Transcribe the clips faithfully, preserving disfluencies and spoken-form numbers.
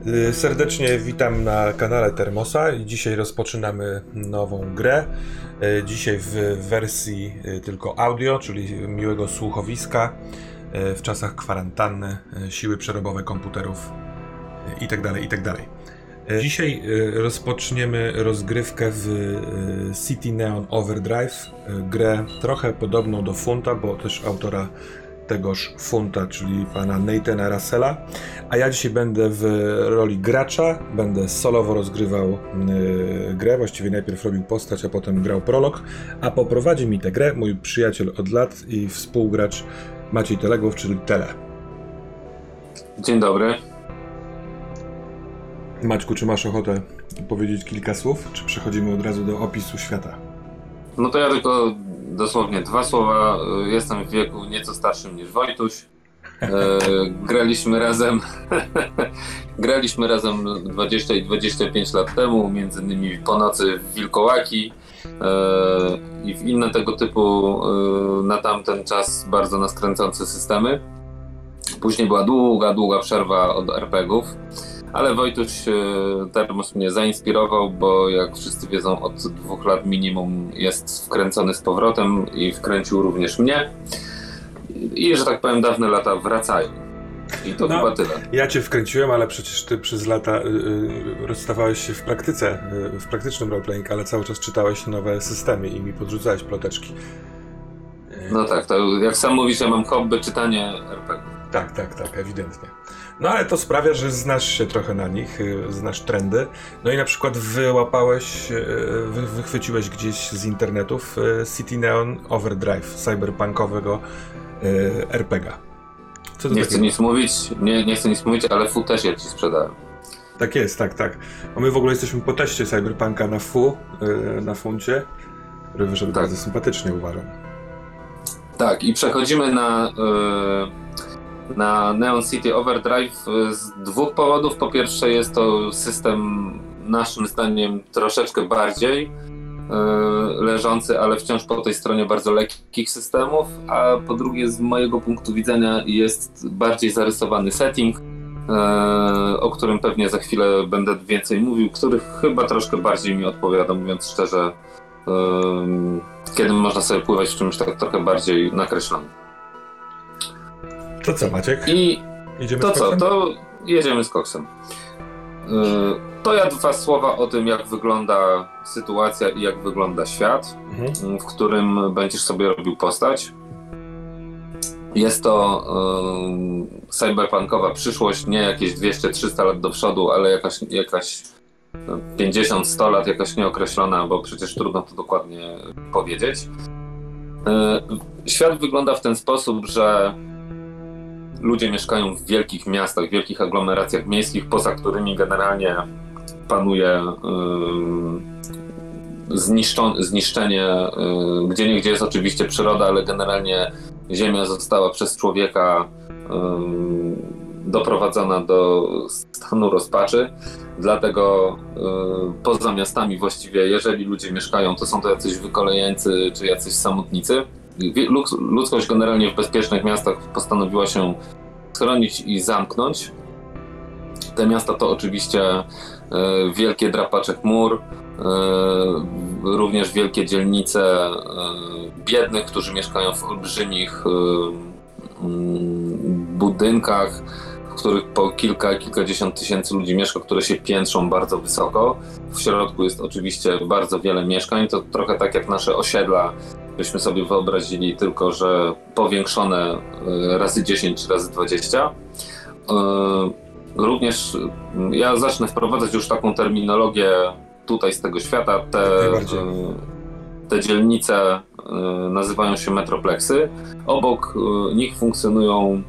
Serdecznie witam na kanale Termosa i dzisiaj rozpoczynamy nową grę. Dzisiaj w wersji tylko audio, czyli miłego słuchowiska w czasach kwarantanny, siły przerobowe komputerów itd., itd. Dzisiaj rozpoczniemy rozgrywkę w City Neon Overdrive, grę trochę podobną do Funta, bo też autora tegoż Funta, czyli pana Nathana Russella, a ja dzisiaj będę w roli gracza, będę solowo rozgrywał yy, grę, właściwie najpierw robił postać, a potem grał prolog, a poprowadzi mi tę grę mój przyjaciel od lat i współgracz Maciej Telegów, czyli Tele. Dzień dobry. Maćku, czy masz ochotę powiedzieć kilka słów, czy przechodzimy od razu do opisu świata? No to ja tylko dosłownie dwa słowa. Jestem w wieku nieco starszym niż Wojtuś. E, graliśmy razem graliśmy razem dwadzieścia i dwadzieścia pięć lat temu, między innymi po nocy w Wilkołaki e, i w inne tego typu e, na tamten czas bardzo nas kręcące systemy. Później była długa, długa przerwa od er pe gie ów. Ale Wojtuś Termos mnie zainspirował, bo jak wszyscy wiedzą, od dwóch lat minimum jest wkręcony z powrotem i wkręcił również mnie. I że tak powiem, dawne lata wracają. I to no, chyba tyle. Ja cię wkręciłem, ale przecież ty przez lata y, y, rozstawałeś się w praktyce, y, w praktycznym roleplaying, ale cały czas czytałeś nowe systemy i mi podrzucałeś ploteczki. Y... No tak, to jak sam mówisz, ja mam hobby czytanie er pe gie. Tak, tak, tak, ewidentnie. No ale to sprawia, że znasz się trochę na nich, znasz trendy. No i na przykład wyłapałeś, wy, wychwyciłeś gdzieś z internetów City Neon Overdrive, cyberpunkowego er pe gie. Co to nie chcę nic mówić, nie, nie chcę nic mówić, ale F U też ja ci sprzedałem. Tak jest, tak, tak. A my w ogóle jesteśmy po teście cyberpunka na F U, na Funcie, który wyszedł tak bardzo sympatycznie, uważam. Tak, i przechodzimy na... Yy... na Neon City Overdrive z dwóch powodów. Po pierwsze jest to system naszym zdaniem troszeczkę bardziej yy, leżący, ale wciąż po tej stronie bardzo lekkich systemów, a po drugie z mojego punktu widzenia jest bardziej zarysowany setting, yy, o którym pewnie za chwilę będę więcej mówił, który chyba troszkę bardziej mi odpowiada, mówiąc szczerze, yy, kiedy można sobie pływać w czymś tak trochę bardziej nakreślonym. To co, Maciek? I Jedziemy to z koksem? co, to jedziemy z koksem. Yy, to ja dwa słowa o tym, jak wygląda sytuacja i jak wygląda świat, mhm. w którym będziesz sobie robił postać. Jest to yy, cyberpunkowa przyszłość, nie jakieś dwieście trzysta lat do przodu, ale jakaś, jakaś pięćdziesiąt sto lat, jakaś nieokreślona, bo przecież trudno to dokładnie powiedzieć. Yy, świat wygląda w ten sposób, że ludzie mieszkają w wielkich miastach, w wielkich aglomeracjach miejskich, poza którymi generalnie panuje yy, zniszczon- zniszczenie, yy, gdzie niegdzie jest oczywiście przyroda, ale generalnie ziemia została przez człowieka yy, doprowadzona do stanu rozpaczy. Dlatego yy, poza miastami właściwie, jeżeli ludzie mieszkają, to są to jacyś wykolejeńcy czy jacyś samotnicy. Ludzkość generalnie w bezpiecznych miastach postanowiła się schronić i zamknąć. Te miasta to oczywiście e, wielkie drapacze chmur, e, również wielkie dzielnice e, biednych, którzy mieszkają w olbrzymich e, budynkach, w których po kilka, kilkadziesiąt tysięcy ludzi mieszka, które się piętrzą bardzo wysoko. W środku jest oczywiście bardzo wiele mieszkań, to trochę tak jak nasze osiedla, byśmy sobie wyobrazili, tylko że powiększone razy dziesięć czy razy dwadzieścia. Również ja zacznę wprowadzać już taką terminologię tutaj z tego świata. Te, te dzielnice nazywają się metropleksy. Obok nich funkcjonują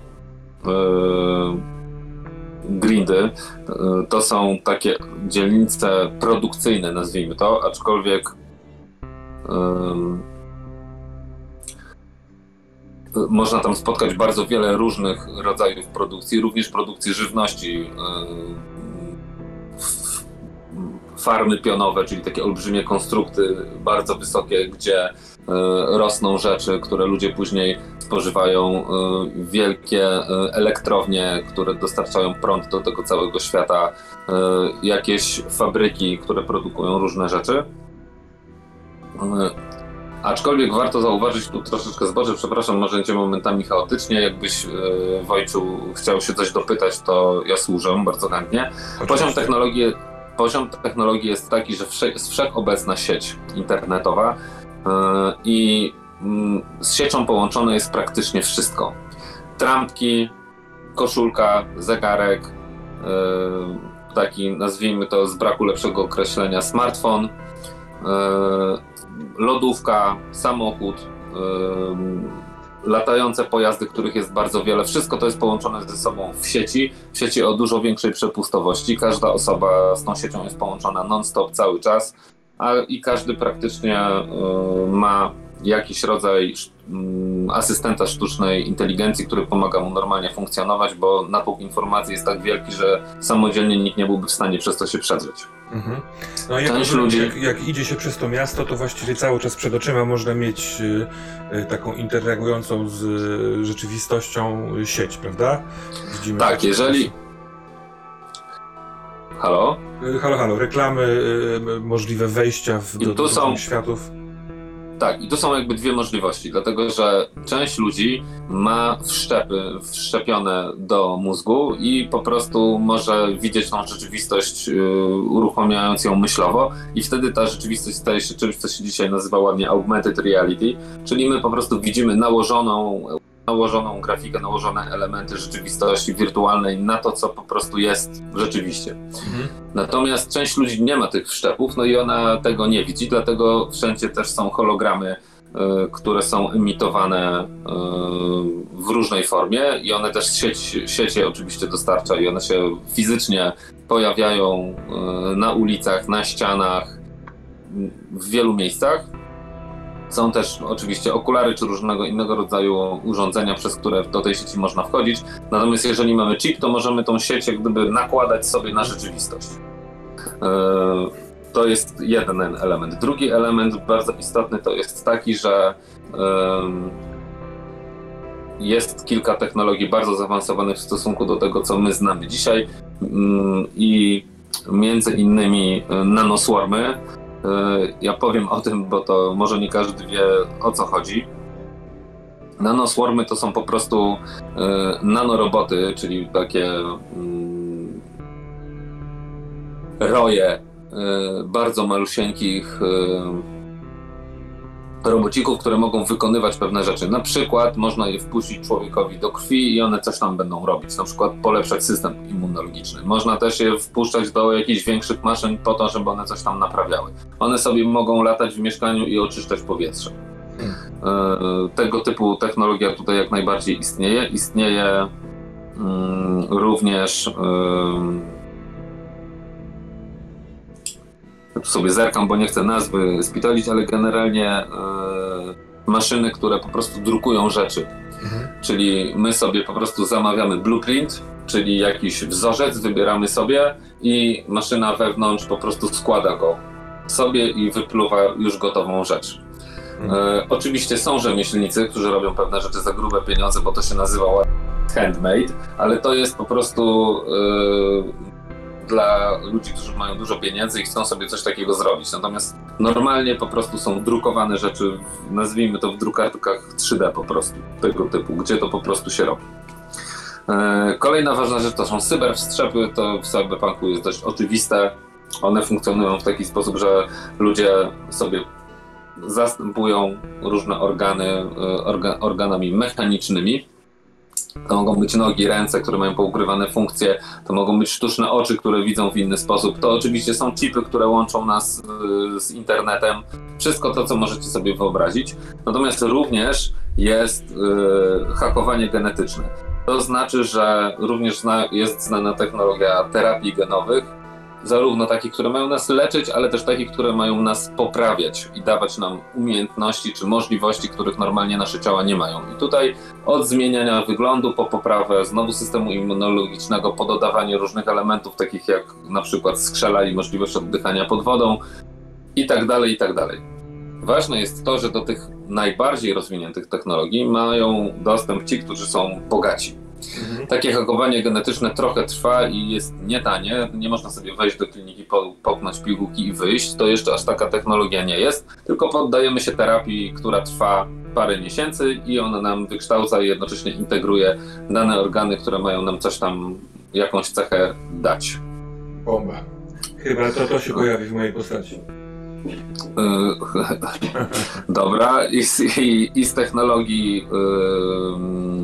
gridy. To są takie dzielnice produkcyjne, nazwijmy to, aczkolwiek można tam spotkać bardzo wiele różnych rodzajów produkcji, również produkcji żywności w, farmy pionowe, czyli takie olbrzymie konstrukty, bardzo wysokie, gdzie y, rosną rzeczy, które ludzie później spożywają, y, wielkie y, elektrownie, które dostarczają prąd do tego całego świata, y, jakieś fabryki, które produkują różne rzeczy. Y, Aczkolwiek warto zauważyć, tu troszeczkę zboczę, przepraszam, może będzie momentami chaotycznie, jakbyś yy, Wojciu chciał się coś dopytać, to ja służę bardzo chętnie. Poziom technologii, poziom technologii jest taki, że wsze, jest wszechobecna sieć internetowa yy, i yy, z siecią połączone jest praktycznie wszystko. Trampki, koszulka, zegarek, yy, taki nazwijmy to z braku lepszego określenia smartfon, yy, lodówka, samochód, yy, latające pojazdy, których jest bardzo wiele. Wszystko to jest połączone ze sobą w sieci, w sieci o dużo większej przepustowości. Każda osoba z tą siecią jest połączona non-stop cały czas, a i każdy praktycznie yy, ma jakiś rodzaj yy, asystenta sztucznej inteligencji, który pomaga mu normalnie funkcjonować, bo natłok informacji jest tak wielki, że samodzielnie nikt nie byłby w stanie przez to się przedrzeć. Mhm. No jak, Część ludzi... jak, jak idzie się przez to miasto, to właściwie cały czas przed oczyma można mieć y, y, taką interagującą z y, rzeczywistością sieć, prawda? Widzimy tak, jeżeli... Czasy. Halo? Y, halo, halo, reklamy, y, możliwe wejścia w, do, do są... światów. Tak, i tu są jakby dwie możliwości, dlatego że część ludzi ma wszczepy wszczepione do mózgu i po prostu może widzieć tą rzeczywistość, yy, uruchamiając ją myślowo i wtedy ta rzeczywistość staje się czymś, co się dzisiaj nazywa ładnie augmented reality, czyli my po prostu widzimy nałożoną, nałożoną grafikę, nałożone elementy rzeczywistości wirtualnej na to, co po prostu jest rzeczywiście. Mhm. Natomiast część ludzi nie ma tych wszczepów, no i ona tego nie widzi, dlatego wszędzie też są hologramy, y, które są emitowane y, w różnej formie i one też sieć, siecie oczywiście dostarcza i one się fizycznie pojawiają y, na ulicach, na ścianach, w wielu miejscach. Są też oczywiście okulary czy różnego innego rodzaju urządzenia, przez które do tej sieci można wchodzić. Natomiast jeżeli mamy chip, to możemy tą sieć jak gdyby nakładać sobie na rzeczywistość. To jest jeden element. Drugi element bardzo istotny to jest taki, że jest kilka technologii bardzo zaawansowanych w stosunku do tego, co my znamy dzisiaj i między innymi nanoswarmy. Ja powiem o tym, bo to może nie każdy wie, o co chodzi. Nanoswarmy to są po prostu nanoroboty, czyli takie roje bardzo malusieńkich robocików, które mogą wykonywać pewne rzeczy. Na przykład można je wpuścić człowiekowi do krwi i one coś tam będą robić, na przykład polepszać system immunologiczny. Można też je wpuszczać do jakichś większych maszyn po to, żeby one coś tam naprawiały. One sobie mogą latać w mieszkaniu i oczyszczać powietrze. Hmm. Tego typu technologia tutaj jak najbardziej istnieje. Istnieje um, również um, tu sobie zerkam, bo nie chcę nazwy spitolić, ale generalnie e, maszyny, które po prostu drukują rzeczy. Mhm. Czyli my sobie po prostu zamawiamy blueprint, czyli jakiś wzorzec, wybieramy sobie i maszyna wewnątrz po prostu składa go sobie i wypluwa już gotową rzecz. Mhm. E, oczywiście są rzemieślnicy, którzy robią pewne rzeczy za grube pieniądze, bo to się nazywa handmade, ale to jest po prostu e, dla ludzi, którzy mają dużo pieniędzy i chcą sobie coś takiego zrobić. Natomiast normalnie po prostu są drukowane rzeczy, w, nazwijmy to w drukarkach trzy D po prostu, tego typu, gdzie to po prostu się robi. E, kolejna ważna rzecz to są cyberwstrzepy, to w cyberpunku jest dość oczywiste. One funkcjonują w taki sposób, że ludzie sobie zastępują różne organy orga, organami mechanicznymi. To mogą być nogi, ręce, które mają poukrywane funkcje, to mogą być sztuczne oczy, które widzą w inny sposób. To oczywiście są chipy, które łączą nas y, z internetem. Wszystko to, co możecie sobie wyobrazić. Natomiast również jest y, hakowanie genetyczne. To znaczy, że również zna, jest znana technologia terapii genowych, zarówno takich, które mają nas leczyć, ale też takich, które mają nas poprawiać i dawać nam umiejętności czy możliwości, których normalnie nasze ciała nie mają. I tutaj od zmieniania wyglądu po poprawę znowu systemu immunologicznego, po dodawanie różnych elementów, takich jak na przykład skrzela i możliwość oddychania pod wodą i tak dalej, i tak dalej. Ważne jest to, że do tych najbardziej rozwiniętych technologii mają dostęp ci, którzy są bogaci. Mhm. Takie hakowanie genetyczne trochę trwa i jest nietanie. Nie można sobie wejść do kliniki, popchnąć pigułki i wyjść. To jeszcze aż taka technologia nie jest, tylko poddajemy się terapii, która trwa parę miesięcy i ona nam wykształca i jednocześnie integruje dane organy, które mają nam coś tam, jakąś cechę dać. Bomba. Chyba to, to się pojawi w mojej postaci. Dobra, i z, i, i z technologii yy,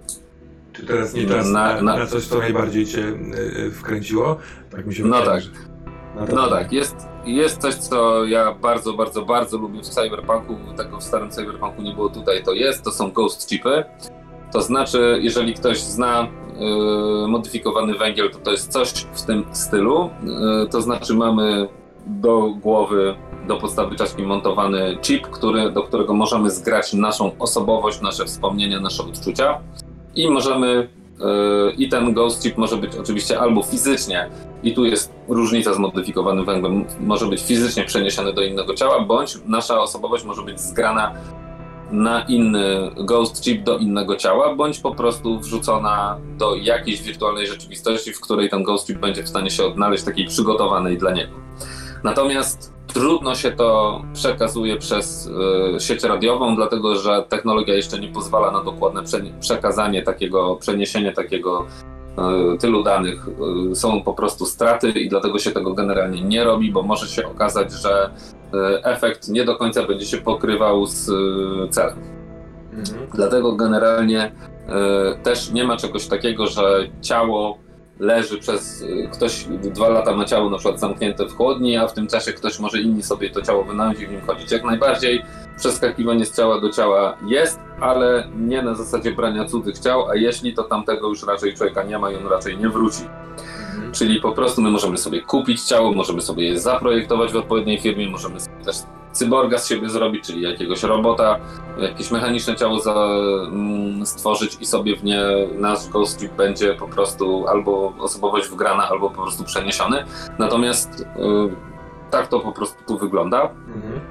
czy teraz nie czas na, na, na coś, co najbardziej cię yy, wkręciło? Tak mi się no wydaje. Tak. No tak, jest, jest coś, co ja bardzo, bardzo, bardzo lubię w Cyberpunku. Tego w starym Cyberpunku nie było, tutaj to jest. To są ghost chipy. To znaczy, jeżeli ktoś zna yy, modyfikowany węgiel, to to jest coś w tym stylu. Yy, to znaczy mamy do głowy, do podstawy czaszki montowany chip, który, do którego możemy zgrać naszą osobowość, nasze wspomnienia, nasze odczucia i możemy yy, i ten ghost chip może być oczywiście albo fizycznie, i tu jest różnica z modyfikowanym węglem, może być fizycznie przeniesiony do innego ciała, bądź nasza osobowość może być zgrana na inny ghost chip do innego ciała, bądź po prostu wrzucona do jakiejś wirtualnej rzeczywistości, w której ten ghost chip będzie w stanie się odnaleźć, takiej przygotowanej dla niego. Natomiast trudno się to przekazuje przez y, sieć radiową, dlatego że technologia jeszcze nie pozwala na dokładne prze- przekazanie takiego, przeniesienie takiego y, tylu danych. Y, są po prostu straty i dlatego się tego generalnie nie robi, bo może się okazać, że y, efekt nie do końca będzie się pokrywał z y, celem. Mhm. Dlatego generalnie y, też nie ma czegoś takiego, że ciało leży przez, ktoś dwa lata ma ciało na przykład zamknięte w chłodni, a w tym czasie ktoś może inni sobie to ciało wynająć i w nim chodzić. Jak najbardziej przeskakiwanie z ciała do ciała jest, ale nie na zasadzie brania cudzych ciał, a jeśli to tamtego już raczej człowieka nie ma i on raczej nie wróci. Mhm. Czyli po prostu my możemy sobie kupić ciało, możemy sobie je zaprojektować w odpowiedniej firmie, możemy sobie też cyborga z siebie zrobić, czyli jakiegoś robota, jakieś mechaniczne ciało za, mm, stworzyć i sobie w nie nasz ghost chip będzie po prostu albo osobowość wgrana, albo po prostu przeniesiony. Natomiast y, tak to po prostu tu wygląda. Mhm.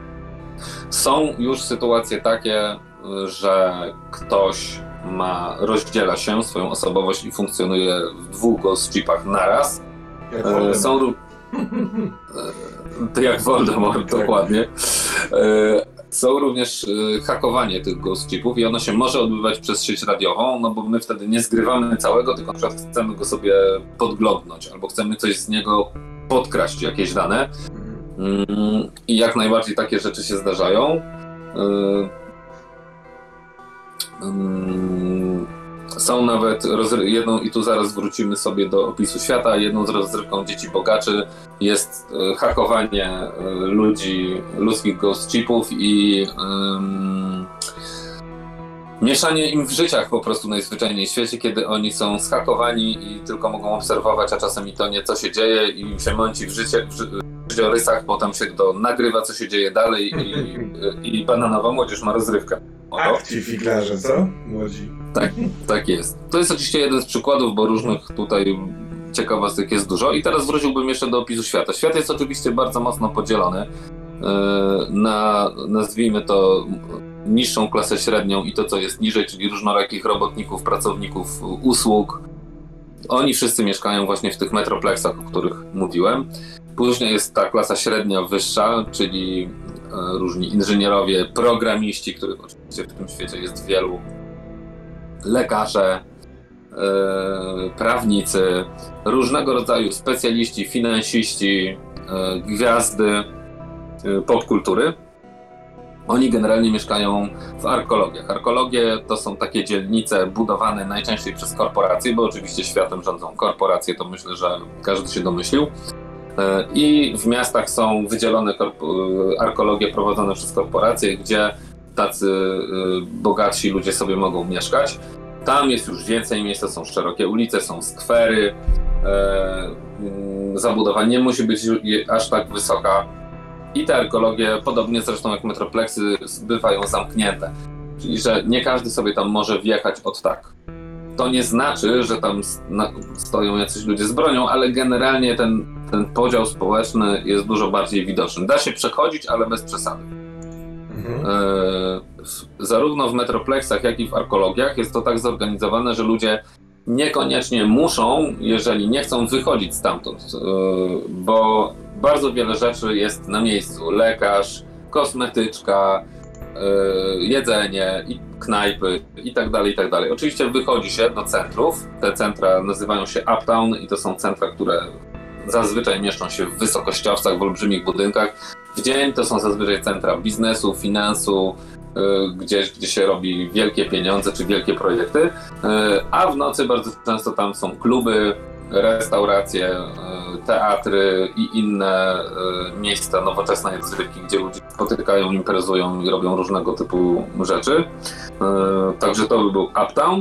Są już sytuacje takie, że ktoś ma, rozdziela się swoją osobowość i funkcjonuje w dwóch ghost chipach naraz. Jak Są jak Voldemort, dokładnie. Są również hakowanie tych ghost chipów i ono się może odbywać przez sieć radiową, no bo my wtedy nie zgrywamy całego, tylko na przykład chcemy go sobie podglądnąć albo chcemy coś z niego podkraść, jakieś dane. I jak najbardziej takie rzeczy się zdarzają. Są nawet rozry- jedną, i tu zaraz wrócimy sobie do opisu świata, jedną z rozrywką dzieci bogaczy jest e, hakowanie e, ludzi, ludzkich ghost chipów i um, mieszanie im w życiach po prostu najzwyczajniej w świecie, kiedy oni są zhakowani i tylko mogą obserwować, a czasem i to nie, co się dzieje i im się mąci w, życie, w, ży- w życiorysach, potem się to nagrywa, co się dzieje dalej i, i bananowa młodzież ma rozrywkę. Ach, ci figlarze, co? Młodzi. Tak, tak jest. To jest oczywiście jeden z przykładów, bo różnych tutaj ciekawostek jest dużo. I teraz wróciłbym jeszcze do opisu świata. Świat jest oczywiście bardzo mocno podzielony na, nazwijmy to, niższą klasę średnią i to, co jest niżej, czyli różnorakich robotników, pracowników usług. Oni wszyscy mieszkają właśnie w tych metroplexach, o których mówiłem. Później jest ta klasa średnia wyższa, czyli różni inżynierowie, programiści, których oczywiście w tym świecie jest wielu, lekarze, yy, prawnicy, różnego rodzaju specjaliści, finansiści, yy, gwiazdy yy, popkultury. Oni generalnie mieszkają w arkologiach. Arkologie to są takie dzielnice budowane najczęściej przez korporacje, bo oczywiście światem rządzą korporacje, to myślę, że każdy się domyślił. I w miastach są wydzielone korp- arkologie prowadzone przez korporacje, gdzie tacy bogatsi ludzie sobie mogą mieszkać. Tam jest już więcej miejsca, są szerokie ulice, są skwery, zabudowa nie musi być aż tak wysoka i te arkeologie, podobnie zresztą jak metropleksy, bywają zamknięte. Czyli, że nie każdy sobie tam może wjechać od tak. To nie znaczy, że tam stoją jacyś ludzie z bronią, ale generalnie ten, ten podział społeczny jest dużo bardziej widoczny. Da się przechodzić, ale bez przesady. Mhm. E, w, zarówno w metropleksach, jak i w arkeologiach jest to tak zorganizowane, że ludzie niekoniecznie muszą, jeżeli nie chcą, wychodzić stamtąd, e, bo bardzo wiele rzeczy jest na miejscu. Lekarz, kosmetyczka, e, jedzenie, i knajpy i tak dalej, i tak dalej. Oczywiście wychodzi się do centrów. Te centra nazywają się uptown i to są centra, które zazwyczaj mieszczą się w wysokościowcach, w olbrzymich budynkach. W dzień to są zazwyczaj centra biznesu, finansu, yy, gdzieś, gdzie się robi wielkie pieniądze czy wielkie projekty, yy, a w nocy bardzo często tam są kluby, restauracje, yy, teatry i inne yy, miejsca, nowoczesne języki, gdzie ludzie spotykają, imprezują i robią różnego typu rzeczy. Yy, także to by był uptown.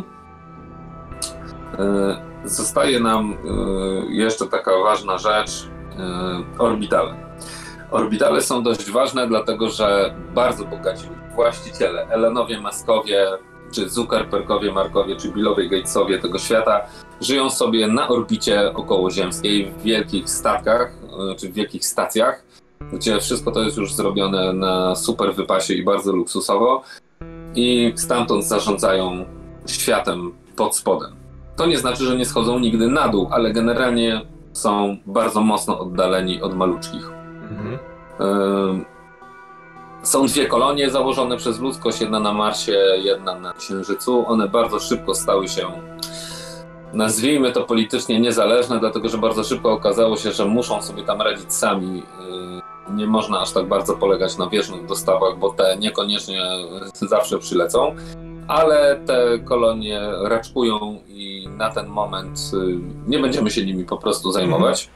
Yy, zostaje nam yy, jeszcze taka ważna rzecz, yy, orbitale. Orbitale są dość ważne, dlatego że bardzo bogaci właściciele, Elenowie, Muskowie, czy Zuckerbergowie, Markowie, czy Billowie, Gatesowie tego świata żyją sobie na orbicie okołoziemskiej w wielkich statkach, czy w wielkich stacjach, gdzie wszystko to jest już zrobione na super wypasie i bardzo luksusowo i stamtąd zarządzają światem pod spodem. To nie znaczy, że nie schodzą nigdy na dół, ale generalnie są bardzo mocno oddaleni od maluczkich. Mhm. Są dwie kolonie założone przez ludzkość, jedna na Marsie, jedna na Księżycu. One bardzo szybko stały się, nazwijmy to politycznie niezależne, dlatego że bardzo szybko okazało się, że muszą sobie tam radzić sami. Nie można aż tak bardzo polegać na bieżnych dostawach, bo te niekoniecznie zawsze przylecą. Ale te kolonie raczkują i na ten moment nie będziemy się nimi po prostu zajmować.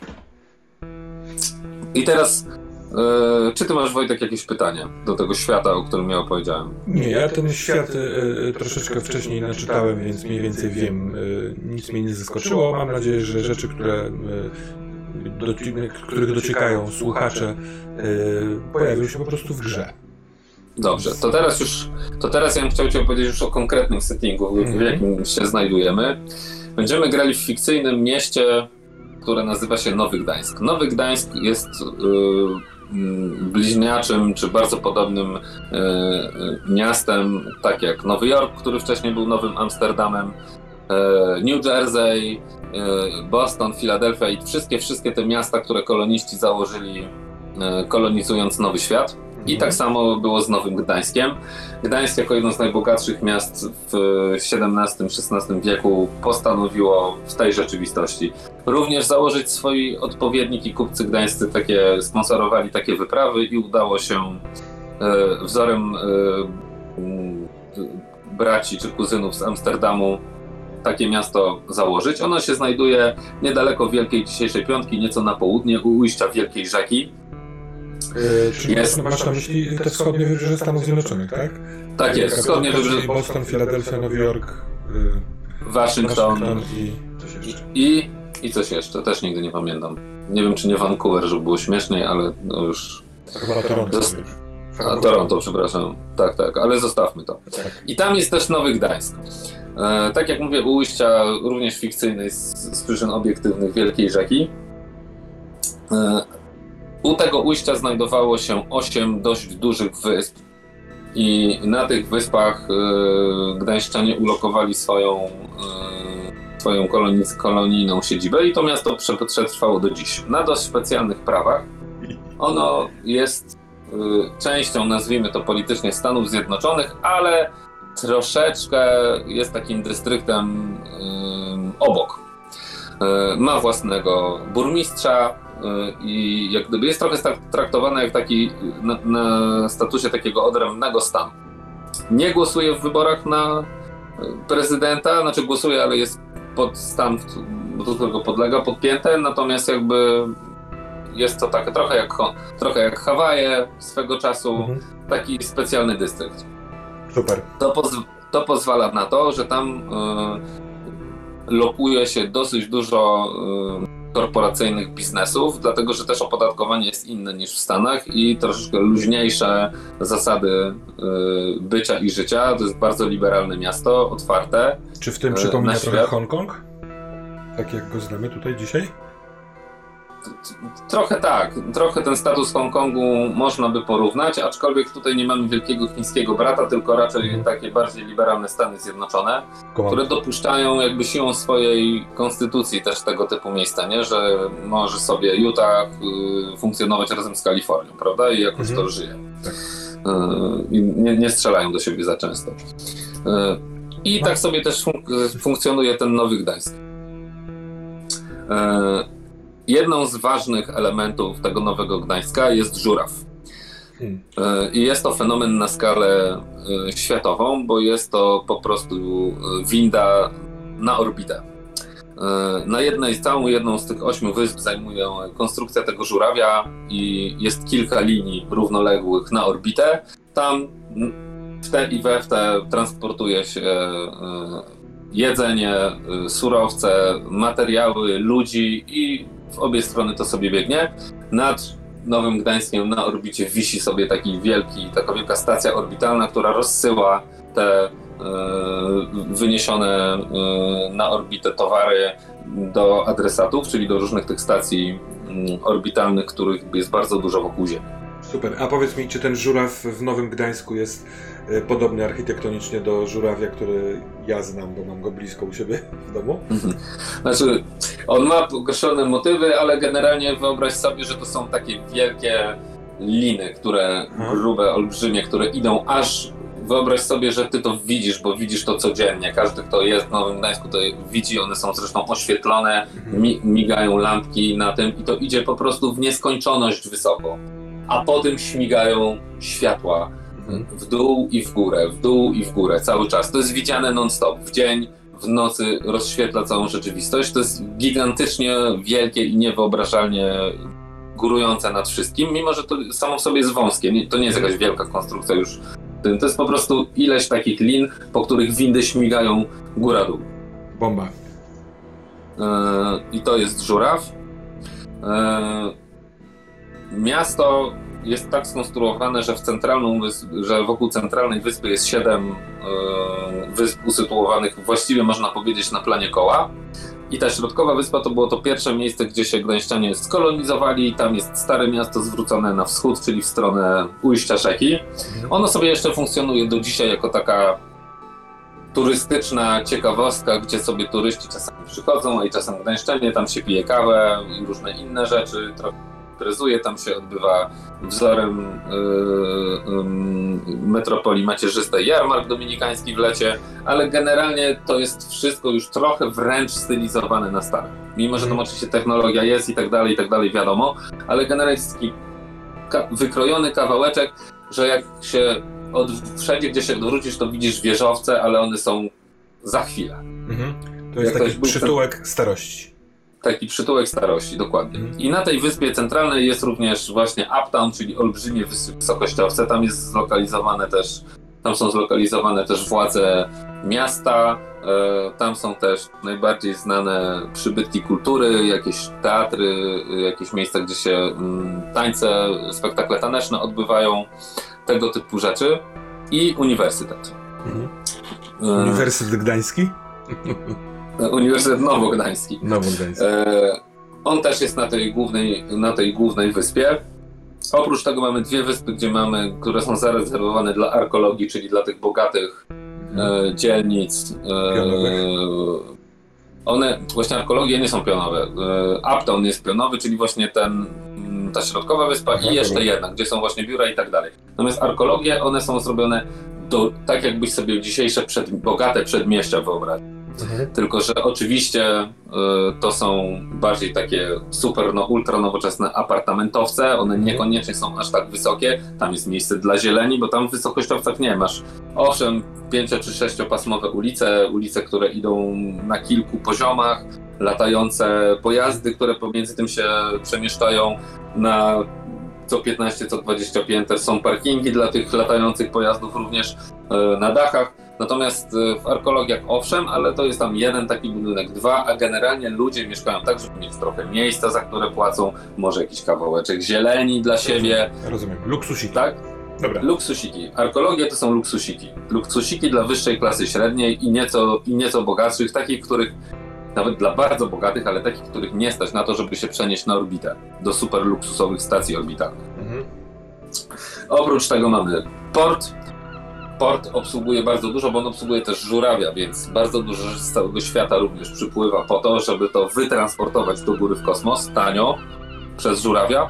I teraz, yy, czy ty masz, Wojtek, jakieś pytania do tego świata, o którym ja opowiedziałem? Nie, ja ten świat y, troszeczkę wcześniej naczytałem, więc mniej więcej wiem. Y, nic mnie nie zaskoczyło. Mam nadzieję, że rzeczy, które, y, do, których dociekają słuchacze, y, pojawią się po prostu w grze. Dobrze, to teraz już, to teraz ja bym chciał ci opowiedzieć już o konkretnym settingu, w, w jakim się znajdujemy. Będziemy grali w fikcyjnym mieście, które nazywa się Nowy Gdańsk. Nowy Gdańsk jest yy, bliźniaczym, czy bardzo podobnym yy, miastem, tak jak Nowy Jork, który wcześniej był Nowym Amsterdamem, yy, New Jersey, yy, Boston, Filadelfia i wszystkie, wszystkie te miasta, które koloniści założyli, yy, kolonizując Nowy Świat. I tak samo było z Nowym Gdańskiem. Gdańsk jako jedno z najbogatszych miast w siedemnastym szesnastym wieku postanowiło w tej rzeczywistości również założyć swój odpowiednik i kupcy gdańscy takie, sponsorowali takie wyprawy i udało się e, wzorem e, braci czy kuzynów z Amsterdamu takie miasto założyć. Ono się znajduje niedaleko Wielkiej dzisiejszej Piątki, nieco na południe, u ujścia Wielkiej Rzeki. Yy, czyli jest, masz na myśli te wschodnie wybrzeże Stanów Zjednoczonych, tak? Tak jest, wschodnie wybrzeże. Boston, Filadelfia, Nowy Jork, yy, Waszyngton, Waszyngton i coś jeszcze. I, I coś jeszcze, też nigdy nie pamiętam. Nie wiem, czy nie Vancouver, żeby było śmieszniej, ale no już... Chyba Toronto. Zost... A, Toronto, przepraszam. Tak, tak, ale zostawmy to. Tak. I tam jest też Nowy Gdańsk. E, tak jak mówię, u ujścia również fikcyjnej z, z przyczyn obiektywnych Wielkiej Rzeki. E, U tego ujścia znajdowało się osiem dość dużych wysp i na tych wyspach y, gdańszczanie ulokowali swoją, y, swoją koloniz, kolonijną siedzibę i to miasto przetrwało do dziś. Na dość specjalnych prawach. Ono jest y, częścią, nazwijmy to politycznie, Stanów Zjednoczonych, ale troszeczkę jest takim dystryktem y, obok. Y, ma własnego burmistrza, i jak gdyby jest trochę traktowana jak taki na, na statusie takiego odrębnego stanu. Nie głosuje w wyborach na prezydenta, znaczy głosuje, ale jest pod stan, do którego podlega, podpięte, natomiast jakby jest to tak, trochę jak, trochę jak Hawaje swego czasu, mhm. taki specjalny dystrykt. Super. To, poz, to pozwala na to, że tam y, lokuje się dosyć dużo y, korporacyjnych biznesów, dlatego że też opodatkowanie jest inne niż w Stanach i troszeczkę luźniejsze zasady bycia i życia. To jest bardzo liberalne miasto, otwarte. Czy w tym przypomina trochę Hongkong? Tak jak go znamy tutaj dzisiaj? Trochę tak, trochę ten status Hongkongu można by porównać, aczkolwiek tutaj nie mamy wielkiego chińskiego brata, tylko raczej mhm. takie bardziej liberalne Stany Zjednoczone, Komand. które dopuszczają jakby siłą swojej konstytucji też tego typu miejsca, nie? Że może sobie Utah y, funkcjonować razem z Kalifornią, prawda? I jakoś mhm. to żyje. Tak. Y, I nie, nie strzelają do siebie za często. Y, I no. tak sobie też fun- funkcjonuje ten Nowy Gdańsk. Y, Jedną z ważnych elementów tego Nowego Gdańska jest żuraw. Hmm. I jest to fenomen na skalę światową, bo jest to po prostu winda na orbitę. Na jednej, całą jedną z tych ośmiu wysp zajmuje konstrukcja tego żurawia i jest kilka linii równoległych na orbitę. Tam w te i we w te transportuje się jedzenie, surowce, materiały, ludzi i w obie strony to sobie biegnie. Nad Nowym Gdańskiem na orbicie wisi sobie taki wielki, taka wielka stacja orbitalna, która rozsyła te e, wyniesione e, na orbitę towary do adresatów, czyli do różnych tych stacji m, orbitalnych, których jest bardzo dużo wokół Ziemi. Super. A powiedz mi, czy ten żuraw w Nowym Gdańsku jest e, podobny architektonicznie do żurawia, który ja znam, bo mam go blisko u siebie w domu? Znaczy, on ma określone motywy, ale generalnie wyobraź sobie, że to są takie wielkie liny, które Aha. grube, olbrzymie, które idą aż... Wyobraź sobie, że ty to widzisz, bo widzisz to codziennie. Każdy, kto jest w Nowym Gdańsku, to widzi, one są zresztą oświetlone, mi, migają lampki na tym i to idzie po prostu w nieskończoność wysoko. A potem śmigają światła w dół i w górę, w dół i w górę cały czas. To jest widziane non-stop. W dzień, w nocy rozświetla całą rzeczywistość. To jest gigantycznie wielkie i niewyobrażalnie górujące nad wszystkim, mimo że to samo w sobie jest wąskie. To nie jest jakaś wielka konstrukcja już. To jest po prostu ileś takich lin, po których windy śmigają góra-dół. Bomba. I to jest żuraw. Miasto jest tak skonstruowane, że w centralną wysp- że wokół centralnej wyspy jest siedem yy, wysp usytuowanych, właściwie można powiedzieć, na planie koła. I ta środkowa wyspa to było to pierwsze miejsce, gdzie się gdańszczanie skolonizowali. Tam jest stare miasto zwrócone na wschód, czyli w stronę ujścia rzeki. Ono sobie jeszcze funkcjonuje do dzisiaj jako taka turystyczna ciekawostka, gdzie sobie turyści czasami przychodzą, a i czasem gdańszczanie, tam się pije kawę i różne inne rzeczy. Imprezuje, tam się odbywa wzorem yy, yy, metropolii macierzystej jarmark dominikański w lecie, ale generalnie to jest wszystko już trochę wręcz stylizowane na stare. Mimo, że tam oczywiście technologia jest i tak dalej, i tak dalej, wiadomo, ale generalnie jest taki ka- wykrojony kawałeczek, że jak się od, wszędzie, gdzie się odwrócisz, to widzisz wieżowce, ale one są za chwilę. Mhm. To jest jak taki przytułek ten... starości. Taki przytułek starości, dokładnie. Mm. I na tej wyspie centralnej jest również właśnie Uptown, czyli olbrzymie wysokościowce. Tam jest zlokalizowane też, tam są zlokalizowane też władze miasta. E, tam są też najbardziej znane przybytki kultury, jakieś teatry, jakieś miejsca, gdzie się mm, tańce, spektakle taneczne odbywają, tego typu rzeczy. I uniwersytet. Mm. E, Uniwersytet Gdański? Uniwersytet Nowogdański. Nowogdański. E, on też jest na tej głównej, na tej głównej wyspie. Oprócz tego mamy dwie wyspy, gdzie mamy, które są zarezerwowane dla arkeologii, czyli dla tych bogatych e, dzielnic. E, one, właśnie arkeologie nie są pionowe. E, Uptown jest pionowy, czyli właśnie ten, ta środkowa wyspa i jeszcze jedna, gdzie są właśnie biura i tak dalej. Natomiast arkeologie, one są zrobione do, tak jakbyś sobie dzisiejsze przed, bogate przedmieścia wyobraził. Mhm. Tylko że oczywiście y, to są bardziej takie super, no ultra nowoczesne apartamentowce, one niekoniecznie są aż tak wysokie, tam jest miejsce dla zieleni, bo tam w wysokościowcach nie masz. Owszem, pięcio czy sześciopasmowe ulice, ulice, które idą na kilku poziomach, latające pojazdy, które pomiędzy tym się przemieszczają na co piętnaście, co dwadzieścia pięter, są parkingi dla tych latających pojazdów również y, na dachach. Natomiast w arkeologiach owszem, ale to jest tam jeden taki budynek, dwa, a generalnie ludzie mieszkają tak, żeby mieć trochę miejsca, za które płacą, może jakiś kawałeczek zieleni dla siebie. Rozumiem. Luksusiki. Tak? Dobra. Luksusiki. Arkeologia to są luksusiki. Luksusiki dla wyższej klasy średniej i nieco, i nieco bogatszych, takich, których nawet dla bardzo bogatych, ale takich, których nie stać na to, żeby się przenieść na orbitę, do super luksusowych stacji orbitalnych. Mhm. Oprócz tego mamy port. Port obsługuje bardzo dużo, bo on obsługuje też żurawia, więc bardzo dużo rzeczy z całego świata również przypływa po to, żeby to wytransportować do góry w kosmos tanio przez żurawia.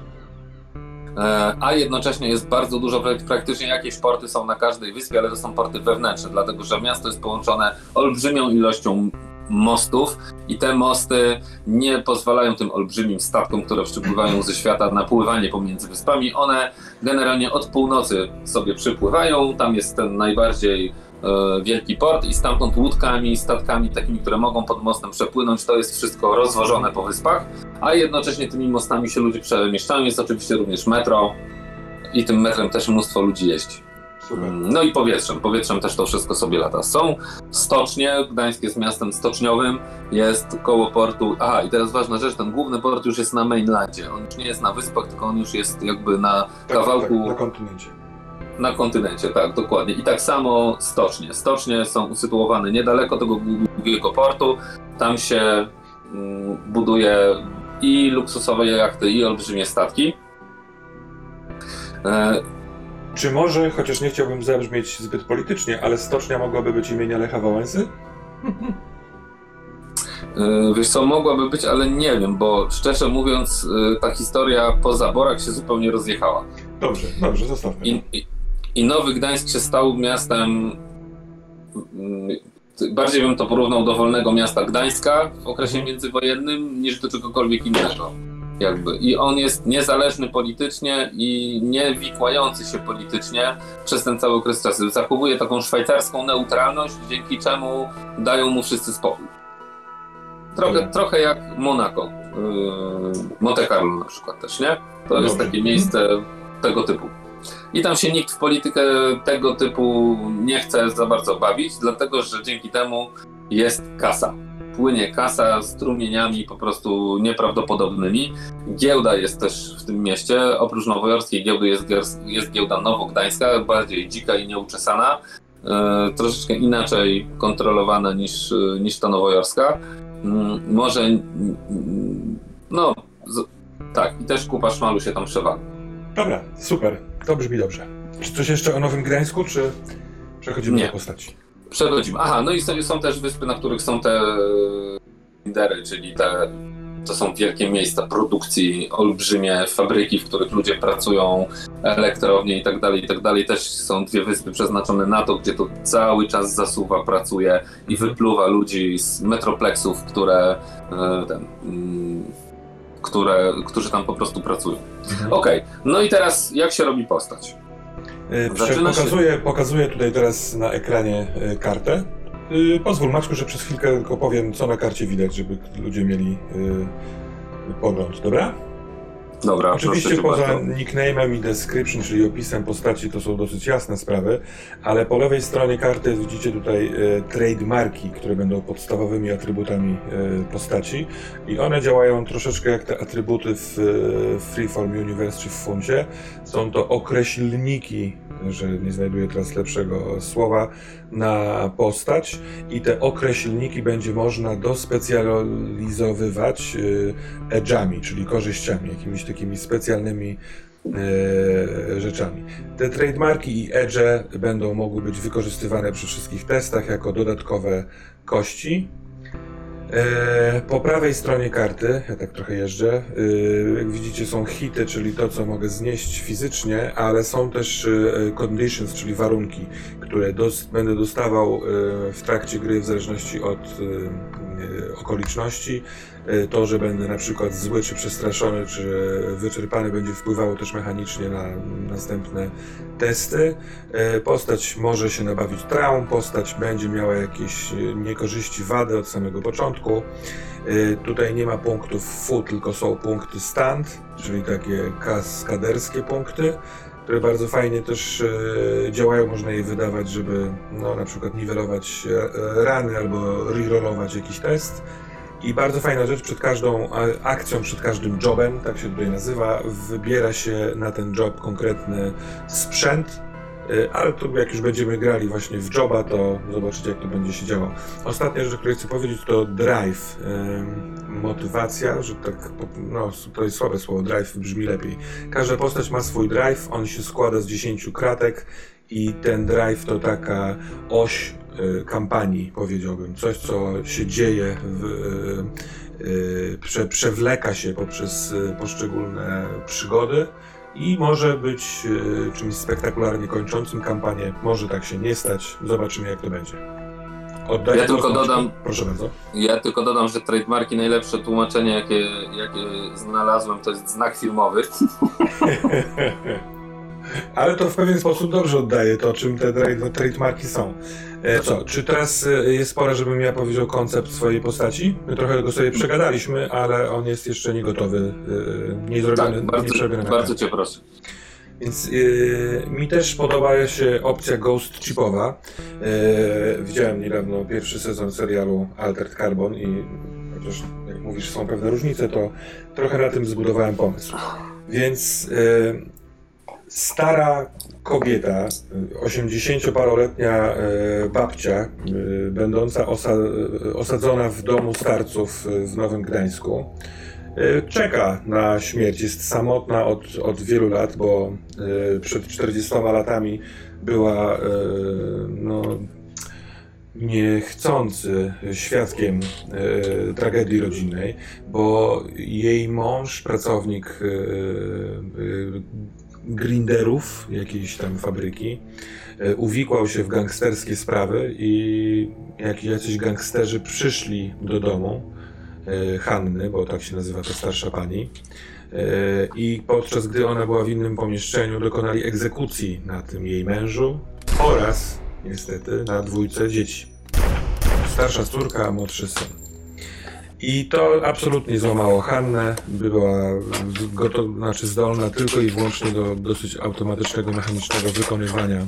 A jednocześnie jest bardzo dużo, praktycznie jakieś porty są na każdej wyspie, ale to są porty wewnętrzne, dlatego że miasto jest połączone olbrzymią ilością mostów i te mosty nie pozwalają tym olbrzymim statkom, które przypływają ze świata, na pływanie pomiędzy wyspami. One generalnie od północy sobie przypływają, tam jest ten najbardziej e, wielki port i stamtąd łódkami, statkami takimi, które mogą pod mostem przepłynąć, to jest wszystko rozwożone po wyspach, a jednocześnie tymi mostami się ludzie przemieszczają. Jest oczywiście również metro i tym metrem też mnóstwo ludzi jeździ. Super. No i powietrzem. Powietrzem też to wszystko sobie lata. Są stocznie, Gdańsk jest miastem stoczniowym, jest koło portu. Aha, i teraz ważna rzecz, ten główny port już jest na mainlandzie. On już nie jest na wyspach, tylko on już jest jakby na tak, kawałku... Tak, na kontynencie. Na kontynencie, tak, dokładnie. I tak samo stocznie. Stocznie są usytuowane niedaleko tego długiego portu. Tam się mm, buduje i luksusowe jachty, i olbrzymie statki. E, Czy może, chociaż nie chciałbym zabrzmieć zbyt politycznie, ale stocznia mogłaby być imienia Lecha Wałęsy? Yy, wiesz co, mogłaby być, ale nie wiem, bo szczerze mówiąc yy, ta historia po zaborach się zupełnie rozjechała. Dobrze, dobrze, zostawmy. I, i, i Nowy Gdańsk się stał miastem, yy, bardziej bym to porównał do wolnego miasta Gdańska w okresie międzywojennym niż do czegokolwiek innego. Jakby. I on jest niezależny politycznie i nie wikłający się politycznie przez ten cały okres czasu. Zachowuje taką szwajcarską neutralność, dzięki czemu dają mu wszyscy spokój. Trochę, mm. trochę jak Monako, yy, Monte Carlo na przykład też, nie? To Dobrze. jest takie miejsce tego typu. I tam się nikt w politykę tego typu nie chce za bardzo bawić, dlatego że dzięki temu jest kasa. Płynie kasa strumieniami po prostu nieprawdopodobnymi. Giełda jest też w tym mieście. Oprócz nowojorskiej giełdy jest, jest giełda nowogdańska, bardziej dzika i nieuczesana. E, troszeczkę inaczej kontrolowana niż, niż ta nowojorska. Mm, może... No, z, tak. I też kupa szmalu się tam przewala. Dobra, super. To brzmi dobrze. Czy coś jeszcze o Nowym Gdańsku, czy przechodzimy Nie. do postaci? Przechodzimy. Aha, no i są, są też wyspy, na których są te lindery, czyli te, to są wielkie miejsca produkcji, olbrzymie fabryki, w których ludzie pracują, elektrownie i tak dalej, i tak dalej. Też są dwie wyspy przeznaczone na to, gdzie to cały czas zasuwa, pracuje i wypluwa ludzi z metroplexów, które, ten, które, którzy tam po prostu pracują. Mhm. Okej, okay. No i teraz jak się robi postać? Pokazuję, się... pokazuję tutaj teraz na ekranie kartę. Pozwól, Maćku, że przez chwilkę tylko powiem, co na karcie widać, żeby ludzie mieli pogląd, dobra? Dobra, oczywiście poza nickname'em i description, czyli opisem postaci, to są dosyć jasne sprawy, ale po lewej stronie karty widzicie tutaj e, trademarki, które będą podstawowymi atrybutami e, postaci i one działają troszeczkę jak te atrybuty w, w Freeform Universe czy w Funcie. Są to określniki, że nie znajduję teraz lepszego słowa, na postać i te określniki będzie można dospecjalizowywać e, edge'ami, czyli korzyściami, jakimiś takimi specjalnymi e, rzeczami. Te trademarki i edge będą mogły być wykorzystywane przy wszystkich testach jako dodatkowe kości. E, po prawej stronie karty, ja tak trochę jeżdżę, e, jak widzicie są hity, czyli to, co mogę znieść fizycznie, ale są też e, conditions, czyli warunki, które dos będę dostawał e, w trakcie gry w zależności od e, okoliczności. E, to, że będę na przykład zły, czy przestraszony, czy wyczerpany, będzie wpływało też mechanicznie na następne testy. E, postać może się nabawić traum, postać będzie miała jakieś niekorzyści, wady od samego początku. E, tutaj nie ma punktów F U, tylko są punkty stand, czyli takie kaskaderskie punkty. które bardzo fajnie też e, działają, można je wydawać, żeby no, na przykład niwelować e, rany albo rerollować jakiś test. I bardzo fajna rzecz, przed każdą akcją, przed każdym jobem, tak się tutaj nazywa, wybiera się na ten job konkretny sprzęt, ale to jak już będziemy grali właśnie w joba, to zobaczycie, jak to będzie się działo. Ostatnia rzecz, o której chcę powiedzieć, to drive, motywacja, że tak, no to jest słabe słowo, drive brzmi lepiej. Każda postać ma swój drive, on się składa z dziesięciu kratek i ten drive to taka oś kampanii, powiedziałbym, coś, co się dzieje, w, yy, prze, przewleka się poprzez poszczególne przygody i może być yy, czymś spektakularnie kończącym kampanię, może tak się nie stać, zobaczymy, jak to będzie. Oddaję ja tylko dodam, proszę bardzo. Ja tylko dodam, że trademarki, najlepsze tłumaczenie, jakie, jakie znalazłem, to jest znak filmowy. Ale to w pewien sposób dobrze oddaje to, czym te trademarki są. E, co, czy teraz jest pora, żebym ja powiedział koncept swojej postaci? My trochę go sobie przegadaliśmy, ale on jest jeszcze nie gotowy, e, nie zrobiony, tak, bardzo, nie przerobiony. Bardzo cię proszę. Więc e, mi też podoba się opcja Ghost Chipowa. E, widziałem niedawno pierwszy sezon serialu Altered Carbon i chociaż jak mówisz, są pewne różnice, to trochę na tym zbudowałem pomysł. Więc e, stara kobieta, osiemdziesięcioparoletnia babcia, będąca osa- osadzona w domu starców w Nowym Gdańsku, czeka na śmierć, jest samotna od, od wielu lat, bo przed czterdziestoma latami była no, niechcący świadkiem e, tragedii rodzinnej, bo jej mąż, pracownik e, e, grinderów jakiejś tam fabryki, e, uwikłał się w gangsterskie sprawy i jak jacyś gangsterzy przyszli do domu e, Hanny, bo tak się nazywa ta starsza pani, e, i podczas gdy ona była w innym pomieszczeniu, dokonali egzekucji na tym jej mężu oraz niestety na dwójce dzieci. Starsza córka, a młodszy syn. I to absolutnie złamało Hannę, była gotowa, znaczy zdolna tylko i wyłącznie do dosyć automatycznego, mechanicznego wykonywania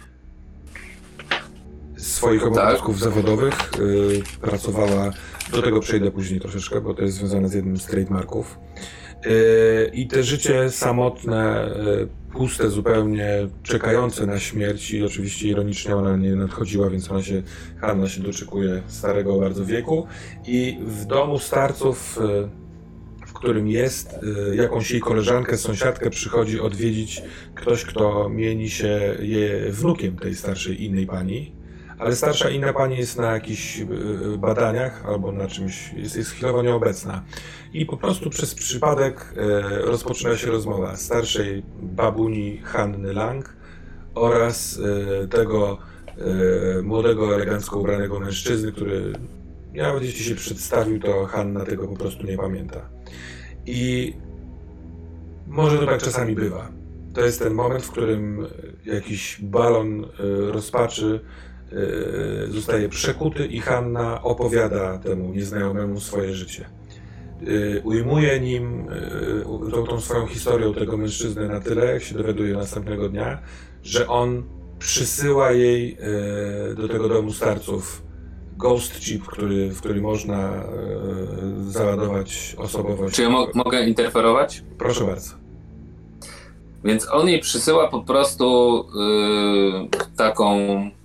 swoich obowiązków tak. zawodowych. Yy, pracowała, do tego przejdę później troszeczkę, bo to jest związane z jednym z trademarków. Yy, I te życie samotne, yy, puste zupełnie, czekające na śmierć i oczywiście ironicznie ona nie nadchodziła, więc ona się, Hanna się doczekuje starego bardzo wieku i w domu starców, yy, w którym jest, yy, jakąś jej koleżankę, sąsiadkę przychodzi odwiedzić ktoś, kto mieni się je wnukiem tej starszej innej pani. Ale starsza inna pani jest na jakichś badaniach albo na czymś, jest, jest chwilowo nieobecna. I po prostu przez przypadek e, rozpoczyna się rozmowa starszej babuni Hanny Lang oraz e, tego e, młodego, elegancko ubranego mężczyzny, który nawet jeśli się przedstawił, to Hanna tego po prostu nie pamięta. I może to tak czasami bywa. To jest ten moment, w którym jakiś balon e, rozpaczy zostaje przekuty i Hanna opowiada temu nieznajomemu swoje życie. Ujmuje nim tą, tą swoją historią tego mężczyznę na tyle, jak się dowiaduje następnego dnia, że on przysyła jej do tego domu starców ghost chip, który, w który można załadować osobowość. Czy ja mo- mogę interferować? Proszę bardzo. Więc on jej przysyła po prostu yy, taką,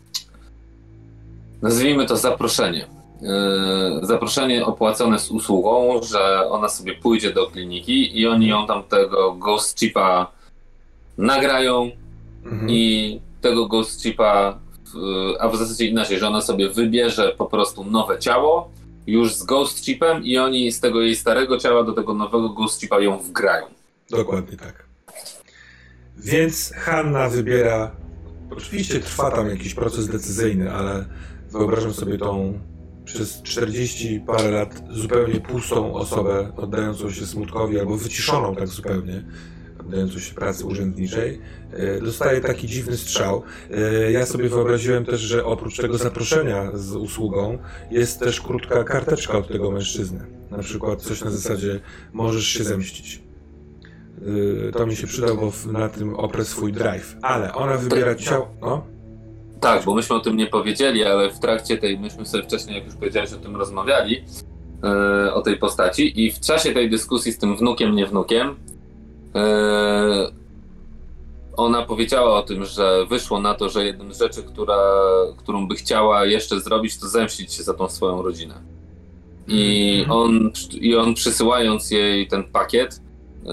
nazwijmy to zaproszenie. Yy, zaproszenie opłacone z usługą, że ona sobie pójdzie do kliniki i oni ją tam tego ghost chipa nagrają mhm. i tego ghost chipa, yy, a w zasadzie inaczej, że ona sobie wybierze po prostu nowe ciało już z ghost chipem i oni z tego jej starego ciała do tego nowego ghost chipa ją wgrają. Dokładnie tak. Więc Hanna wybiera, oczywiście trwa tam jakiś proces decyzyjny, ale wyobrażam sobie tą przez czterdzieści parę lat zupełnie pustą osobę, oddającą się smutkowi albo wyciszoną tak zupełnie, oddającą się pracy urzędniczej, dostaje taki dziwny strzał. Ja sobie wyobraziłem też, że oprócz tego zaproszenia z usługą jest też krótka karteczka od tego mężczyzny. Na przykład coś na zasadzie możesz się zemścić. to mi się przydało, bo na tym oprę swój drive. Ale ona wybiera ciało... No? Tak, bo myśmy o tym nie powiedzieli, ale w trakcie tej, myśmy sobie wcześniej, jak już powiedziałeś, o tym rozmawiali, yy, o tej postaci i w czasie tej dyskusji z tym wnukiem, nie wnukiem, yy, ona powiedziała o tym, że wyszło na to, że jedną z rzeczy, która, którą by chciała jeszcze zrobić, to zemścić się za tą swoją rodzinę. I on, i on przysyłając jej ten pakiet, yy,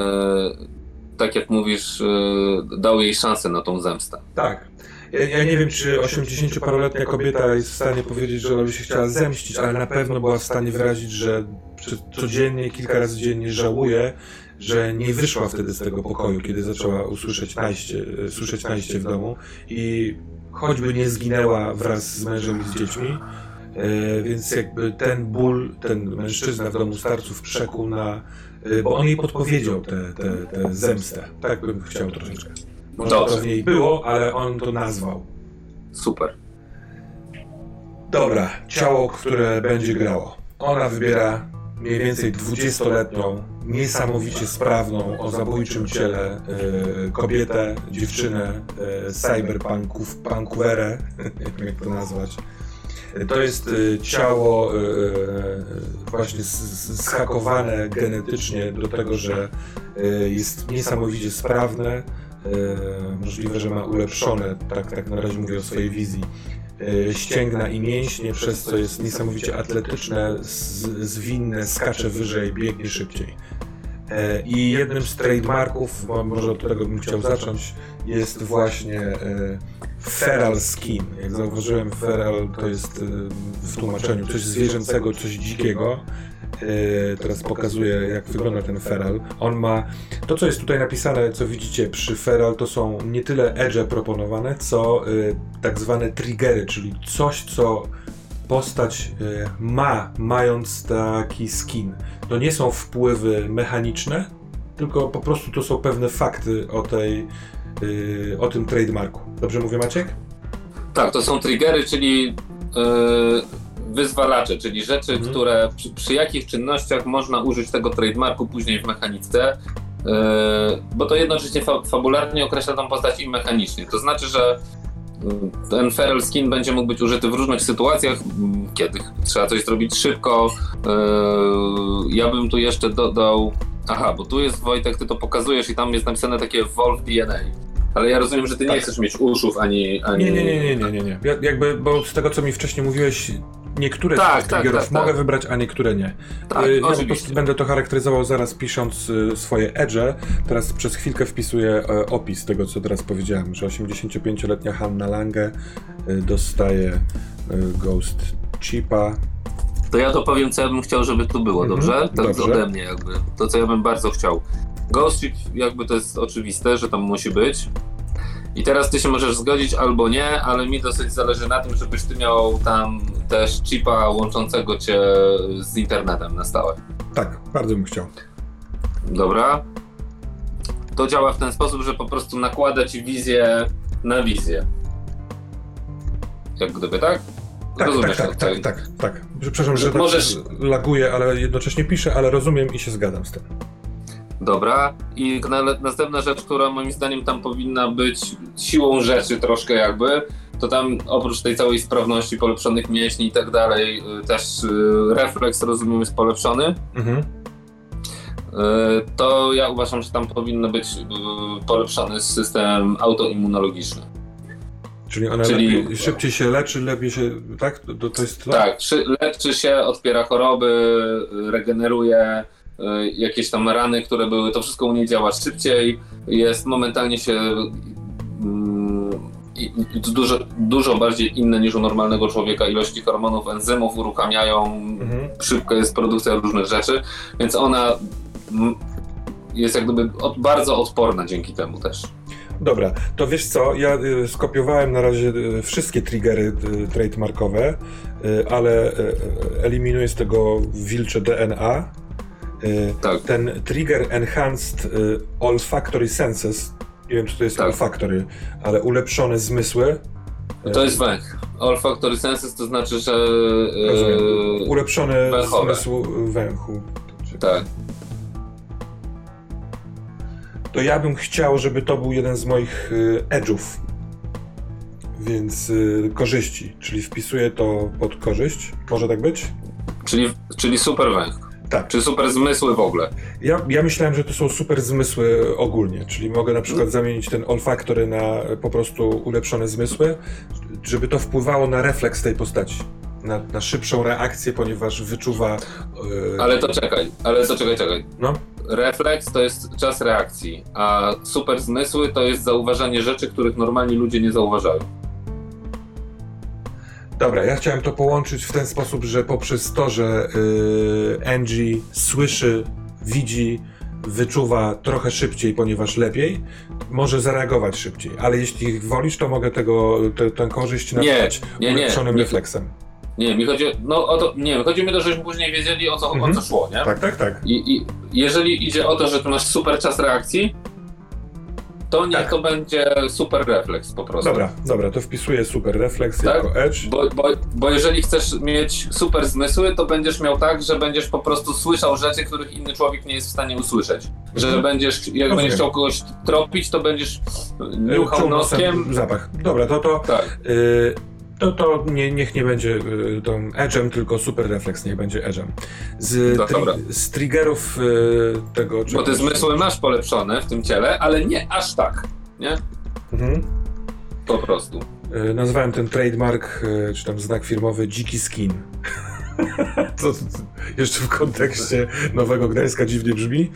tak jak mówisz, yy, dał jej szansę na tą zemstę. Tak. Ja, ja nie wiem, czy osiemdziesięcioparoletnia kobieta jest w stanie powiedzieć, że ona by się chciała zemścić, ale na pewno była w stanie wyrazić, że codziennie, kilka razy dziennie żałuje, że nie wyszła wtedy z tego pokoju, kiedy zaczęła usłyszeć najście, słyszeć najście w domu i choćby nie zginęła wraz z mężem i z dziećmi, e, więc jakby ten ból, ten mężczyzna w domu starców przekuł na... E, bo on jej podpowiedział tę zemstę. Tak bym chciał troszeczkę. Może to w niej było, ale on to nazwał. Super. Dobra, ciało, które będzie grało. Ona wybiera mniej więcej dwudziestoletnią, niesamowicie sprawną, o zabójczym ciele y, kobietę, dziewczynę, y, cyberpunków, punkuerę, nie wiem jak to nazwać. To jest y, ciało y, y, właśnie zhakowane genetycznie do tego, że y, jest niesamowicie sprawne. Yy, możliwe, że ma ulepszone, tak, tak na razie mówię o swojej wizji, yy, ścięgna i mięśnie, przez co jest niesamowicie atletyczne, z, zwinne, skacze wyżej, biegnie szybciej. Yy, I jednym z trademarków, bo może od tego bym chciał zacząć, jest właśnie yy, feral skin. Jak zauważyłem, feral to jest yy, w tłumaczeniu coś zwierzęcego, coś dzikiego. Yy, teraz pokazuję, jak wygląda ten feral. On ma, to co jest tutaj napisane, co widzicie przy feral, to są nie tyle edge proponowane, co yy, tak zwane triggery, czyli coś, co postać yy, ma, mając taki skin. To nie są wpływy mechaniczne, tylko po prostu to są pewne fakty o tej, yy, o tym trademarku. Dobrze mówię, Maciek? Tak, to są triggery, czyli yy... wyzwalacze, czyli rzeczy, mhm. które przy, przy jakich czynnościach można użyć tego trademarku później w mechanice, yy, bo to jednocześnie fa fabularnie określa tą postać i mechanicznie. To znaczy, że ten feral skin będzie mógł być użyty w różnych sytuacjach, kiedy trzeba coś zrobić szybko. Yy, ja bym tu jeszcze dodał... Aha, bo tu jest, Wojtek, ty to pokazujesz i tam jest napisane takie Wolf D N A. Ale ja rozumiem, że ty tak. nie chcesz mieć uszów ani... ani... Nie, nie, nie, nie, nie, nie, nie. Ja, jakby, bo z tego, co mi wcześniej mówiłeś, niektóre tak, z tych triggerów tak, tak, mogę tak. wybrać, a niektóre nie. Tak, ja po prostu będę to charakteryzował zaraz pisząc y, swoje edge. Teraz przez chwilkę wpisuję y, opis tego, co teraz powiedziałem, że osiemdziesięciopięcioletnia Hanna Lange y, dostaje y, Ghost Chipa. To ja to powiem, co ja bym chciał, żeby tu było, dobrze? Mm-hmm, tak dobrze. Ode mnie jakby. To, co ja bym bardzo chciał. Ghost Chip, jakby to jest oczywiste, że tam musi być. I teraz ty się możesz zgodzić albo nie, ale mi dosyć zależy na tym, żebyś ty miał tam też chipa łączącego cię z internetem na stałe. Tak, bardzo bym chciał. Dobra. To działa w ten sposób, że po prostu nakłada ci wizję na wizję. Jak gdyby, tak? Tak, Rozumiesz tak, tak, tak, tak, tak. Przepraszam, że możesz... tak laguję, ale jednocześnie piszę, ale rozumiem i się zgadzam z tym. Dobra. I następna rzecz, która moim zdaniem tam powinna być siłą rzeczy troszkę jakby, to tam oprócz tej całej sprawności, polepszonych mięśni i tak dalej, też refleks, rozumiem, jest polepszony. Mhm. To ja uważam, że tam powinno być polepszony system autoimmunologiczny. Czyli ona Czyli... lepiej, szybciej się leczy, lepiej się, tak? To, to jest to? Tak, leczy się, odpiera choroby, regeneruje jakieś tam rany, które były, to wszystko u niej działa szybciej, jest momentalnie się mm, dużo, dużo bardziej inne niż u normalnego człowieka, ilości hormonów, enzymów uruchamiają, mhm. szybko jest produkcja różnych rzeczy, więc ona jest jak gdyby od, bardzo odporna dzięki temu też. Dobra, to wiesz co, ja y, skopiowałem na razie y, wszystkie triggery y, trademarkowe, y, ale y, eliminuję z tego wilcze D N A. Y, tak. Ten trigger enhanced y, olfactory senses, nie wiem czy to jest tak. olfactory, ale ulepszone zmysły. To jest węch. Olfactory senses to znaczy, że y, ulepszony zmysł węchu. Tak. to ja bym chciał, żeby to był jeden z moich y, edge'ów. Więc y, korzyści, czyli wpisuję to pod korzyść. Może tak być? Czyli, czyli super węch. Tak. Czy super zmysły w ogóle? Ja, ja myślałem, że to są super zmysły ogólnie, czyli mogę na przykład zamienić ten olfaktory na po prostu ulepszone zmysły, żeby to wpływało na refleks tej postaci. Na, na szybszą reakcję, ponieważ wyczuwa... Yy... Ale to czekaj, ale to czekaj, czekaj. No? Refleks to jest czas reakcji, a super zmysły to jest zauważanie rzeczy, których normalni ludzie nie zauważają. Dobra, ja chciałem to połączyć w ten sposób, że poprzez to, że yy, Angie słyszy, widzi, wyczuwa trochę szybciej, ponieważ lepiej, może zareagować szybciej. Ale jeśli wolisz, to mogę tego, te, tę korzyść nazywać ulepszonym refleksem. Nie, mi chodzi, no o to, nie, chodzi mi o to, żebyśmy później wiedzieli, o co, mhm. o co szło, nie? Tak, tak, tak. I, I jeżeli idzie o to, że tu masz super czas reakcji, to nie, tak. to będzie super refleks po prostu. Dobra, dobra, to wpisuję super refleks tak? jako edge. Bo, bo, bo jeżeli chcesz mieć super zmysły, to będziesz miał tak, że będziesz po prostu słyszał rzeczy, których inny człowiek nie jest w stanie usłyszeć. Że mhm. będziesz, jak no będziesz wiem. chciał kogoś tropić, to będziesz niuchał Czuł noskiem. Zapach. Dobra, to to... Tak. Y To, to nie, niech nie będzie y, tą edge'em, tylko super refleks niech będzie edge'em. Z, no, tri z triggerów y, tego... Bo te zmysły masz polepszone w tym ciele, ale nie aż tak, nie? Mhm. Po prostu. Y, nazwałem ten trademark, y, czy tam znak firmowy dziki skin. To, to jeszcze w kontekście Nowego Gdańska dziwnie brzmi.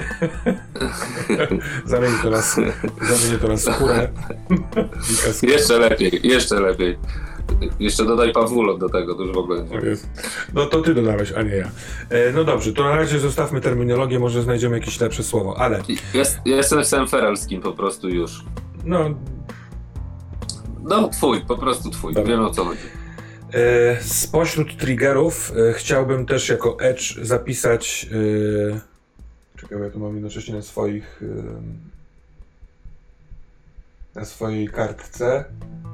Zamienię to na, zamienię to na skórę. Jeszcze lepiej, jeszcze lepiej. Jeszcze dodaj Pawulot do tego, to już w ogóle nie. No to ty dodałeś, a nie ja. E, no dobrze, to na razie zostawmy terminologię, może znajdziemy jakieś lepsze słowo, ale... Jest, jestem Sam Ferelskim po prostu już. No... No twój, po prostu twój, dobra. Wiem o co chodzi. E, spośród triggerów e, chciałbym też jako edge zapisać... E, czekaj, ja tu mam jednocześnie na swoich... E, na swojej kartce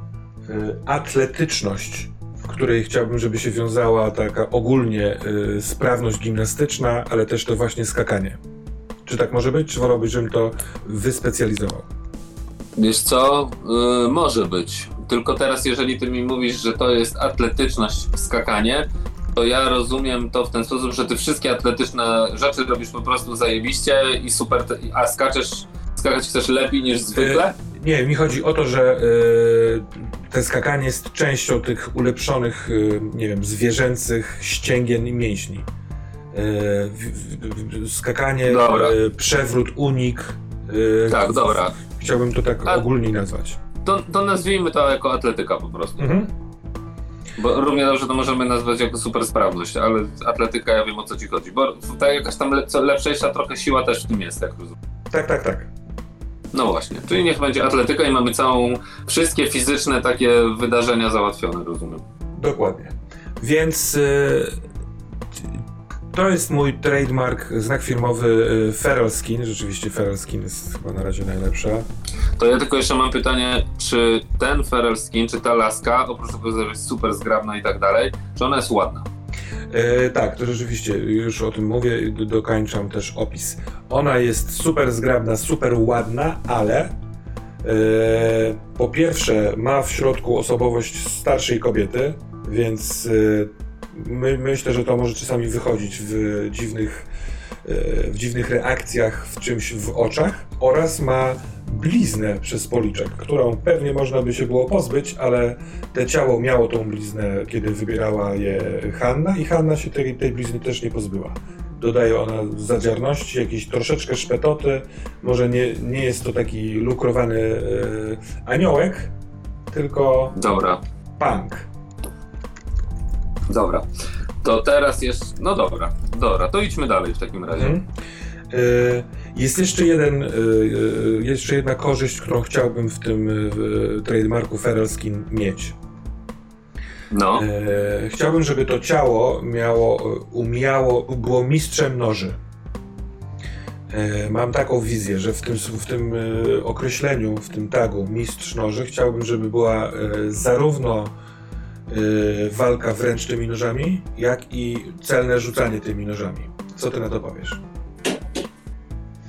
atletyczność, w której chciałbym, żeby się wiązała taka ogólnie y, sprawność gimnastyczna, ale też to właśnie skakanie. Czy tak może być? Czy wolałbyś, żebym to wyspecjalizował? Wiesz co? Yy, może być. Tylko teraz, jeżeli ty mi mówisz, że to jest atletyczność, skakanie, to ja rozumiem to w ten sposób, że ty wszystkie atletyczne rzeczy robisz po prostu zajebiście i super, te, a skaczesz, skakać chcesz lepiej niż zwykle? Yy, nie, mi chodzi o to, że yy, te skakanie jest częścią tych ulepszonych, yy, nie wiem, zwierzęcych ścięgien i mięśni. Yy, w, w, skakanie, yy, przewrót, unik. Yy, tak, dobra. Chciałbym to tak a, ogólnie nazwać. To, to nazwijmy to jako atletyka po prostu. Mhm. Bo równie dobrze to możemy nazwać jako super sprawność, ale atletyka, ja wiem o co ci chodzi. Bo ta jakaś tam le, lepsza trochę siła też w tym jest, jak rozumiem. Tak, tak, tak. No właśnie, czyli niech będzie atletyka i mamy całą, wszystkie fizyczne takie wydarzenia załatwione, rozumiem. Dokładnie. Więc y, to jest mój trademark, znak firmowy y, Feral Skin. Rzeczywiście Feral Skin jest chyba na razie najlepsza. To ja tylko jeszcze mam pytanie, czy ten Feral Skin, czy ta laska, oprócz tego, że jest super zgrabna i tak dalej, czy ona jest ładna? E, tak, to rzeczywiście, już o tym mówię, dokończam też opis. Ona jest super zgrabna, super ładna, ale e, po pierwsze ma w środku osobowość starszej kobiety, więc e, my, myślę, że to może czasami wychodzić w dziwnych, e, w dziwnych reakcjach, w czymś w oczach, oraz ma bliznę przez policzek, którą pewnie można by się było pozbyć, ale te ciało miało tą bliznę, kiedy wybierała je Hanna i Hanna się tej, tej blizny też nie pozbyła. Dodaje ona zadziarności, jakiejś troszeczkę szpetoty, może nie, nie jest to taki lukrowany e, aniołek, tylko dobra. punk. Dobra, to teraz jest, no dobra, dobra, to idźmy dalej w takim razie. Mhm. Jest jeszcze jeden, jeszcze jedna korzyść, którą chciałbym w tym trademarku Feral Skin mieć. No. Chciałbym, żeby to ciało miało, umiało, było mistrzem noży. Mam taką wizję, że w tym, w tym określeniu, w tym tagu mistrz noży chciałbym, żeby była zarówno walka wręcz tymi nożami, jak i celne rzucanie tymi nożami. Co ty na to powiesz?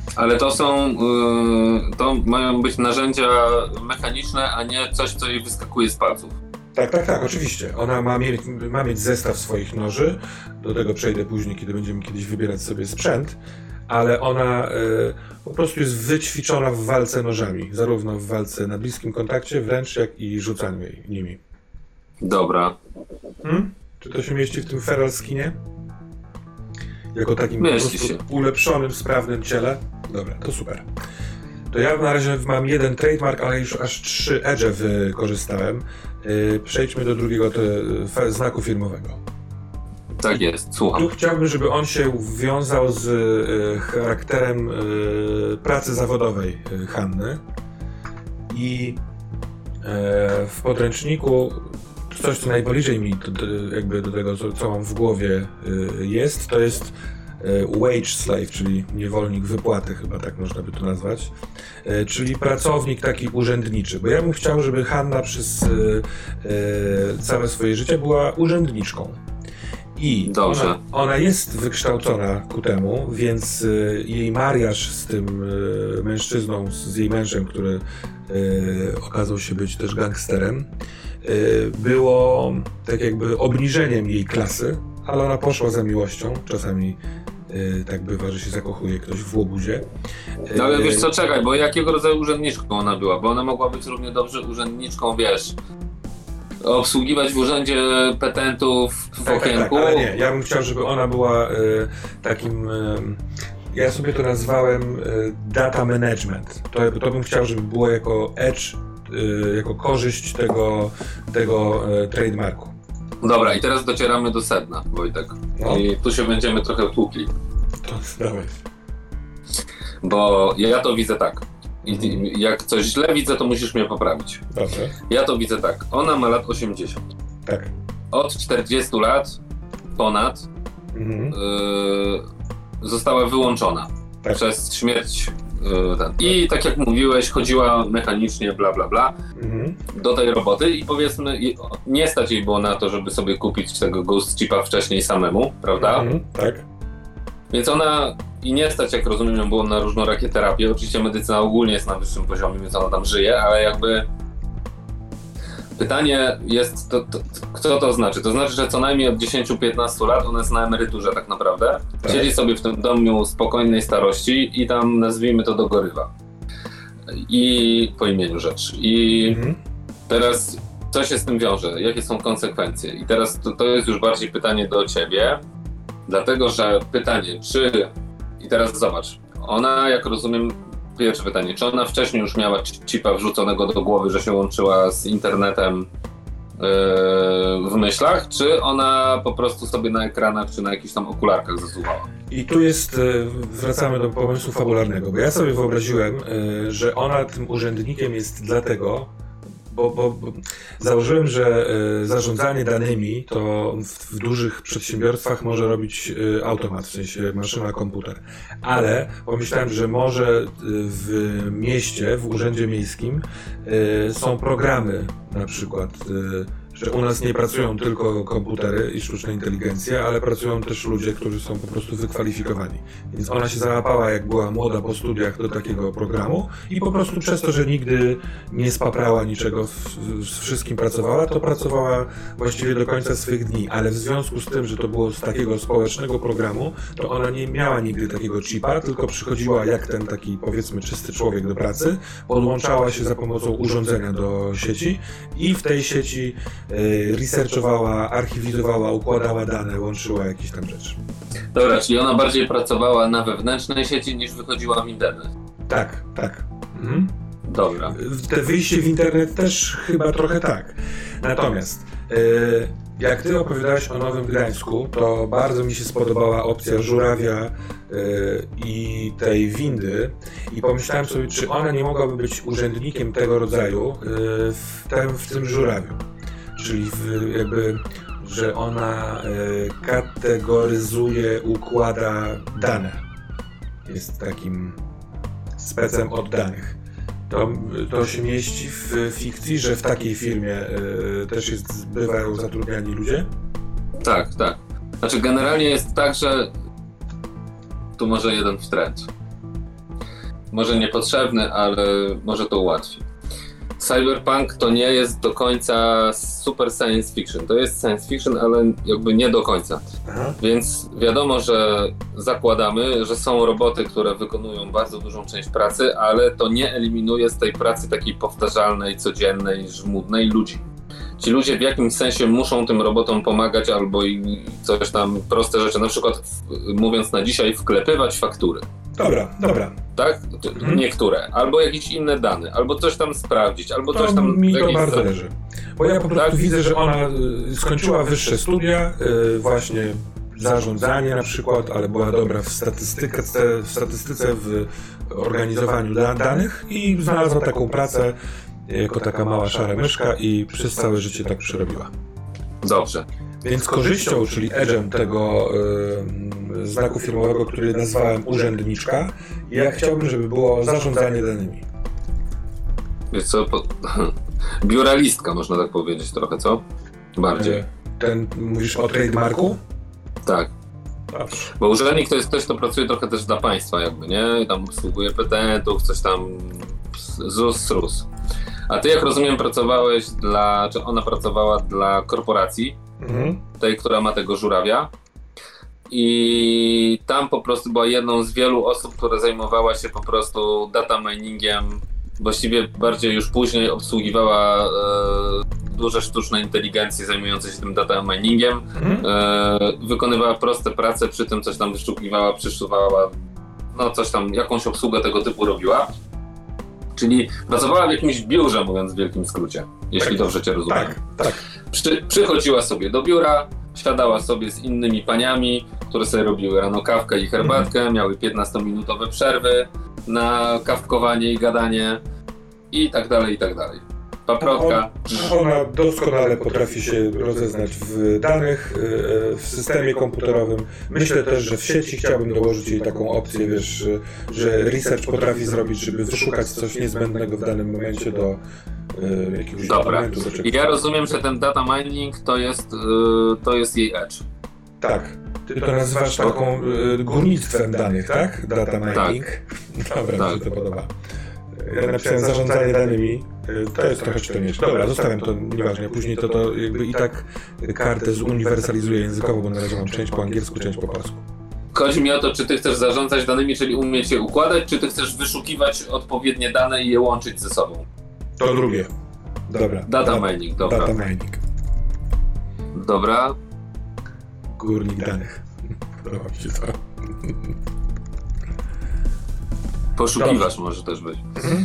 Ale to są, yy, to mają być narzędzia mechaniczne, a nie coś, co jej wyskakuje z palców. Tak, tak, tak, oczywiście. Ona ma mieć, ma mieć zestaw swoich noży, do tego przejdę później, kiedy będziemy kiedyś wybierać sobie sprzęt, ale ona y, po prostu jest wyćwiczona w walce nożami, zarówno w walce na bliskim kontakcie wręcz, jak i rzucaniu jej nimi. Dobra. Hmm? Czy to się mieści w tym feral skinie? Jako takim po prostu się. ulepszonym, sprawnym ciele? Dobra, to super. To ja na razie mam jeden trademark, ale już aż trzy edge wykorzystałem. Yy, przejdźmy do drugiego te, znaku firmowego. Tak jest, słucham. Tu chciałbym, żeby on się wiązał z y, charakterem y, pracy zawodowej y, Hanny. I y, w podręczniku coś, co najbliżej mi do, do, jakby do tego, co, co mam w głowie y, jest, to jest y, wage slave, czyli niewolnik wypłaty, chyba tak można by to nazwać. Y, czyli pracownik taki urzędniczy. Bo ja bym chciał, żeby Hanna przez y, y, całe swoje życie była urzędniczką. I ona, ona jest wykształcona ku temu, więc y, jej mariaż z tym y, mężczyzną, z jej mężem, który y, okazał się być też gangsterem, y, było tak jakby obniżeniem jej klasy, ale ona poszła za miłością. Czasami y, tak bywa, że się zakochuje ktoś w łobuzie. No ale wiesz co, czekaj, bo jakiego rodzaju urzędniczką ona była? Bo ona mogła być równie dobrze urzędniczką, wiesz, obsługiwać w urzędzie petentów w tak, okienku. Tak, tak, ale nie, ja bym chciał, żeby ona była y, takim, y, ja sobie to nazwałem y, data management. To, to bym chciał, żeby było jako edge, y, jako korzyść tego, tego y, trademarku. Dobra, i teraz docieramy do sedna, Wojtek. No. I tu się będziemy trochę tłukli. To dawaj. Bo ja to widzę tak. I jak coś źle widzę, to musisz mnie poprawić. Dobrze. Ja to widzę tak. Ona ma lat osiemdziesiąt. Tak. Od czterdziestu lat ponad mhm. yy, została wyłączona tak. przez śmierć. Yy, ten. I tak jak mówiłeś, chodziła mechanicznie, bla bla bla, mhm. do tej roboty i powiedzmy, nie stać jej było na to, żeby sobie kupić tego Ghost Chipa wcześniej samemu, prawda? Mhm. Tak. Więc ona i nie stać, jak rozumiem, było na różnorakie terapie. Oczywiście medycyna ogólnie jest na wyższym poziomie, więc ona tam żyje, ale jakby pytanie jest, to, to, co to znaczy? To znaczy, że co najmniej od dziesięciu do piętnastu lat ona jest na emeryturze tak naprawdę. Tak. Siedzi sobie w tym domu spokojnej starości i tam nazwijmy to dogorywa. I po imieniu rzecz. I mhm. teraz co się z tym wiąże? Jakie są konsekwencje? I teraz to, to jest już bardziej pytanie do ciebie. Dlatego, że pytanie, czy... I teraz zobacz, ona, jak rozumiem, pierwsze pytanie, czy ona wcześniej już miała chipa wrzuconego do głowy, że się łączyła z internetem yy, w myślach, czy ona po prostu sobie na ekranach, czy na jakichś tam okularkach zasuwała? I tu jest, wracamy do pomysłu fabularnego, bo ja sobie wyobraziłem, że ona tym urzędnikiem jest dlatego, Bo, bo, bo założyłem, że y, zarządzanie danymi to w, w dużych przedsiębiorstwach może robić y, automat, w sensie maszyna, komputer. Ale pomyślałem, że może y, w mieście, w urzędzie miejskim y, są programy na przykład, y, że u nas nie pracują tylko komputery i sztuczna inteligencja, ale pracują też ludzie, którzy są po prostu wykwalifikowani. Więc ona się załapała, jak była młoda po studiach, do takiego programu i po prostu przez to, że nigdy nie spaprała niczego, z wszystkim pracowała, to pracowała właściwie do końca swych dni. Ale w związku z tym, że to było z takiego społecznego programu, to ona nie miała nigdy takiego chipa, tylko przychodziła jak ten taki, powiedzmy, czysty człowiek do pracy, podłączała się za pomocą urządzenia do sieci i w tej sieci researchowała, archiwizowała, układała dane, łączyła jakieś tam rzeczy. Dobra, czyli ona bardziej pracowała na wewnętrznej sieci niż wychodziła w internet. Tak, tak. Mhm. Dobra. Te wyjście w internet też chyba trochę tak. Natomiast yy, jak ty opowiadałeś o Nowym Gdańsku, to bardzo mi się spodobała opcja żurawia yy, i tej windy i pomyślałem sobie, czy ona nie mogłaby być urzędnikiem tego rodzaju yy, w, tym, w tym żurawiu. Czyli w, jakby, że ona y, kategoryzuje, układa dane. Jest takim specem od danych. To, to się mieści w fikcji, że w takiej firmie y, też jest, bywają zatrudniani ludzie? Tak, tak. Znaczy generalnie jest tak, że tu może jeden wtręt. może niepotrzebny, ale może to ułatwi. Cyberpunk to nie jest do końca super science fiction. To jest science fiction, ale jakby nie do końca. Aha. Więc wiadomo, że zakładamy, że są roboty, które wykonują bardzo dużą część pracy, ale to nie eliminuje z tej pracy takiej powtarzalnej, codziennej, żmudnej ludzi. Ci ludzie w jakimś sensie muszą tym robotom pomagać albo i coś tam, proste rzeczy, na przykład mówiąc na dzisiaj, wklepywać faktury. Dobra, dobra. Tak? Hmm. Niektóre. Albo jakieś inne dane, albo coś tam sprawdzić, albo to coś tam... mi to bardzo leży. Bo ja po prostu tak? widzę, że ona skończyła wyższe studia, yy, właśnie zarządzanie na przykład, ale była dobra w statystyce, w statystyce, w organizowaniu da- danych i znalazła taką pracę jako taka mała szara myszka i przez całe życie tak przerobiła. Dobrze. Więc korzyścią, czyli edge'em tego y, znaku firmowego, który nazwałem urzędniczka, ja chciałbym, żeby było zarządzanie danymi. Wiesz co, po... biuralistka można tak powiedzieć trochę, co? Bardziej. Ten, mówisz o trademarku? Tak. Dobrze. Bo urzędnik to jest ktoś, kto pracuje trochę też dla państwa jakby, nie? Tam obsługuje petentów, coś tam zus, srus. A ty, jak rozumiem, pracowałeś dla, czy ona pracowała dla korporacji, mhm. tej, która ma tego żurawia. I tam po prostu była jedną z wielu osób, która zajmowała się po prostu data miningiem. Właściwie bardziej już później obsługiwała e, duże sztuczne inteligencje zajmujące się tym data miningiem. Mhm. E, wykonywała proste prace, przy tym coś tam wyszukiwała, przyszuwała, no coś tam, jakąś obsługę tego typu robiła. Czyli pracowała w jakimś biurze, mówiąc w wielkim skrócie, jeśli tak, dobrze cię rozumiem. Tak, tak. Przy, przychodziła sobie do biura, siadała sobie z innymi paniami, które sobie robiły rano kawkę i herbatkę, mhm. miały piętnastominutowe przerwy na kawkowanie i gadanie i tak dalej, i tak dalej. Paprotka. On, ona doskonale potrafi się rozeznać w danych, w systemie komputerowym. Myślę też, że w sieci chciałbym dołożyć jej taką opcję, wiesz, że research potrafi zrobić, żeby wyszukać coś niezbędnego w danym momencie do y, jakiegoś dokumentu. Dobra. I ja rozumiem, że ten data mining to jest, y, to jest jej edge. Tak. Ty to nazywasz taką y, górnictwem danych, tak? Data mining. Tak. Dobra, tak. Mi się to podoba. Ja napisałem zarządzanie danymi, to jest trochę czytelniejsze. Dobra, zostawiam to, nieważne. Później to, to jakby i tak kartę zuniwersalizuję językowo, bo na razie mam część po angielsku, część po polsku. Chodzi mi o to, czy ty chcesz zarządzać danymi, czyli umieć je układać, czy ty chcesz wyszukiwać odpowiednie dane i je łączyć ze sobą? To drugie. Dobra. Data da, mining, dobra. Data mining. Dobra. Górnik danych. Podoba mi się to. Poszukiwacz Dobrze. może też być. Mhm.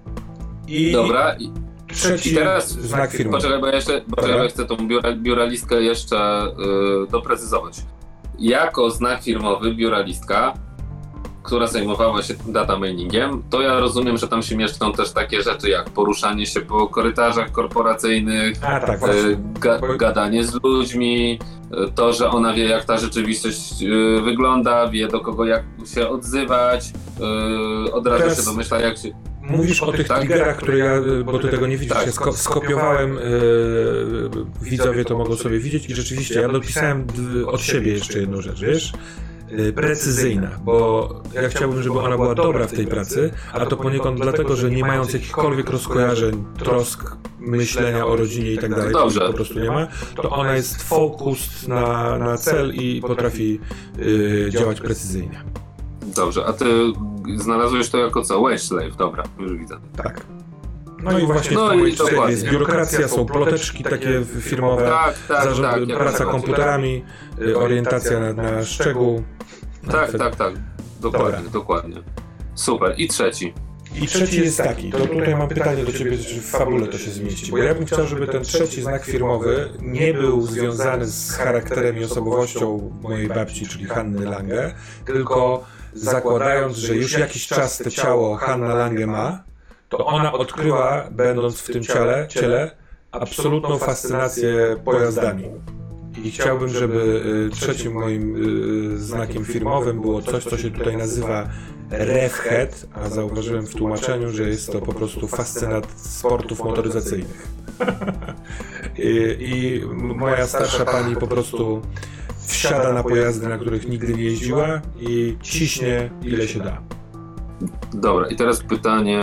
I dobra. I, trzeci i teraz znak firmy. Poczekaj, bo ja jeszcze poczekaj, bo ja chcę tą biura, biuralistkę jeszcze yy, doprecyzować. Jako znak firmowy biuralistka, która zajmowała się data miningiem, to ja rozumiem, że tam się mieszczą też takie rzeczy jak poruszanie się po korytarzach korporacyjnych, A, tak, yy, ga, gadanie z ludźmi, yy, to, że ona wie, jak ta rzeczywistość yy, wygląda, wie, do kogo jak się odzywać, yy, od razu Teraz... się domyśla, jak się... Mówisz o tych tak? triggerach, które ja, bo ty tego nie widzisz, tak. ja sko- skopiowałem, yy, widzowie to mogą sobie widzieć i rzeczywiście ja dopisałem d- od siebie jeszcze jedną rzecz, wiesz? Yy, precyzyjna, bo ja chciałbym, żeby ona była dobra w tej pracy, a to poniekąd dlatego, że nie mając jakichkolwiek rozkojarzeń, trosk, myślenia o rodzinie i tak dalej, po prostu nie ma, to ona jest focused na, na cel i potrafi yy, działać precyzyjnie. Dobrze, a ty znalazłeś to jako co? Wage slave, dobra, już widzę. Tak. No, no i właśnie no w Wage jest biurokracja, są ploteczki takie firmowe, tak, tak, zarząd, tak, praca ja komputerami, orientacja na, na szczegół. Tak, tak, tak, dokładnie, dobra. dokładnie. Super, i trzeci. I trzeci jest taki, to tutaj mam pytanie do ciebie, czy w fabule to się zmieści, bo ja bym chciał, żeby ten trzeci znak firmowy nie był związany z charakterem i osobowością mojej babci, czyli Hanny Lange, tylko zakładając, że już jakiś czas to ciało Hanna Lange ma, to ona odkryła, będąc w tym ciele, ciele absolutną fascynację pojazdami. I chciałbym, żeby trzecim moim znakiem firmowym było coś, co się tutaj nazywa RevHead, a zauważyłem w tłumaczeniu, że jest to po prostu fascynat sportów motoryzacyjnych. I, I moja starsza pani po prostu wsiada na pojazdy, na których nigdy nie jeździła i ciśnie ile się da. Dobra, i teraz pytanie,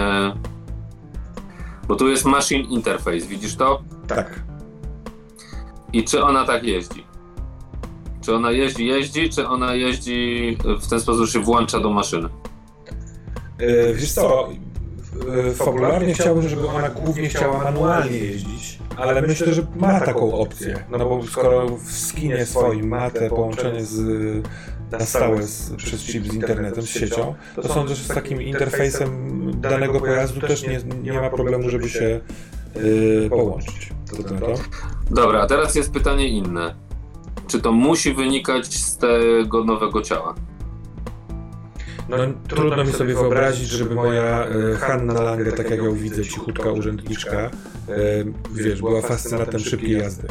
bo tu jest machine interface, widzisz to? Tak. I czy ona tak jeździ? Czy ona jeździ, jeździ, czy ona jeździ w ten sposób, że się włącza do maszyny? Yy, wiesz co, yy, fabularnie chciałbym, żeby ona głównie chciała manualnie jeździć, ale myślę, że ma taką opcję, no bo skoro w skinie swoim ma te połączenie z, na stałe z, przez chip z internetem, z siecią, to sądzę, że z takim interfejsem danego pojazdu też nie, nie ma problemu, żeby się yy, połączyć. To, to, to. Dobra, a teraz jest pytanie inne. Czy to musi wynikać z tego nowego ciała? No, trudno mi sobie wyobrazić, żeby moja e, Hanna Lange, tak jak ją widzę, cichutka urzędniczka, e, wiesz, była fascynatem szybkiej jazdy.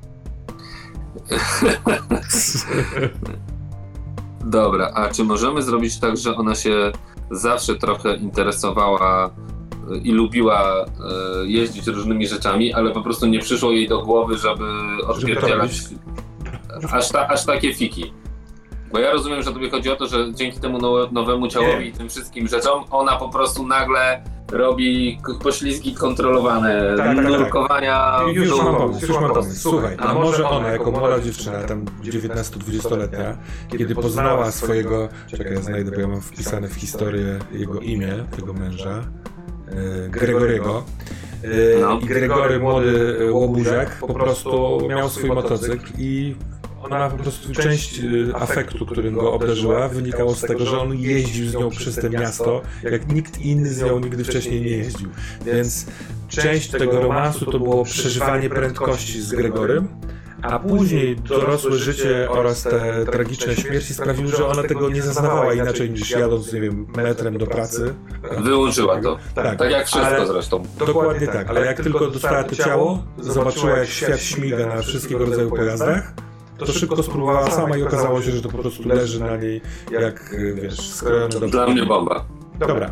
Dobra, a czy możemy zrobić tak, że ona się zawsze trochę interesowała i lubiła e, jeździć różnymi rzeczami, ale po prostu nie przyszło jej do głowy, żeby odpierdzielać aż, ta, aż takie fiki? Bo ja rozumiem, że tobie chodzi o to, że dzięki temu nowemu ciałowi i tym wszystkim rzeczom ona po prostu nagle robi poślizgi kontrolowane, tak, tak, nurkowania... Tak. Już, już mam pomysł, już mam pomysł. Słuchaj, a może ona jako młoda dziewczyna, tam dziewiętnasto-dwudziestoletnia, kiedy poznała swojego... Czekaj, ja znajdę, bo ja mam wpisane w historię jego imię, tego męża, e, Gregoriego. E, no. I Gregory, młody łobuziak, po prostu miał swój motocykl i ona po prostu część afektu, którym go obdarzyła, wynikało z tego, że on jeździł z nią przez to miasto, jak nikt inny z nią nigdy wcześniej nie jeździł. Więc część tego romansu to było przeżywanie prędkości z Gregorym, a później dorosłe życie oraz te tragiczne śmierci sprawiły, że ona tego nie zaznawała inaczej niż jadąc, nie wiem, metrem do pracy. Wyłączyła to. Tak, tak jak wszystko ale, zresztą. Dokładnie tak, ale jak tylko dostała to ciało, zobaczyła jak świat śmiga na wszystkiego rodzaju pojazdach, to szybko spróbowała sama i okazało się, że to po prostu leży na niej jak, wiesz, skrojone do... Dla mnie bomba. Dobra.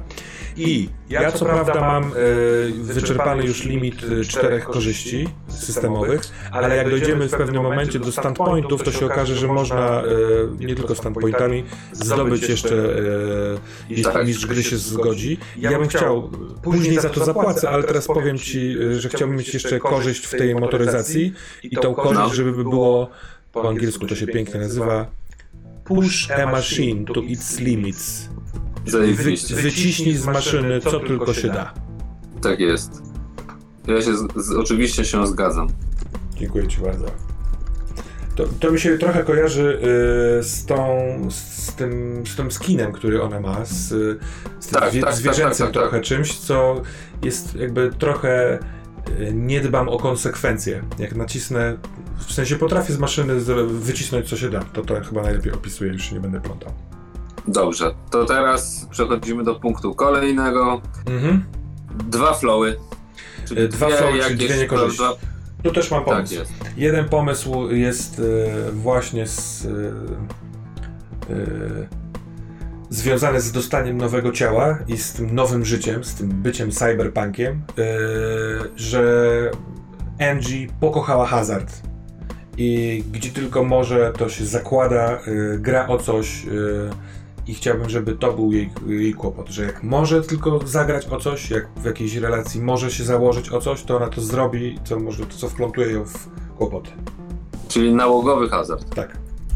I ja co prawda mam e, wyczerpany już limit czterech korzyści systemowych, ale jak dojdziemy w pewnym momencie do standpointów, to się okaże, że można e, nie tylko standpointami zdobyć jeszcze, e, jeśli mistrz gry się zgodzi. Ja bym chciał, później za to zapłacę, ale teraz powiem ci, że chciałbym mieć jeszcze korzyść w tej motoryzacji i tą korzyść, żeby było, po angielsku to się pięknie nazywa, push a machine to its limits. Wy, wyciśnij z maszyny, co tylko się da. Tak jest. Ja się z, z, oczywiście się zgadzam. Dziękuję ci bardzo. To, to mi się trochę kojarzy y, z tą, z tym, z tym skinem, który ona ma, z, z tym tak, zwie, tak, zwierzęcym tak, tak, trochę tak. czymś, co jest jakby trochę y, nie dbam o konsekwencje. Jak nacisnę, w sensie potrafię z maszyny z, wycisnąć co się da, to to chyba najlepiej opisuję, już nie będę plątał. Dobrze, to teraz przechodzimy do punktu kolejnego. Mhm. Dwa flowy. Czyli Dwa dwie, flowy, czyli dwie niekorzyści. Dwa... Tu też mam pomysł. Tak jest. Jeden pomysł jest e, właśnie z, e, e, związany z dostaniem nowego ciała i z tym nowym życiem, z tym byciem cyberpunkiem, e, że Angie pokochała hazard. I gdzie tylko może, to się zakłada, e, gra o coś, e, i chciałbym, żeby to był jej, jej kłopot, że jak może tylko zagrać o coś, jak w jakiejś relacji może się założyć o coś, to ona to zrobi, co może to co wplątuje ją w kłopoty. Czyli nałogowy hazard. Tak.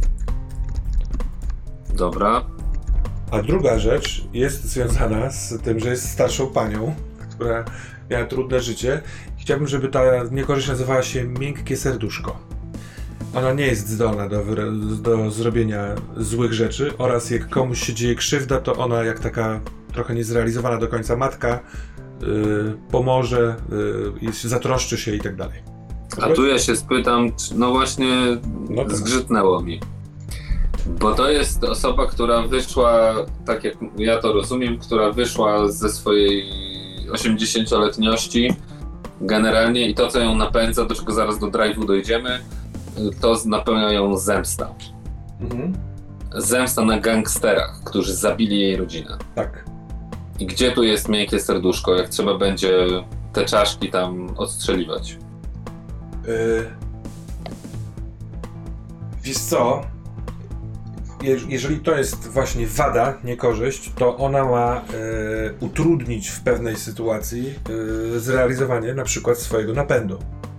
Dobra. A druga rzecz jest związana z tym, że jest starszą panią, która miała trudne życie. Chciałbym, żeby ta niekorzyść nazywała się miękkie serduszko. Ona nie jest zdolna do, do zrobienia złych rzeczy oraz jak komuś się dzieje krzywda, to ona jak taka trochę niezrealizowana do końca matka yy, pomoże, yy, zatroszczy się i tak dalej. A tu ja się spytam, no właśnie no to... zgrzytnęło mi. Bo to jest osoba, która wyszła, tak jak ja to rozumiem, która wyszła ze swojej osiemdziesięcioletności generalnie i to, co ją napędza, do czego zaraz do drive'u dojdziemy, to napełnia ją zemsta. Mhm. Zemsta na gangsterach, którzy zabili jej rodzinę. Tak. I gdzie tu jest miękkie serduszko, jak trzeba będzie te czaszki tam odstrzeliwać? Yy... Wiesz co? jeżeli to jest właśnie wada, niekorzyść, to ona ma e, utrudnić w pewnej sytuacji e, zrealizowanie na przykład swojego napędu.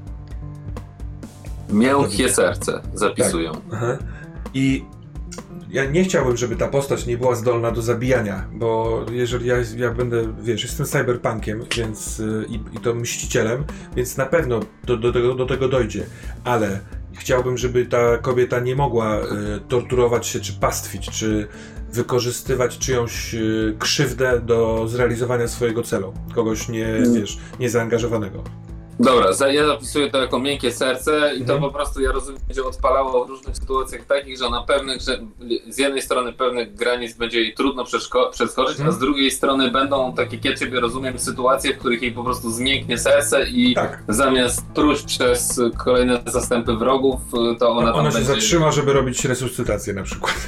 Miękkie serce, zapisują. Tak. Aha. I ja nie chciałbym, żeby ta postać nie była zdolna do zabijania, bo jeżeli ja, ja będę, wiesz, jestem cyberpunkiem, więc i, i to mścicielem, więc na pewno do, do, do, do tego dojdzie, ale chciałbym, żeby ta kobieta nie mogła y, torturować się, czy pastwić, czy wykorzystywać czyjąś y, krzywdę do zrealizowania swojego celu. Kogoś nie, wiesz, niezaangażowanego. Dobra, za, ja zapisuję to jako miękkie serce i to Mhm. po prostu, ja rozumiem, będzie odpalało w różnych sytuacjach takich, że na pewnych, że z jednej strony pewnych granic będzie jej trudno przeszko- przeskoczyć, Mhm. a z drugiej strony będą takie, jak ciebie rozumiem, sytuacje, w których jej po prostu zmięknie serce i Tak. zamiast truć przez kolejne zastępy wrogów, to ona, Ona, tam ona się będzie... zatrzyma, żeby robić resuscytację na przykład.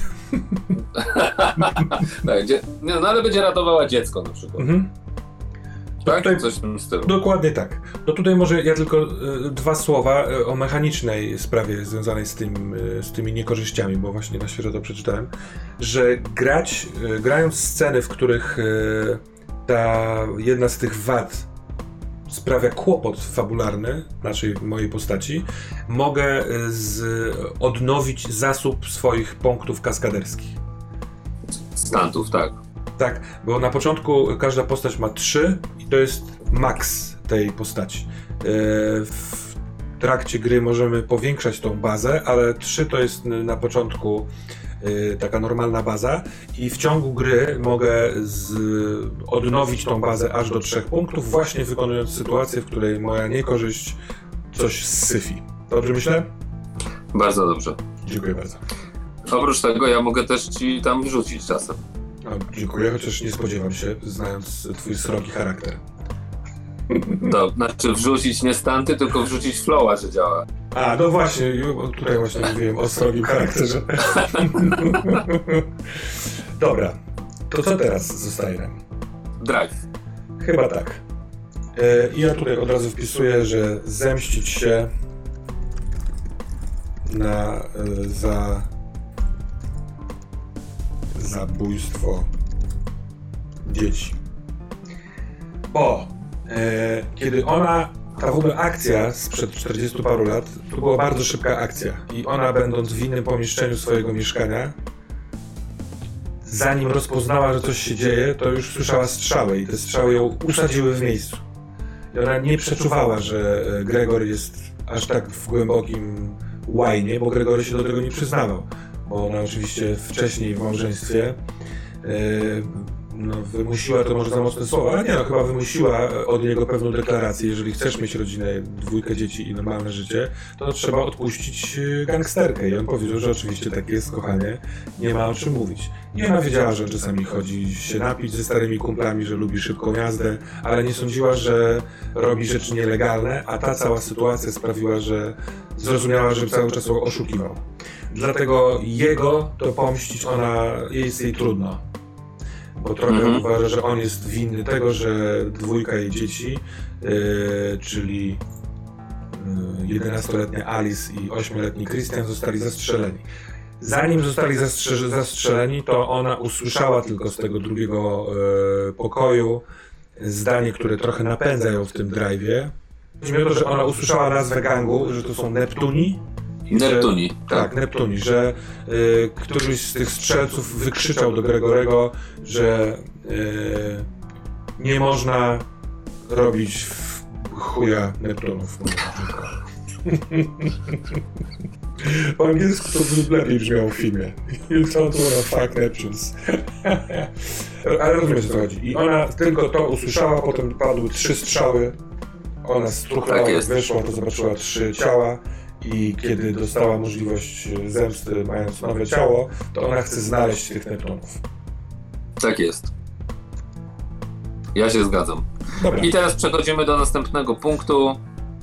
tak, gdzie... nie, no ale będzie ratowała dziecko na przykład. Mhm. Tak? Tutaj- Coś w tym stylu. Dokładnie tak. No tutaj może ja tylko y, dwa słowa y, o mechanicznej sprawie związanej z, tym, y, z tymi niekorzyściami, bo właśnie na świeżo to przeczytałem, że grać, y, grając sceny, w których y, ta jedna z tych wad sprawia kłopot fabularny naszej, mojej postaci, mogę y, z, odnowić zasób swoich punktów kaskaderskich. Stantów, tak. Tak, bo na początku każda postać ma trzy i to jest maks tej postaci. Yy, W trakcie gry możemy powiększać tą bazę, ale trzy to jest na początku yy, taka normalna baza i w ciągu gry mogę z, odnowić tą bazę aż do trzech punktów, właśnie wykonując sytuację, w której moja niekorzyść coś zsyfi. Dobrze myślę? Bardzo dobrze. Dziękuję bardzo. Oprócz tego ja mogę też ci tam wrzucić czasem. No, dziękuję, chociaż nie spodziewam się, znając twój srogi charakter. To znaczy wrzucić nie stanty, tylko wrzucić flowa, że działa. A, no właśnie, tutaj właśnie mówiłem o srogim charakterze. Dobra, to co teraz zostaje nam? Drive. Chyba tak. E, I ja tutaj od razu wpisuję, że zemścić się na e, za zabójstwo dzieci. Bo e, kiedy ona, ta w ogóle akcja sprzed czterdziestu paru lat, to była bardzo szybka akcja i ona, będąc w innym pomieszczeniu swojego mieszkania, zanim rozpoznała, że coś się dzieje, to już słyszała strzały i te strzały ją usadziły w miejscu. I ona nie przeczuwała, że Gregor jest aż tak w głębokim łajnie, bo Gregory się do tego nie przyznawał. Bo ona oczywiście wcześniej w małżeństwie yy, no, wymusiła, to może za mocne słowa, ale nie no, chyba wymusiła od niego pewną deklarację, jeżeli chcesz mieć rodzinę, dwójkę dzieci i normalne życie, to trzeba odpuścić gangsterkę. I on powiedział, że oczywiście takie jest kochanie, nie ma o czym mówić. I ona wiedziała, że czasami chodzi się napić ze starymi kumplami, że lubi szybką jazdę, ale nie sądziła, że robi rzeczy nielegalne, a ta cała sytuacja sprawiła, że zrozumiała, że cały czas ją oszukiwał. Dlatego jego to pomścić, ona, jest jej trudno. Bo trochę Mhm. uważa, że on jest winny tego, że dwójka jej dzieci, yy, czyli jedenastoletnia Alice i ośmioletni Christian zostali zastrzeleni. Zanim zostali zastrze- zastrzeleni, to ona usłyszała tylko z tego drugiego yy, pokoju zdanie, które trochę napędza ją w tym drive'ie. Chodzi mi o to, że ona usłyszała nazwę gangu, że to są Neptuni. Neptuni. Że, tak, Neptuni, że y, któryś z tych strzelców wykrzyczał do Gregorego, że y, nie można robić w chuja Neptunów. Po angielsku to lepiej brzmiało w filmie. You don't wanna fuck Neptunes. Ale rozumiesz, o co chodzi. I ona tylko to usłyszała, potem padły trzy strzały. Ona struchlała, Tak jak jest. weszła, to zobaczyła trzy ciała. I kiedy dostała możliwość zemsty, mając nowe ciało, to ona chce znaleźć tych Neptunów. Tak jest. Ja się zgadzam. Dobra. I teraz przechodzimy do następnego punktu.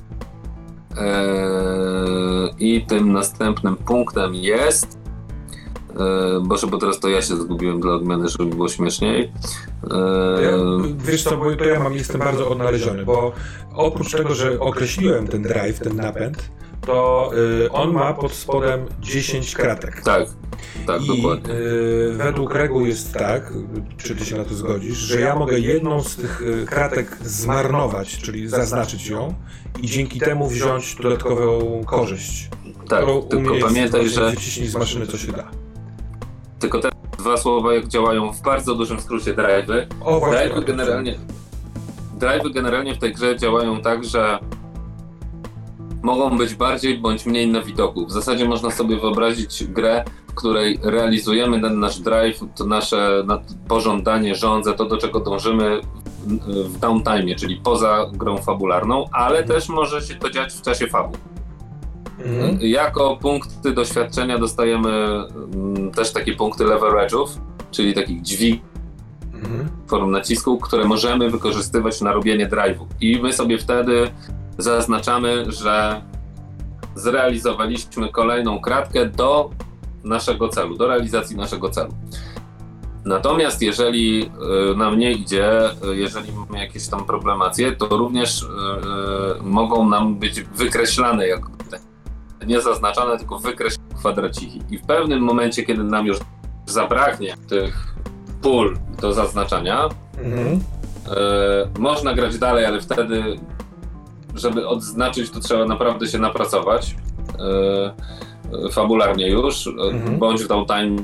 Eee, I tym następnym punktem jest. Eee, Boże, bo teraz to ja się zgubiłem dla odmiany, żeby było śmieszniej. Eee, Ja, wiesz co, bo to ja mam, jestem bardzo odnaleziony, bo oprócz tego, że określiłem ten drive, ten napęd, to y, on ma pod spodem dziesięć kratek. tak. Tak, I dokładnie. y, według reguł jest tak, czy ty się na to zgodzisz, że ja mogę jedną z tych y, kratek zmarnować, czyli zaznaczyć ją i dzięki temu wziąć dodatkową korzyść. Tak, tylko pamiętaj, że wyciśnij z maszyny, co się da. Tylko te dwa słowa, jak działają w bardzo dużym skrócie drive'y. O, właśnie. Drive'y generalnie, drive'y generalnie w tej grze działają tak, że mogą być bardziej bądź mniej na widoku. W zasadzie można sobie wyobrazić grę, w której realizujemy ten nasz drive, to nasze pożądanie, żądze, to do czego dążymy w downtime, czyli poza grą fabularną, ale też może się to dziać w czasie fabuł. Mhm. Jako punkty doświadczenia dostajemy mm, też takie punkty leverage'ów, czyli takich dźwig mhm. form nacisku, które możemy wykorzystywać na robienie drive'u. I my sobie wtedy zaznaczamy, że zrealizowaliśmy kolejną kratkę do naszego celu, do realizacji naszego celu. Natomiast jeżeli y, nam nie idzie, y, jeżeli mamy jakieś tam problemacje, to również y, y, mogą nam być wykreślane, jak nie zaznaczane, tylko wykreślone kwadraciki. I w pewnym momencie, kiedy nam już zabraknie tych pól do zaznaczania, mhm. y, można grać dalej, ale wtedy, żeby odznaczyć, to trzeba naprawdę się napracować y, fabularnie już, mhm. bądź w downtime.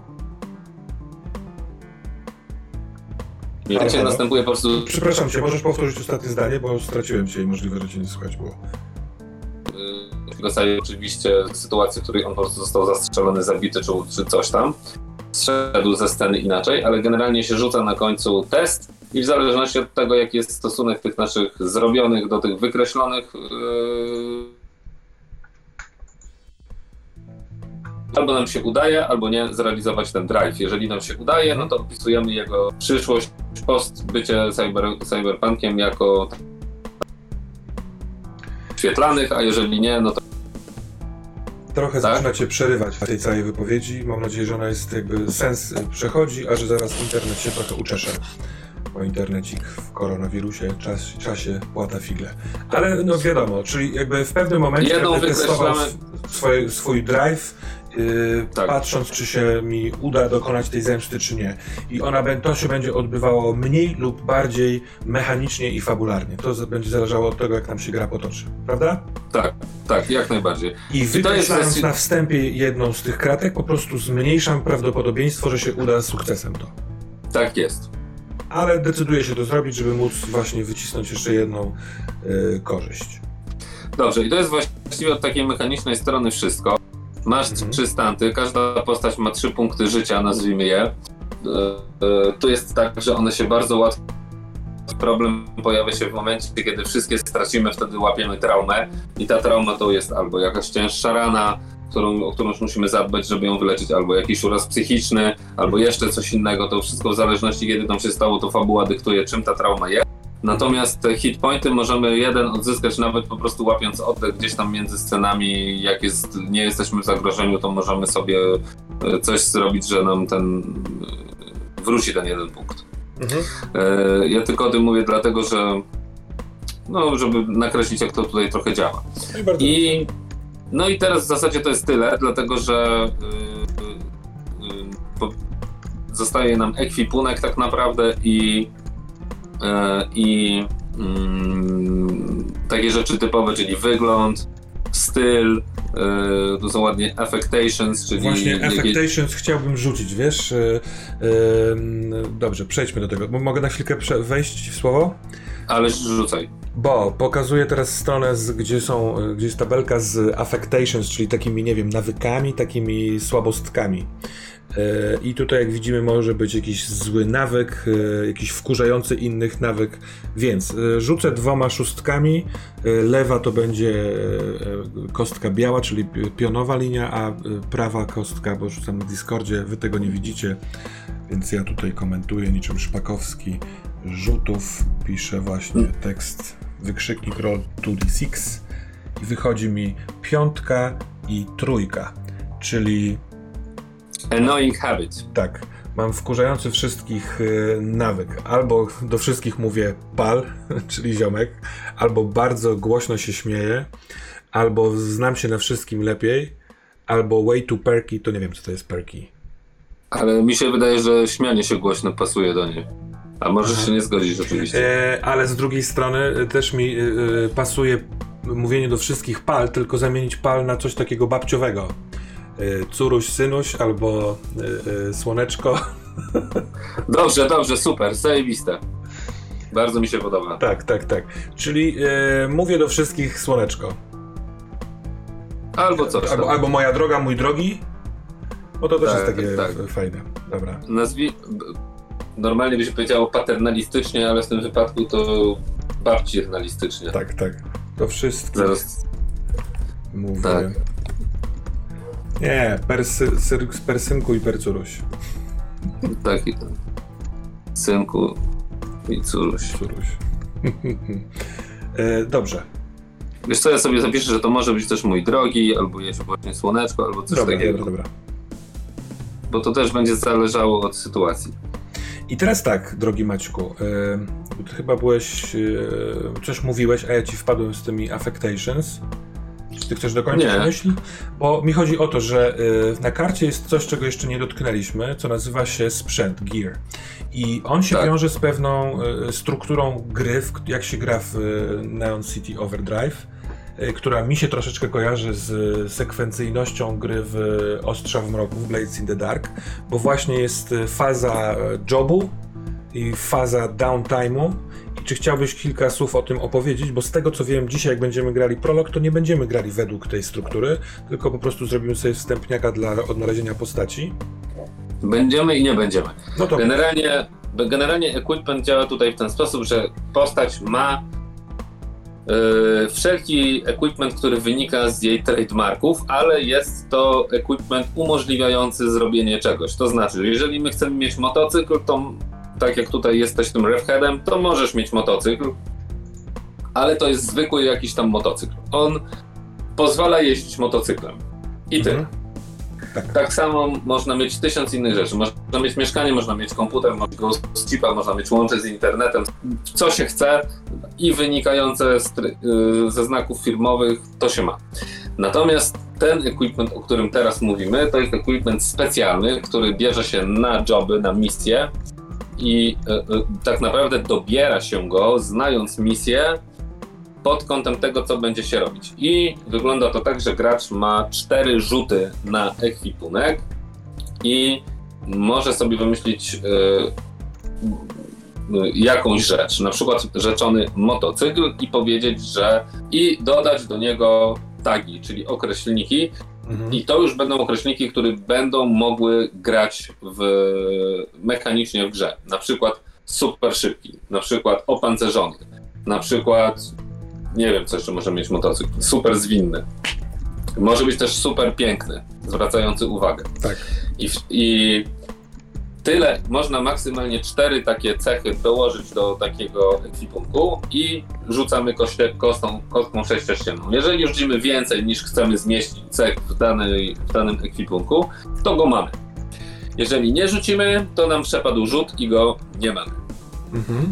Wiecie, następuje po prostu... Przepraszam cię, możesz powtórzyć ostatnie zdanie, bo straciłem cię i możliwe, że cię nie słychać było. Dostaje oczywiście sytuację, w której on po prostu został zastrzelony, zabity czy, czy coś tam. Zszedł ze sceny inaczej, ale generalnie się rzuca na końcu test i w zależności od tego, jaki jest stosunek tych naszych zrobionych do tych wykreślonych, yy... albo nam się udaje, albo nie zrealizować ten drive. Jeżeli nam się udaje, no to opisujemy jego przyszłość post bycie cyber, cyberpunkiem jako świetlanych, a jeżeli nie, no to... Trochę tak? zaczyna cię przerywać w tej całej wypowiedzi. Mam nadzieję, że ona jest jakby sens przechodzi, a że zaraz internet się trochę uczesze. Bo internecik w koronawirusie, czas, czasie płata figle. Ale no wiadomo, czyli jakby w pewnym momencie Jedną testował swój, swój drive, Yy, tak. patrząc, czy się mi uda dokonać tej zemsty, czy nie. I ona to się będzie odbywało mniej lub bardziej mechanicznie i fabularnie. To będzie zależało od tego, jak nam się gra potoczy. Prawda? Tak, tak, jak najbardziej. I wykreślając jest... na wstępie jedną z tych kratek, po prostu zmniejszam prawdopodobieństwo, że się uda z sukcesem to. Tak jest. Ale decyduję się to zrobić, żeby móc właśnie wycisnąć jeszcze jedną yy, korzyść. Dobrze, i to jest właściwie od takiej mechanicznej strony wszystko. Masz mhm. trzy stanty, każda postać ma trzy punkty życia, nazwijmy je. Yy, tu jest tak, że one się bardzo łatwo... Problem pojawia się w momencie, kiedy wszystkie stracimy, wtedy łapiemy traumę. I ta trauma to jest albo jakaś cięższa rana, którą, o którą musimy zadbać, żeby ją wyleczyć, albo jakiś uraz psychiczny, albo jeszcze coś innego. To wszystko w zależności, kiedy tam się stało, to fabuła dyktuje, czym ta trauma jest. Natomiast te hit pointy możemy jeden odzyskać nawet po prostu łapiąc oddech gdzieś tam między scenami. Jak jest, nie jesteśmy w zagrożeniu, to możemy sobie coś zrobić, że nam ten wróci ten jeden punkt. Mhm. Ja tylko o tym mówię dlatego, że no, żeby nakreślić, jak to tutaj trochę działa. I, no i teraz w zasadzie to jest tyle, dlatego że yy, yy, zostaje nam ekwipunek tak naprawdę i i mm, takie rzeczy typowe, czyli wygląd, styl, yy, to są ładnie affectations, czyli... Właśnie affectations jakieś... chciałbym rzucić, wiesz? Yy, yy, dobrze, przejdźmy do tego. Mogę na chwilkę prze- wejść w słowo? Ale rzucaj. Bo pokazuję teraz stronę, z, gdzie są, gdzie jest tabelka z affectations, czyli takimi, nie wiem, nawykami, takimi słabostkami. I tutaj, jak widzimy, może być jakiś zły nawyk, jakiś wkurzający innych nawyk, więc rzucę dwoma szóstkami. Lewa to będzie kostka biała, czyli pionowa linia, a prawa kostka, bo rzucam na Discordzie, wy tego nie widzicie, więc ja tutaj komentuję niczym Szpakowski rzutów, piszę właśnie tekst wykrzyknik roll two d six i wychodzi mi piątka i trójka, czyli annoying habit. Tak, mam wkurzający wszystkich y, nawyk. Albo do wszystkich mówię pal, czyli ziomek, albo bardzo głośno się śmieję, albo znam się na wszystkim lepiej, albo way too perky, to nie wiem, co to jest perky. Ale mi się wydaje, że śmianie się głośno pasuje do niej. A możesz się nie zgodzić oczywiście. E, ale z drugiej strony też mi e, pasuje mówienie do wszystkich pal, tylko zamienić pal na coś takiego babciowego. E, curuś, synuś albo e, e, słoneczko. Dobrze, dobrze, super, zajebiste. Bardzo mi się podoba. Tak, tak, tak. Czyli e, mówię do wszystkich słoneczko. Albo coś Albo, albo moja droga, mój drogi. Bo to też tak, jest takie tak. fajne. Dobra. Nazwij... Normalnie by się powiedziało paternalistycznie, ale w tym wypadku to babciernalistycznie. Tak, tak. To wszystko. Zaraz. Mówię. Tak. Nie, persy, syr, persynku i percuruś. Tak. Synku i curuś. Curuś. e, dobrze. Wiesz co, ja sobie zapiszę, że to może być też mój drogi, albo jest właśnie słoneczko, albo coś dobra, takiego. Dobra, dobra. Bo to też będzie zależało od sytuacji. I teraz tak, drogi Maćku, yy, ty chyba byłeś, yy, coś mówiłeś, a ja ci wpadłem z tymi affectations. Czy ty chcesz dokończyć myśl? Bo mi chodzi o to, że yy, na karcie jest coś, czego jeszcze nie dotknęliśmy, co nazywa się sprzęt, gear. I on się tak. wiąże z pewną yy, strukturą gry, w, jak się gra w yy, Neon City Overdrive, yy, która mi się troszeczkę kojarzy z sekwencyjnością gry w Ostrza w mroku, w Blades in the Dark, bo właśnie jest faza jobu i faza downtime'u. I czy chciałbyś kilka słów o tym opowiedzieć? Bo z tego co wiem, dzisiaj jak będziemy grali prolog, to nie będziemy grali według tej struktury, tylko po prostu zrobimy sobie wstępniaka dla odnalezienia postaci. Będziemy i nie będziemy. No to... Generalnie, generalnie equipment działa tutaj w ten sposób, że postać ma Yy, wszelki equipment, który wynika z jej trademarków, ale jest to equipment umożliwiający zrobienie czegoś. To znaczy, jeżeli my chcemy mieć motocykl, to tak jak tutaj jesteś tym Revheadem, to możesz mieć motocykl, ale to jest zwykły jakiś tam motocykl. On pozwala jeździć motocyklem. I tyle. Mhm. Tak. tak samo można mieć tysiąc innych rzeczy. Można mieć mieszkanie, można mieć komputer, można mieć ghost chipa, można mieć łącze z internetem. Co się chce i wynikające z, yy, ze znaków firmowych, to się ma. Natomiast ten equipment, o którym teraz mówimy, to jest equipment specjalny, który bierze się na joby, na misje i yy, yy, tak naprawdę dobiera się go, znając misję, pod kątem tego, co będzie się robić. I wygląda to tak, że gracz ma cztery rzuty na ekwipunek i może sobie wymyślić yy, jakąś rzecz, na przykład rzeczony motocykl i powiedzieć, że i dodać do niego tagi, czyli określniki. Mhm. I to już będą określniki, które będą mogły grać w, mechanicznie w grze. Na przykład super szybki, na przykład opancerzony, na przykład nie wiem, co jeszcze może mieć motocykl. Super zwinny. Może być też super piękny, zwracający uwagę. Tak. I, i tyle, można maksymalnie cztery takie cechy dołożyć do takiego ekwipunku i rzucamy koście, kostą, kostką sześciościenną. Jeżeli rzucimy więcej niż chcemy zmieścić cech w, danej, w danym ekwipunku, to go mamy. Jeżeli nie rzucimy, to nam przepadł rzut i go nie mamy. Mhm.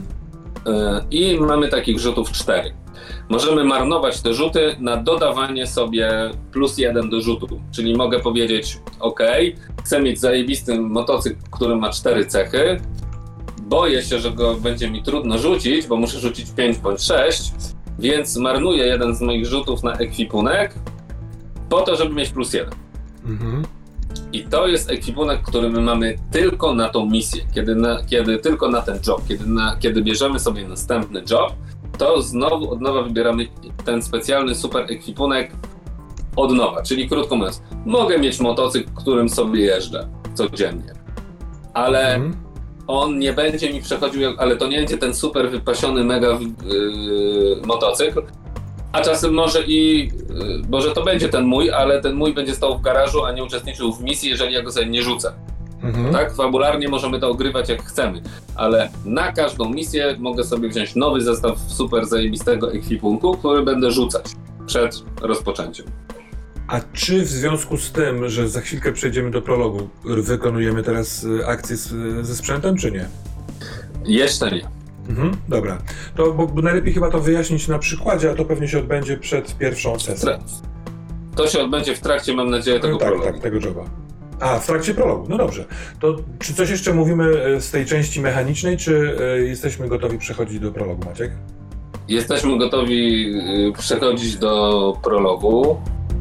I mamy takich rzutów cztery. Możemy marnować te rzuty na dodawanie sobie plus jeden do rzutu. Czyli mogę powiedzieć, ok, chcę mieć zajebisty motocykl, który ma cztery cechy. Boję się, że go będzie mi trudno rzucić, bo muszę rzucić pięć bądź sześć, więc marnuję jeden z moich rzutów na ekwipunek po to, żeby mieć plus jeden. Mhm. I to jest ekwipunek, który my mamy tylko na tą misję, kiedy, na, kiedy tylko na ten job, kiedy, na, kiedy bierzemy sobie następny job, to znowu od nowa wybieramy ten specjalny super ekwipunek od nowa, czyli krótko mówiąc, mogę mieć motocykl, którym sobie jeżdżę codziennie, ale mm. on nie będzie mi przechodził, ale to nie będzie ten super wypasiony mega yy, motocykl, a czasem może i, yy, może to będzie ten mój, ale ten mój będzie stał w garażu, a nie uczestniczył w misji, jeżeli ja go sobie nie rzucę. Mhm. Tak, fabularnie możemy to ogrywać jak chcemy, ale na każdą misję mogę sobie wziąć nowy zestaw super zajebistego ekwipunku, który będę rzucać przed rozpoczęciem. A czy w związku z tym, że za chwilkę przejdziemy do prologu, wykonujemy teraz akcję z, ze sprzętem, czy nie? Jeszcze nie. Mhm, dobra, to bo najlepiej chyba to wyjaśnić na przykładzie, a to pewnie się odbędzie przed pierwszą sesją. To się odbędzie w trakcie, mam nadzieję, tego no, tak, prologu. Tak, tego joba. A, w trakcie prologu, no dobrze. To czy coś jeszcze mówimy z tej części mechanicznej, czy jesteśmy gotowi przechodzić do prologu, Maciek? Jesteśmy gotowi przechodzić do prologu.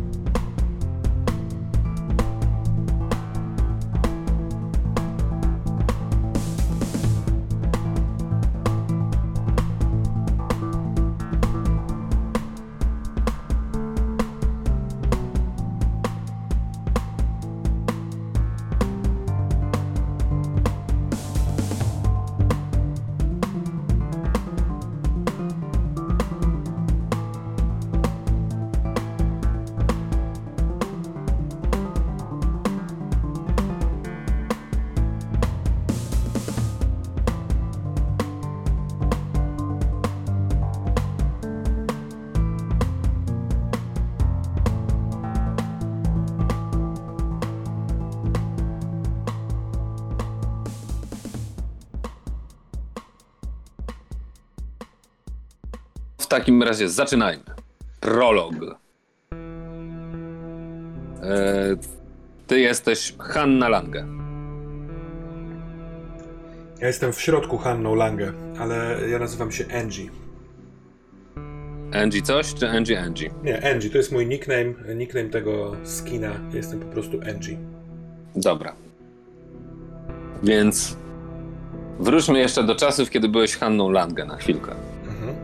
W takim razie zaczynajmy. Prolog. Eee, ty jesteś Hanna Lange. Ja jestem w środku Hanną Lange, ale ja nazywam się Angie. Angie coś, czy Angie Angie? Nie, Angie, to jest mój nickname, nickname tego skina. Ja jestem po prostu Angie. Dobra. Więc wróćmy jeszcze do czasów, kiedy byłeś Hanną Lange na chwilkę. Mhm.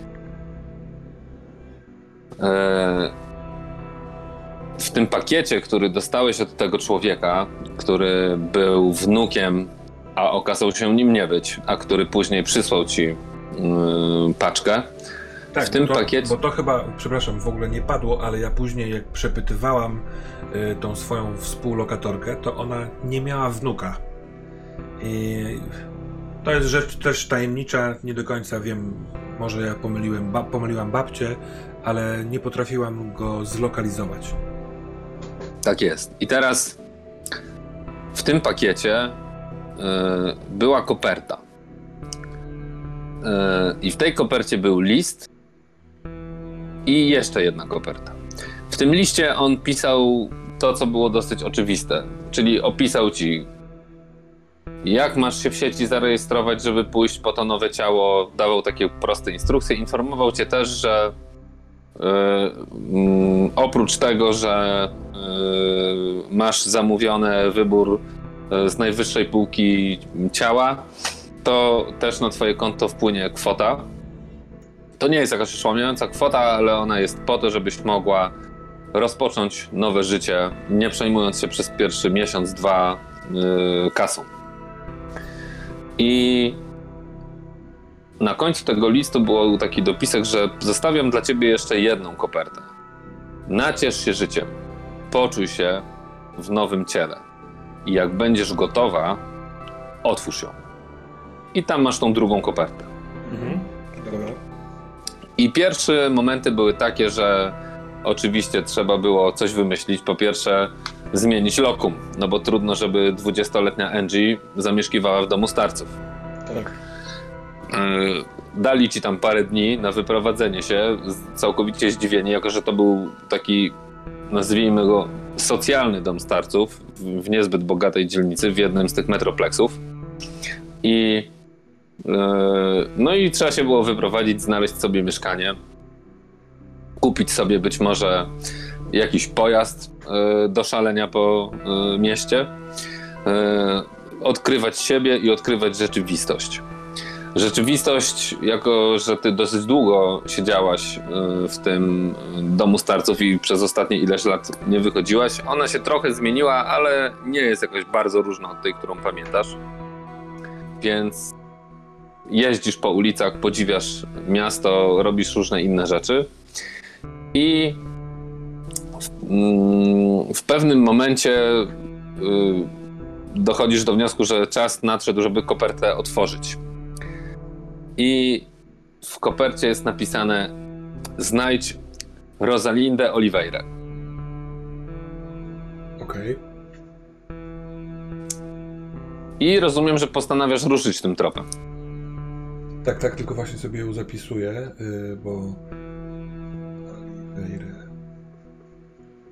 Eee, w tym pakiecie, który dostałeś od tego człowieka, który był wnukiem, a okazał się nim nie być, a który później przysłał ci yy, paczkę. Tak, w tym bo to, pakiecie... bo to chyba, przepraszam, w ogóle nie padło, ale ja później jak przepytywałam y, tą swoją współlokatorkę, to ona nie miała wnuka. I to jest rzecz też tajemnicza, nie do końca wiem, może ja pomyliłem, ba- pomyliłam babcię, ale nie potrafiłam go zlokalizować. Tak jest. I teraz w tym pakiecie yy, była koperta. Yy, I w tej kopercie był list i jeszcze jedna koperta. W tym liście on pisał to, co było dosyć oczywiste, czyli opisał ci, jak masz się w sieci zarejestrować, żeby pójść po to nowe ciało, dawał takie proste instrukcje, informował cię też, że Yy, yy, oprócz tego, że yy, masz zamówiony wybór yy, z najwyższej półki ciała, to też na twoje konto wpłynie kwota. To nie jest jakaś oszałamiająca kwota, ale ona jest po to, żebyś mogła rozpocząć nowe życie, nie przejmując się przez pierwszy miesiąc, dwa yy, kasą. I na końcu tego listu był taki dopisek, że zostawiam dla ciebie jeszcze jedną kopertę. Naciesz się życiem. Poczuj się w nowym ciele. I jak będziesz gotowa, otwórz ją. I tam masz tą drugą kopertę. Mhm. Dobra. I pierwsze momenty były takie, że oczywiście trzeba było coś wymyślić. Po pierwsze zmienić lokum, no bo trudno, żeby dwudziestoletnia Angie zamieszkiwała w domu starców. Tak. Dali ci tam parę dni na wyprowadzenie się, całkowicie zdziwieni, jako że to był taki, nazwijmy go, socjalny dom starców w niezbyt bogatej dzielnicy, w jednym z tych metroplexów. I no i trzeba się było wyprowadzić, znaleźć sobie mieszkanie, kupić sobie być może jakiś pojazd do szalenia po mieście, odkrywać siebie i odkrywać rzeczywistość. Rzeczywistość, jako że ty dosyć długo siedziałaś w tym domu starców i przez ostatnie ileś lat nie wychodziłaś, ona się trochę zmieniła, ale nie jest jakoś bardzo różna od tej, którą pamiętasz. Więc jeździsz po ulicach, podziwiasz miasto, robisz różne inne rzeczy i w, w pewnym momencie dochodzisz do wniosku, że czas nadszedł, żeby kopertę otworzyć. I w kopercie jest napisane: znajdź Rosalindę Oliveira. Okej. Okay. I rozumiem, że postanawiasz ruszyć tym tropem. Tak, tak, tylko właśnie sobie ją zapisuję, yy, bo... Oliveira...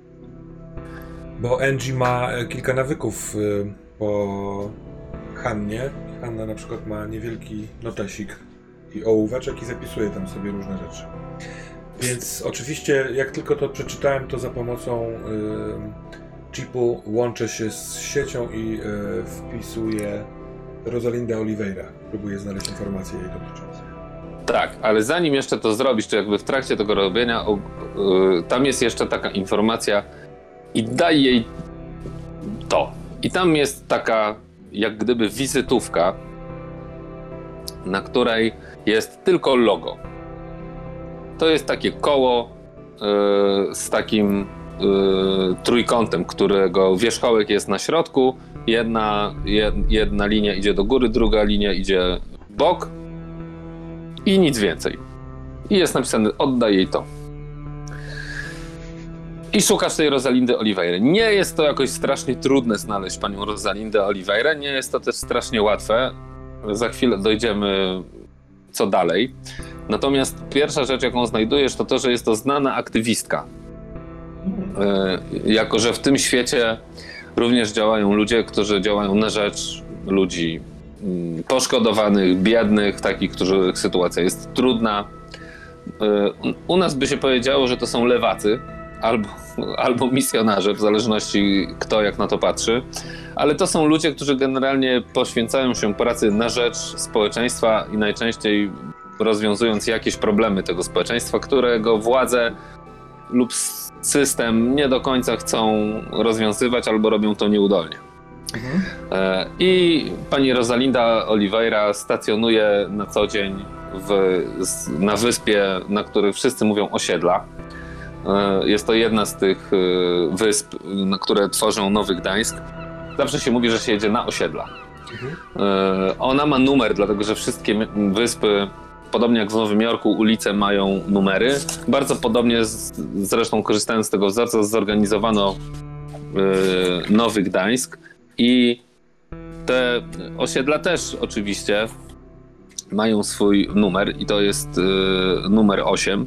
Bo Angie ma kilka nawyków po Hannie. Hanna na przykład ma niewielki notesik i ołóweczek i zapisuje tam sobie różne rzeczy. Więc oczywiście jak tylko to przeczytałem, to za pomocą y, chipu łączę się z siecią i y, wpisuję Rosalindę Oliveira. Próbuję znaleźć informacje jej dotyczące. Tak, ale zanim jeszcze to zrobisz, czy jakby w trakcie tego robienia, y, tam jest jeszcze taka informacja i daj jej to. I tam jest taka jak gdyby wizytówka, na której jest tylko logo. To jest takie koło yy, z takim yy, trójkątem, którego wierzchołek jest na środku. Jedna, jed, jedna linia idzie do góry, druga linia idzie w bok i nic więcej. I jest napisane: oddaj jej to. I szukasz tej Rosalindy Oliveira. Nie jest to jakoś strasznie trudne znaleźć panią Rosalindę Oliveira. Nie jest to też strasznie łatwe. Za chwilę dojdziemy co dalej. Natomiast pierwsza rzecz, jaką znajdujesz, to to, że jest to znana aktywistka. Yy, jako że w tym świecie również działają ludzie, którzy działają na rzecz ludzi yy, poszkodowanych, biednych, takich, których sytuacja jest trudna. Yy, u nas by się powiedziało, że to są lewacy albo, albo misjonarze, w zależności kto jak na to patrzy. Ale to są ludzie, którzy generalnie poświęcają się pracy na rzecz społeczeństwa i najczęściej rozwiązując jakieś problemy tego społeczeństwa, którego władze lub system nie do końca chcą rozwiązywać albo robią to nieudolnie. Mhm. I pani Rosalinda Oliveira stacjonuje na co dzień w, na wyspie, na której wszyscy mówią osiedla. Jest to jedna z tych wysp, które tworzą Nowy Gdańsk. Zawsze się mówi, że się jedzie na osiedla. Mhm. Ona ma numer, dlatego że wszystkie wyspy, podobnie jak w Nowym Jorku, ulice mają numery. Bardzo podobnie, z, zresztą korzystając z tego wzorca, zorganizowano y, Nowy Gdańsk i te osiedla też oczywiście mają swój numer i to jest y, numer osiem.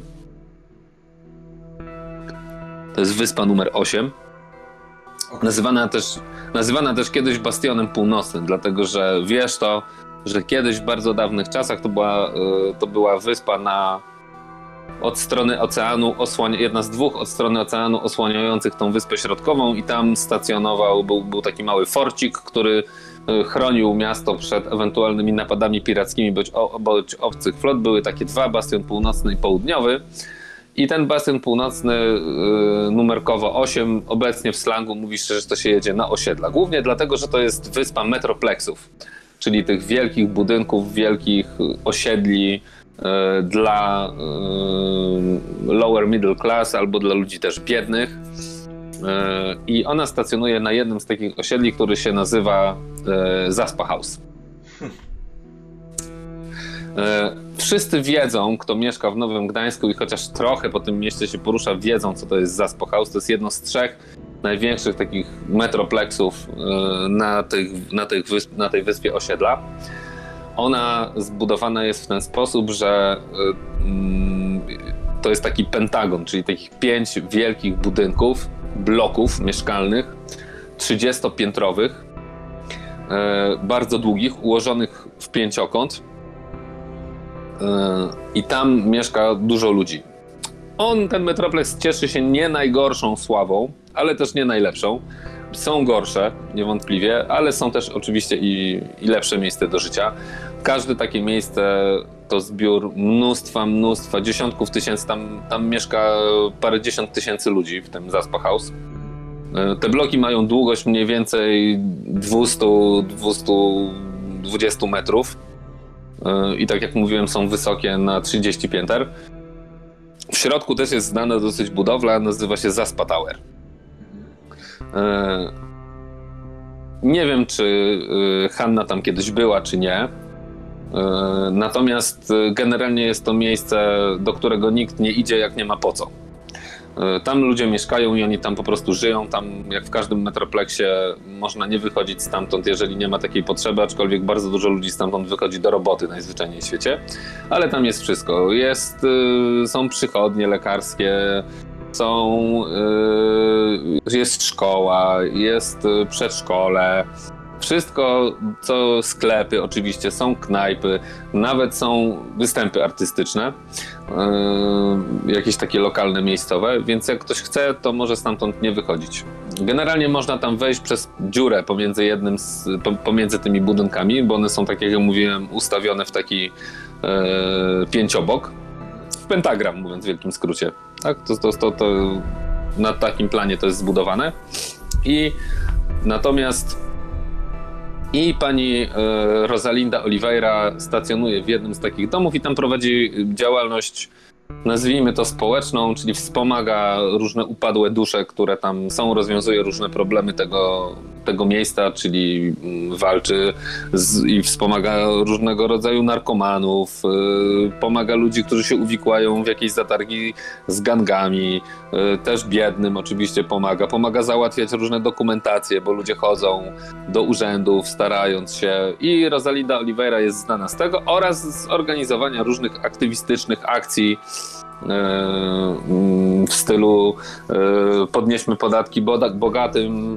To jest wyspa numer osiem. Nazywana też, nazywana też kiedyś Bastionem Północnym, dlatego że wiesz to, że kiedyś w bardzo dawnych czasach to była, to była wyspa na, od strony oceanu, osłania, jedna z dwóch od strony oceanu osłaniających tą wyspę środkową i tam stacjonował, był, był taki mały forcik, który chronił miasto przed ewentualnymi napadami pirackimi bądź, bądź obcych flot. Były takie dwa, Bastion Północny i Południowy. I ten Bastion Północny yy, numerkowo osiem, obecnie w slangu mówi się, że to się jedzie na osiedla. Głównie dlatego, że to jest wyspa metroplexów, czyli tych wielkich budynków, wielkich osiedli yy, dla yy, lower middle class albo dla ludzi też biednych. Yy, I ona stacjonuje na jednym z takich osiedli, który się nazywa yy, Zaspa House. Wszyscy wiedzą, kto mieszka w Nowym Gdańsku i chociaż trochę po tym mieście się porusza, wiedzą, co to jest Zaspa House. To jest jedno z trzech największych takich metroplexów na, tych, na, tych wysp, na tej wyspie osiedla. Ona zbudowana jest w ten sposób, że to jest taki pentagon, czyli takich pięć wielkich budynków, bloków mieszkalnych, trzydziestopiętrowych, bardzo długich, ułożonych w pięciokąt. I tam mieszka dużo ludzi. On, ten metroplex, cieszy się nie najgorszą sławą, ale też nie najlepszą. Są gorsze, niewątpliwie, ale są też oczywiście i, i lepsze miejsca do życia. Każde takie miejsce to zbiór mnóstwa, mnóstwa, dziesiątków tysięcy. Tam, tam mieszka parędziesiąt tysięcy ludzi w tym Zaspa House. Te bloki mają długość mniej więcej dwieście do dwustu dwudziestu metrów. I tak jak mówiłem, są wysokie na trzydzieści pięter. W środku też jest znana dosyć budowla, nazywa się Zaspa Tower. Nie wiem, czy Hanna tam kiedyś była, czy nie. Natomiast generalnie jest to miejsce, do którego nikt nie idzie, jak nie ma po co. Tam ludzie mieszkają i oni tam po prostu żyją. Tam, jak w każdym metroplexie, można nie wychodzić stamtąd, jeżeli nie ma takiej potrzeby, aczkolwiek bardzo dużo ludzi stamtąd wychodzi do roboty najzwyczajniej w świecie. Ale tam jest wszystko. Jest, są przychodnie lekarskie, są, yy, jest szkoła, jest przedszkole, wszystko, co sklepy oczywiście, są knajpy, nawet są występy artystyczne, yy, jakieś takie lokalne, miejscowe, więc jak ktoś chce, to może stamtąd nie wychodzić. Generalnie można tam wejść przez dziurę pomiędzy jednym, z, pomiędzy tymi budynkami, bo one są, tak jak mówiłem, ustawione w taki yy, pięciobok, w pentagram, mówiąc w wielkim skrócie. Tak? To, to, to, to na takim planie to jest zbudowane. I natomiast i pani e, Rosalinda Oliveira stacjonuje w jednym z takich domów i tam prowadzi działalność, nazwijmy to społeczną, czyli wspomaga różne upadłe dusze, które tam są, rozwiązuje różne problemy tego, tego miejsca, czyli walczy z, i wspomaga różnego rodzaju narkomanów, y, pomaga ludzi, którzy się uwikłają w jakieś zatargi z gangami, y, też biednym oczywiście pomaga, pomaga załatwiać różne dokumentacje, bo ludzie chodzą do urzędów, starając się, i Rosalinda Oliveira jest znana z tego oraz z organizowania różnych aktywistycznych akcji w stylu podnieśmy podatki bogatym,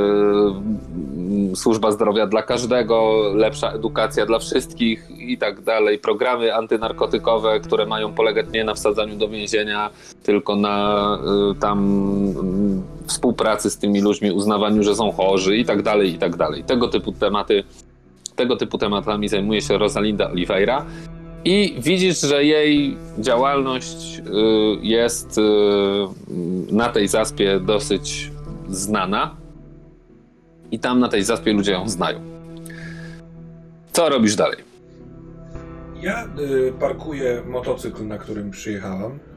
służba zdrowia dla każdego, lepsza edukacja dla wszystkich i tak dalej. Programy antynarkotykowe, które mają polegać nie na wsadzaniu do więzienia, tylko na tam współpracy z tymi ludźmi, uznawaniu, że są chorzy i tak dalej, i tak dalej. Tego typu tematy, tego typu tematami zajmuje się Rosalinda Oliveira. I widzisz, że jej działalność jest na tej zaspie dosyć znana i tam na tej zaspie ludzie ją znają. Co robisz dalej? Ja y, parkuję motocykl, na którym przyjechałam, y,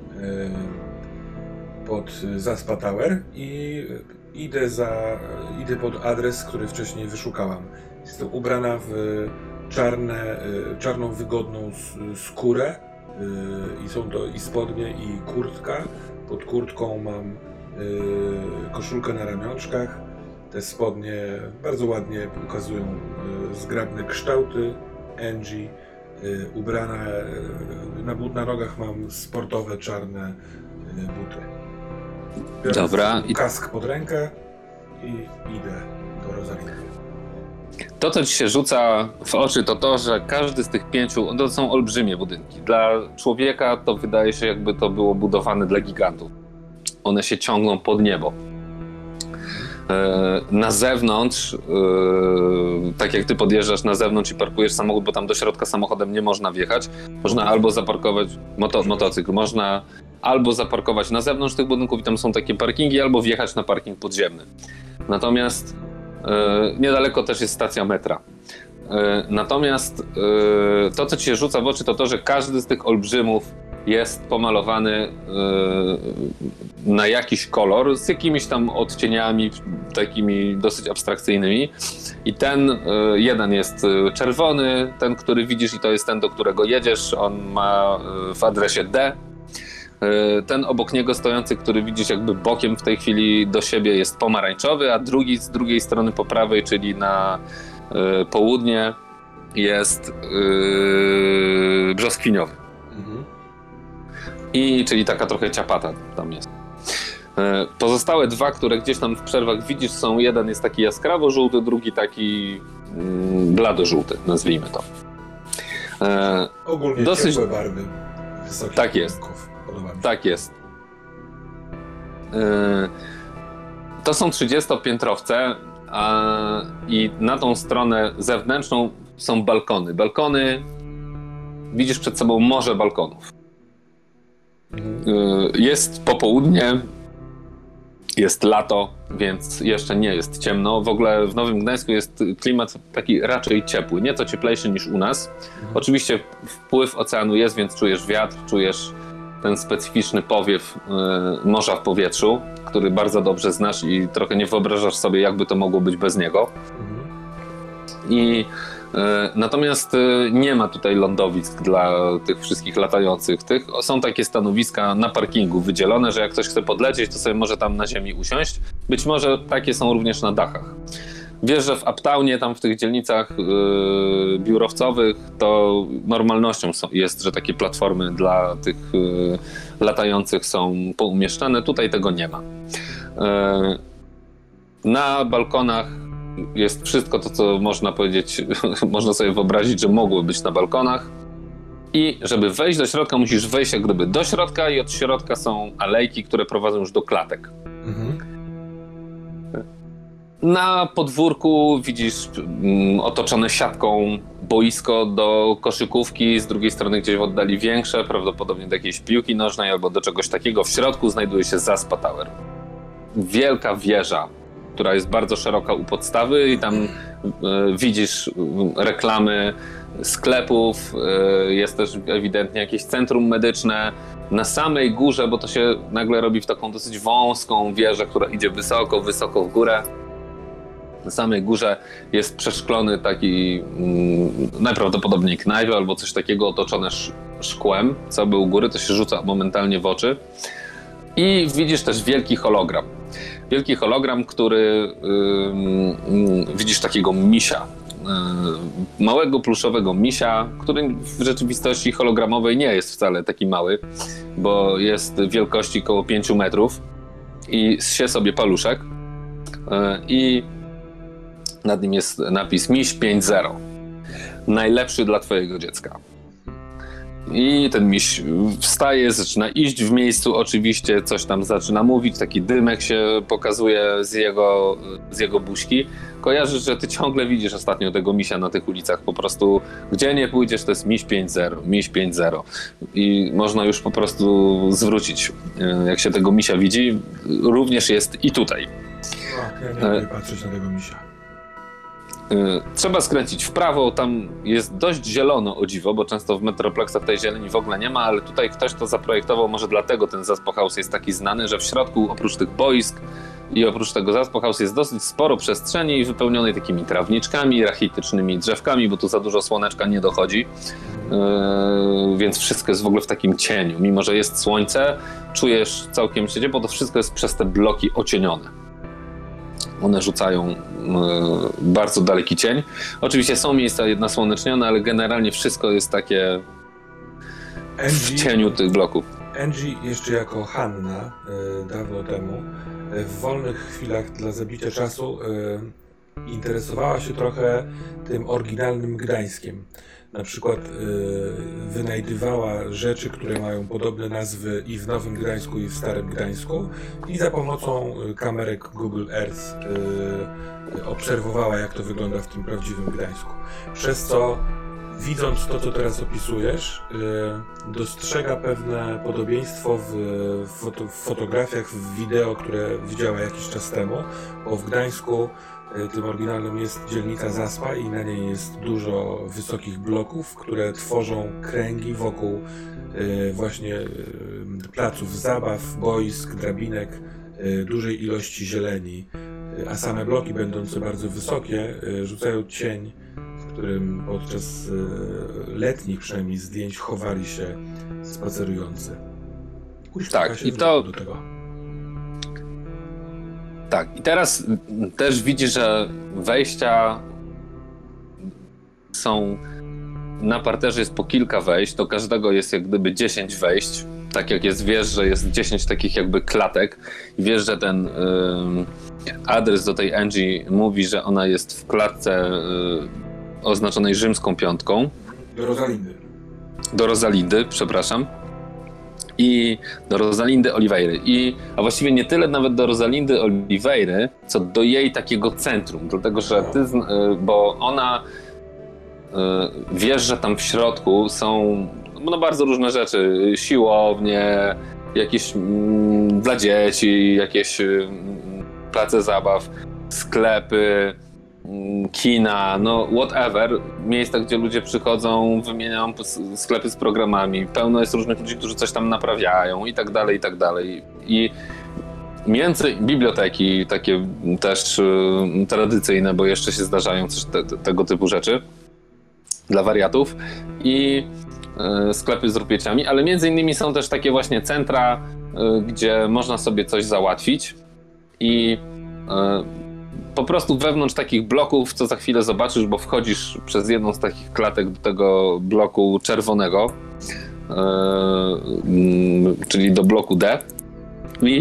pod Zaspa Tower i idę, za, idę pod adres, który wcześniej wyszukałam. Jestem ubrana w czarne, czarną, wygodną skórę i są to i spodnie, i kurtka. Pod kurtką mam koszulkę na ramionczkach. Te spodnie bardzo ładnie pokazują zgrabne kształty Angie. Ubrana, na, na nogach mam sportowe, czarne buty. Biorę Dobra. Kask pod rękę i idę do Rosalindy. To, co ci się rzuca w oczy, to to, że każdy z tych pięciu, to są olbrzymie budynki. Dla człowieka to wydaje się, jakby to było budowane dla gigantów. One się ciągną pod niebo. Na zewnątrz, tak jak ty podjeżdżasz na zewnątrz i parkujesz samochód, bo tam do środka samochodem nie można wjechać, można albo zaparkować moto, motocykl, można albo zaparkować na zewnątrz tych budynków i tam są takie parkingi, albo wjechać na parking podziemny. Natomiast niedaleko też jest stacja metra. Natomiast to, co ci się rzuca w oczy, to to, że każdy z tych olbrzymów jest pomalowany na jakiś kolor z jakimiś tam odcieniami takimi dosyć abstrakcyjnymi. I ten jeden jest czerwony, ten, który widzisz, i to jest ten, do którego jedziesz. On ma w adresie D. Ten obok niego stojący, który widzisz jakby bokiem w tej chwili do siebie, jest pomarańczowy, a drugi z drugiej strony po prawej, czyli na y, południe, jest y, brzoskwiniowy. Mhm. I czyli taka trochę ciapata tam jest. Y, pozostałe dwa, które gdzieś tam w przerwach widzisz, są, jeden jest taki jaskrawo-żółty, drugi taki y, blado-żółty, nazwijmy to. Y, Ogólnie dosyć ciepłe barwy. Tak jest. Tak jest. To są trzydziestopiętrowce, a i na tą stronę zewnętrzną są balkony. Balkony, widzisz przed sobą morze balkonów. Jest popołudnie, jest lato, więc jeszcze nie jest ciemno. W ogóle w Nowym Gdańsku jest klimat taki raczej ciepły, nieco cieplejszy niż u nas. Mhm. Oczywiście wpływ oceanu jest, więc czujesz wiatr, czujesz ten specyficzny powiew y, morza w powietrzu, który bardzo dobrze znasz i trochę nie wyobrażasz sobie, jakby to mogło być bez niego. Mhm. I y, natomiast y, nie ma tutaj lądowisk dla tych wszystkich latających. Tych, są takie stanowiska na parkingu wydzielone, że jak ktoś chce podlecieć, to sobie może tam na ziemi usiąść. Być może takie są również na dachach. Wiesz, że w Uptownie, tam w tych dzielnicach yy, biurowcowych, to normalnością są, jest, że takie platformy dla tych yy, latających są poumieszczane. Tutaj tego nie ma. Yy, na balkonach jest wszystko to, co można powiedzieć, można sobie wyobrazić, że mogło być na balkonach. I żeby wejść do środka, musisz wejść jak gdyby do środka i od środka są alejki, które prowadzą już do klatek. Mhm. Na podwórku widzisz mm, otoczone siatką boisko do koszykówki, z drugiej strony gdzieś w oddali większe, prawdopodobnie do jakiejś piłki nożnej albo do czegoś takiego. W środku znajduje się Zaspa Tower. Wielka wieża, która jest bardzo szeroka u podstawy i tam y, widzisz y, reklamy sklepów, y, jest też ewidentnie jakieś centrum medyczne. Na samej górze, bo to się nagle robi w taką dosyć wąską wieżę, która idzie wysoko, wysoko w górę. Na samej górze jest przeszklony taki mm, najprawdopodobniej knajp albo coś takiego otoczone sz- szkłem, co był u góry, to się rzuca momentalnie w oczy. I widzisz też wielki hologram. Wielki hologram, który yy, yy, widzisz takiego misia. Yy, małego pluszowego misia, który w rzeczywistości hologramowej nie jest wcale taki mały, bo jest wielkości około pięciu metrów i zsie sobie paluszek. Yy, I nad nim jest napis Miś pięć zero. Najlepszy dla twojego dziecka. I ten miś wstaje, zaczyna iść w miejscu, oczywiście coś tam zaczyna mówić, taki dymek się pokazuje z jego, z jego buźki. Kojarzysz, że ty ciągle widzisz ostatnio tego misia na tych ulicach, po prostu gdzie nie pójdziesz, to jest Miś pięć zero, Miś pięć zero. I można już po prostu zwrócić, jak się tego misia widzi, również jest i tutaj. O, ja nie lubię patrzeć na tego misia. Trzeba skręcić w prawo, tam jest dość zielono, o dziwo, bo często w Metroplexach tej zieleni w ogóle nie ma, ale tutaj ktoś to zaprojektował, może dlatego ten Zaspa House jest taki znany, że w środku oprócz tych boisk i oprócz tego Zaspa House jest dosyć sporo przestrzeni wypełnionej takimi trawniczkami, rachitycznymi drzewkami, bo tu za dużo słoneczka nie dochodzi, yy, więc wszystko jest w ogóle w takim cieniu. Mimo że jest słońce, czujesz całkiem się, bo to wszystko jest przez te bloki ocienione. One rzucają y, bardzo daleki cień. Oczywiście są miejsca nasłonecznione, ale generalnie wszystko jest takie w cieniu tych bloków. Angie jeszcze jako Hanna y, dawno temu y, w wolnych chwilach dla zabicia czasu y, interesowała się trochę tym oryginalnym Gdańskiem. Na przykład y, wynajdywała rzeczy, które mają podobne nazwy i w Nowym Gdańsku, i w Starym Gdańsku, i za pomocą kamerek Google Earth y, obserwowała, jak to wygląda w tym prawdziwym Gdańsku. Przez co, widząc to, co teraz opisujesz, y, dostrzega pewne podobieństwo w, foto, w fotografiach, w wideo, które widziała jakiś czas temu, bo w Gdańsku tym oryginalnym jest dzielnica Zaspa i na niej jest dużo wysokich bloków, które tworzą kręgi wokół y, właśnie y, placów zabaw, boisk, drabinek, y, dużej ilości zieleni, y, a same bloki będące bardzo wysokie y, rzucają cień, w którym podczas y, letnich przynajmniej zdjęć chowali się spacerujący. Tak, i to... Do tego. Tak, i teraz też widzisz, że wejścia są na parterze, jest po kilka wejść, do każdego jest jak gdyby dziesięć wejść, tak jak jest, wiesz, że jest dziesięć takich jakby klatek i wiesz, że ten y, adres do tej Angie mówi, że ona jest w klatce y, oznaczonej rzymską piątką. Do Rosalindy. Do Rosalindy, przepraszam. I do Rosalindy Oliveira. I, a właściwie nie tyle nawet do Rosalindy Oliveira, co do jej takiego centrum. Dlatego, że ty, bo ona wiesz, że tam w środku są no, bardzo różne rzeczy. Siłownie, jakieś mm, dla dzieci, jakieś mm, place zabaw, sklepy, kina, no whatever, miejsca, gdzie ludzie przychodzą, wymieniają sklepy z programami, pełno jest różnych ludzi, którzy coś tam naprawiają i tak dalej, i tak dalej. I między biblioteki, takie też y, tradycyjne, bo jeszcze się zdarzają coś te, te, tego typu rzeczy dla wariatów i y, sklepy z rupieciami, ale między innymi są też takie właśnie centra, y, gdzie można sobie coś załatwić i y, po prostu wewnątrz takich bloków, co za chwilę zobaczysz, bo wchodzisz przez jedną z takich klatek do tego bloku czerwonego, yy, czyli do bloku D i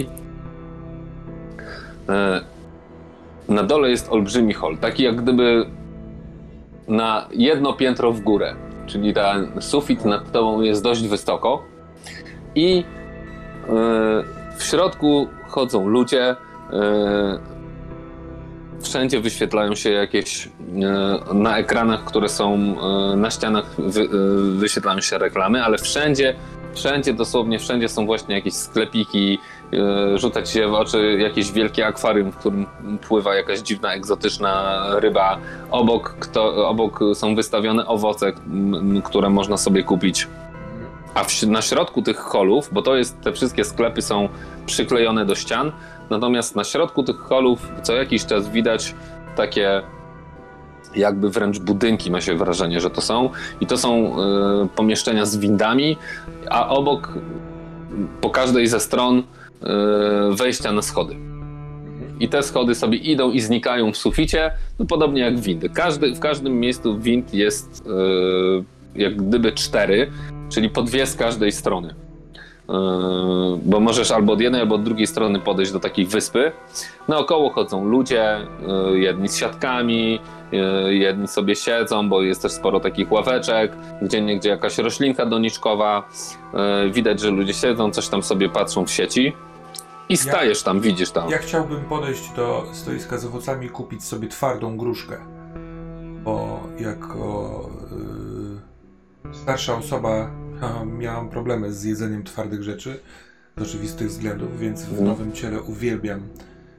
yy, na dole jest olbrzymi hol, taki jak gdyby na jedno piętro w górę, czyli ten sufit nad tobą jest dość wysoko i yy, w środku chodzą ludzie, yy, wszędzie wyświetlają się jakieś, yy, na ekranach, które są yy, na ścianach wy, yy, wyświetlają się reklamy, ale wszędzie, wszędzie, dosłownie wszędzie są właśnie jakieś sklepiki, yy, rzuca ci się w oczy jakieś wielkie akwarium, w którym pływa jakaś dziwna, egzotyczna ryba. Obok, kto, obok są wystawione owoce, m, które można sobie kupić. A w, na środku tych holów, bo to jest, te wszystkie sklepy są przyklejone do ścian, natomiast na środku tych holów co jakiś czas widać takie jakby wręcz budynki, ma się wrażenie, że to są. I to są y, pomieszczenia z windami, a obok po każdej ze stron y, wejścia na schody. I te schody sobie idą i znikają w suficie, no podobnie jak windy. Każdy, w każdym miejscu wind jest y, jak gdyby cztery, czyli po dwie z każdej strony. Yy, bo możesz albo od jednej, albo od drugiej strony podejść do takiej wyspy. Naokoło chodzą ludzie, yy, jedni z siatkami, yy, jedni sobie siedzą, bo jest też sporo takich ławeczek, gdzie niegdzie jakaś roślinka doniczkowa. Yy, widać, że ludzie siedzą, coś tam sobie patrzą w sieci i stajesz ja, tam, widzisz tam. Ja chciałbym podejść do stoiska z owocami i kupić sobie twardą gruszkę, bo jako yy, starsza osoba miałam problemy z jedzeniem twardych rzeczy z oczywistych względów, więc w nowym ciele uwielbiam e,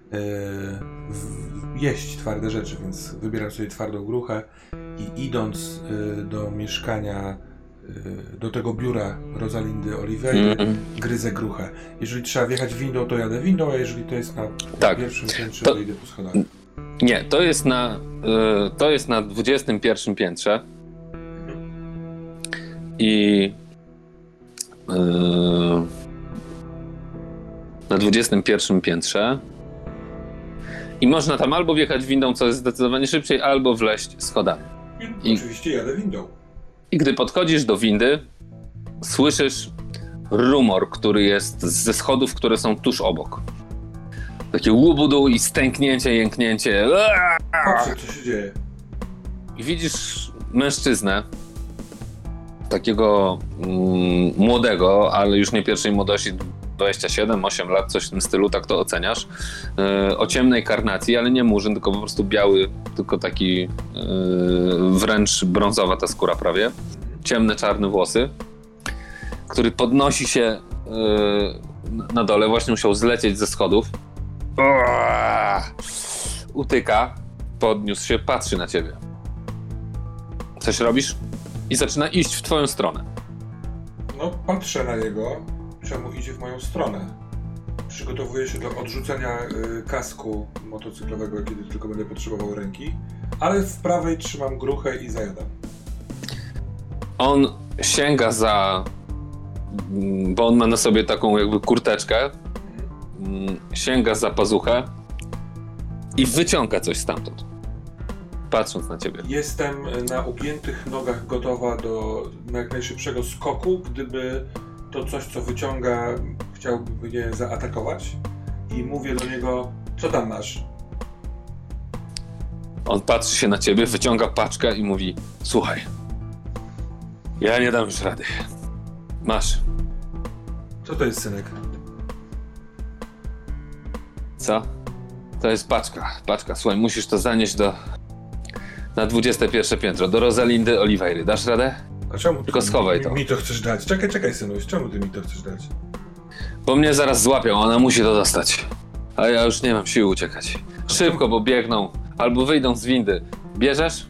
w, jeść twarde rzeczy, więc wybieram sobie twardą gruchę i idąc e, do mieszkania, e, do tego biura Rosalindy Oliveira, mm. gryzę gruchę. Jeżeli trzeba wjechać windą, to jadę windą, a jeżeli to jest na tak. pierwszym piętrze, to... to idę po schodach. Nie, to jest na, y, to jest na dwudziestym pierwszym piętrze i na dwudziestym pierwszym piętrze i można tam albo wjechać windą, co jest zdecydowanie szybciej, albo wleźć schodami. I, oczywiście jadę windą. I gdy podchodzisz do windy, słyszysz rumor, który jest ze schodów, które są tuż obok. Takie łubudu i stęknięcie, jęknięcie. Patrzę, co się dzieje. I widzisz mężczyznę, takiego mm, młodego, ale już nie pierwszej młodości, dwadzieścia siedem osiem lat, coś w tym stylu, tak to oceniasz. Yy, o ciemnej karnacji, ale nie murzyn, tylko po prostu biały, tylko taki yy, wręcz brązowa ta skóra prawie. Ciemne, czarne włosy, który podnosi się yy, na dole, właśnie musiał zlecieć ze schodów. Uaa! Utyka, podniósł się, patrzy na ciebie. Coś robisz? I zaczyna iść w twoją stronę. No, patrzę na niego, czemu idzie w moją stronę. Przygotowuję się do odrzucenia y, kasku motocyklowego, kiedy tylko będę potrzebował ręki, ale w prawej trzymam gruchę i zajadam. On sięga za... bo on ma na sobie taką jakby kurteczkę, mhm. sięga za pazuchę i wyciąga coś stamtąd. Patrząc na ciebie. Jestem na ugiętych nogach gotowa do jak najszybszego skoku, gdyby to coś, co wyciąga, chciałby mnie zaatakować. I mówię do niego, co tam masz? On patrzy się na ciebie, wyciąga paczkę i mówi, słuchaj, ja nie dam już rady. Masz. Co to jest, synek? Co? To jest paczka. Paczka, słuchaj, musisz to zanieść do... na dwudzieste pierwsze piętro, do Rosalindy Oliveiry. Dasz radę? A czemu Tylko schowaj mi, to. mi to chcesz dać? Czekaj, czekaj, synuś, czemu ty mi to chcesz dać? Bo mnie zaraz złapią, ona musi to dostać. A ja już nie mam siły uciekać. Szybko, bo biegną, albo wyjdą z windy. Bierzesz?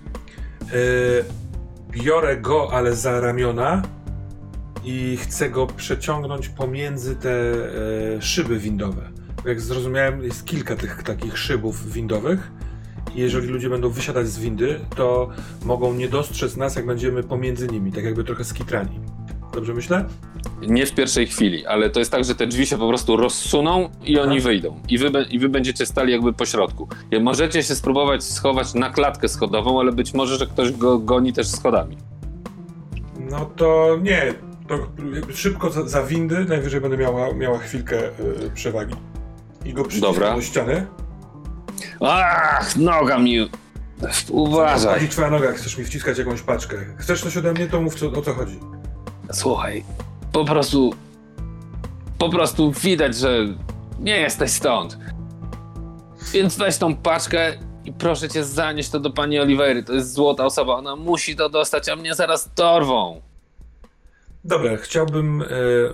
Yy, biorę go, ale za ramiona i chcę go przeciągnąć pomiędzy te e, szyby windowe. Jak zrozumiałem, jest kilka tych takich szybów windowych. I jeżeli ludzie będą wysiadać z windy, to mogą nie dostrzec nas, jak będziemy pomiędzy nimi, tak jakby trochę skitrani. Dobrze myślę? Nie w pierwszej chwili, ale to jest tak, że te drzwi się po prostu rozsuną i oni Aha. wyjdą. I wy, I wy będziecie stali jakby po środku. Możecie się spróbować schować na klatkę schodową, ale być może, że ktoś go goni też schodami. No to nie. To szybko za, za windy, najwyżej będę miała, miała chwilkę yy, przewagi. I go przyciskam do ściany. Ach, noga mi... Uważaj. Chodzi twoja noga, chcesz mi wciskać jakąś paczkę. Chcesz coś ode mnie, to mów, co, o co chodzi. Słuchaj, po prostu... Po prostu widać, że nie jesteś stąd. Więc weź tą paczkę i proszę cię zanieść to do pani Olivery. To jest złota osoba, ona musi to dostać, a mnie zaraz dorwą. Dobra, chciałbym e,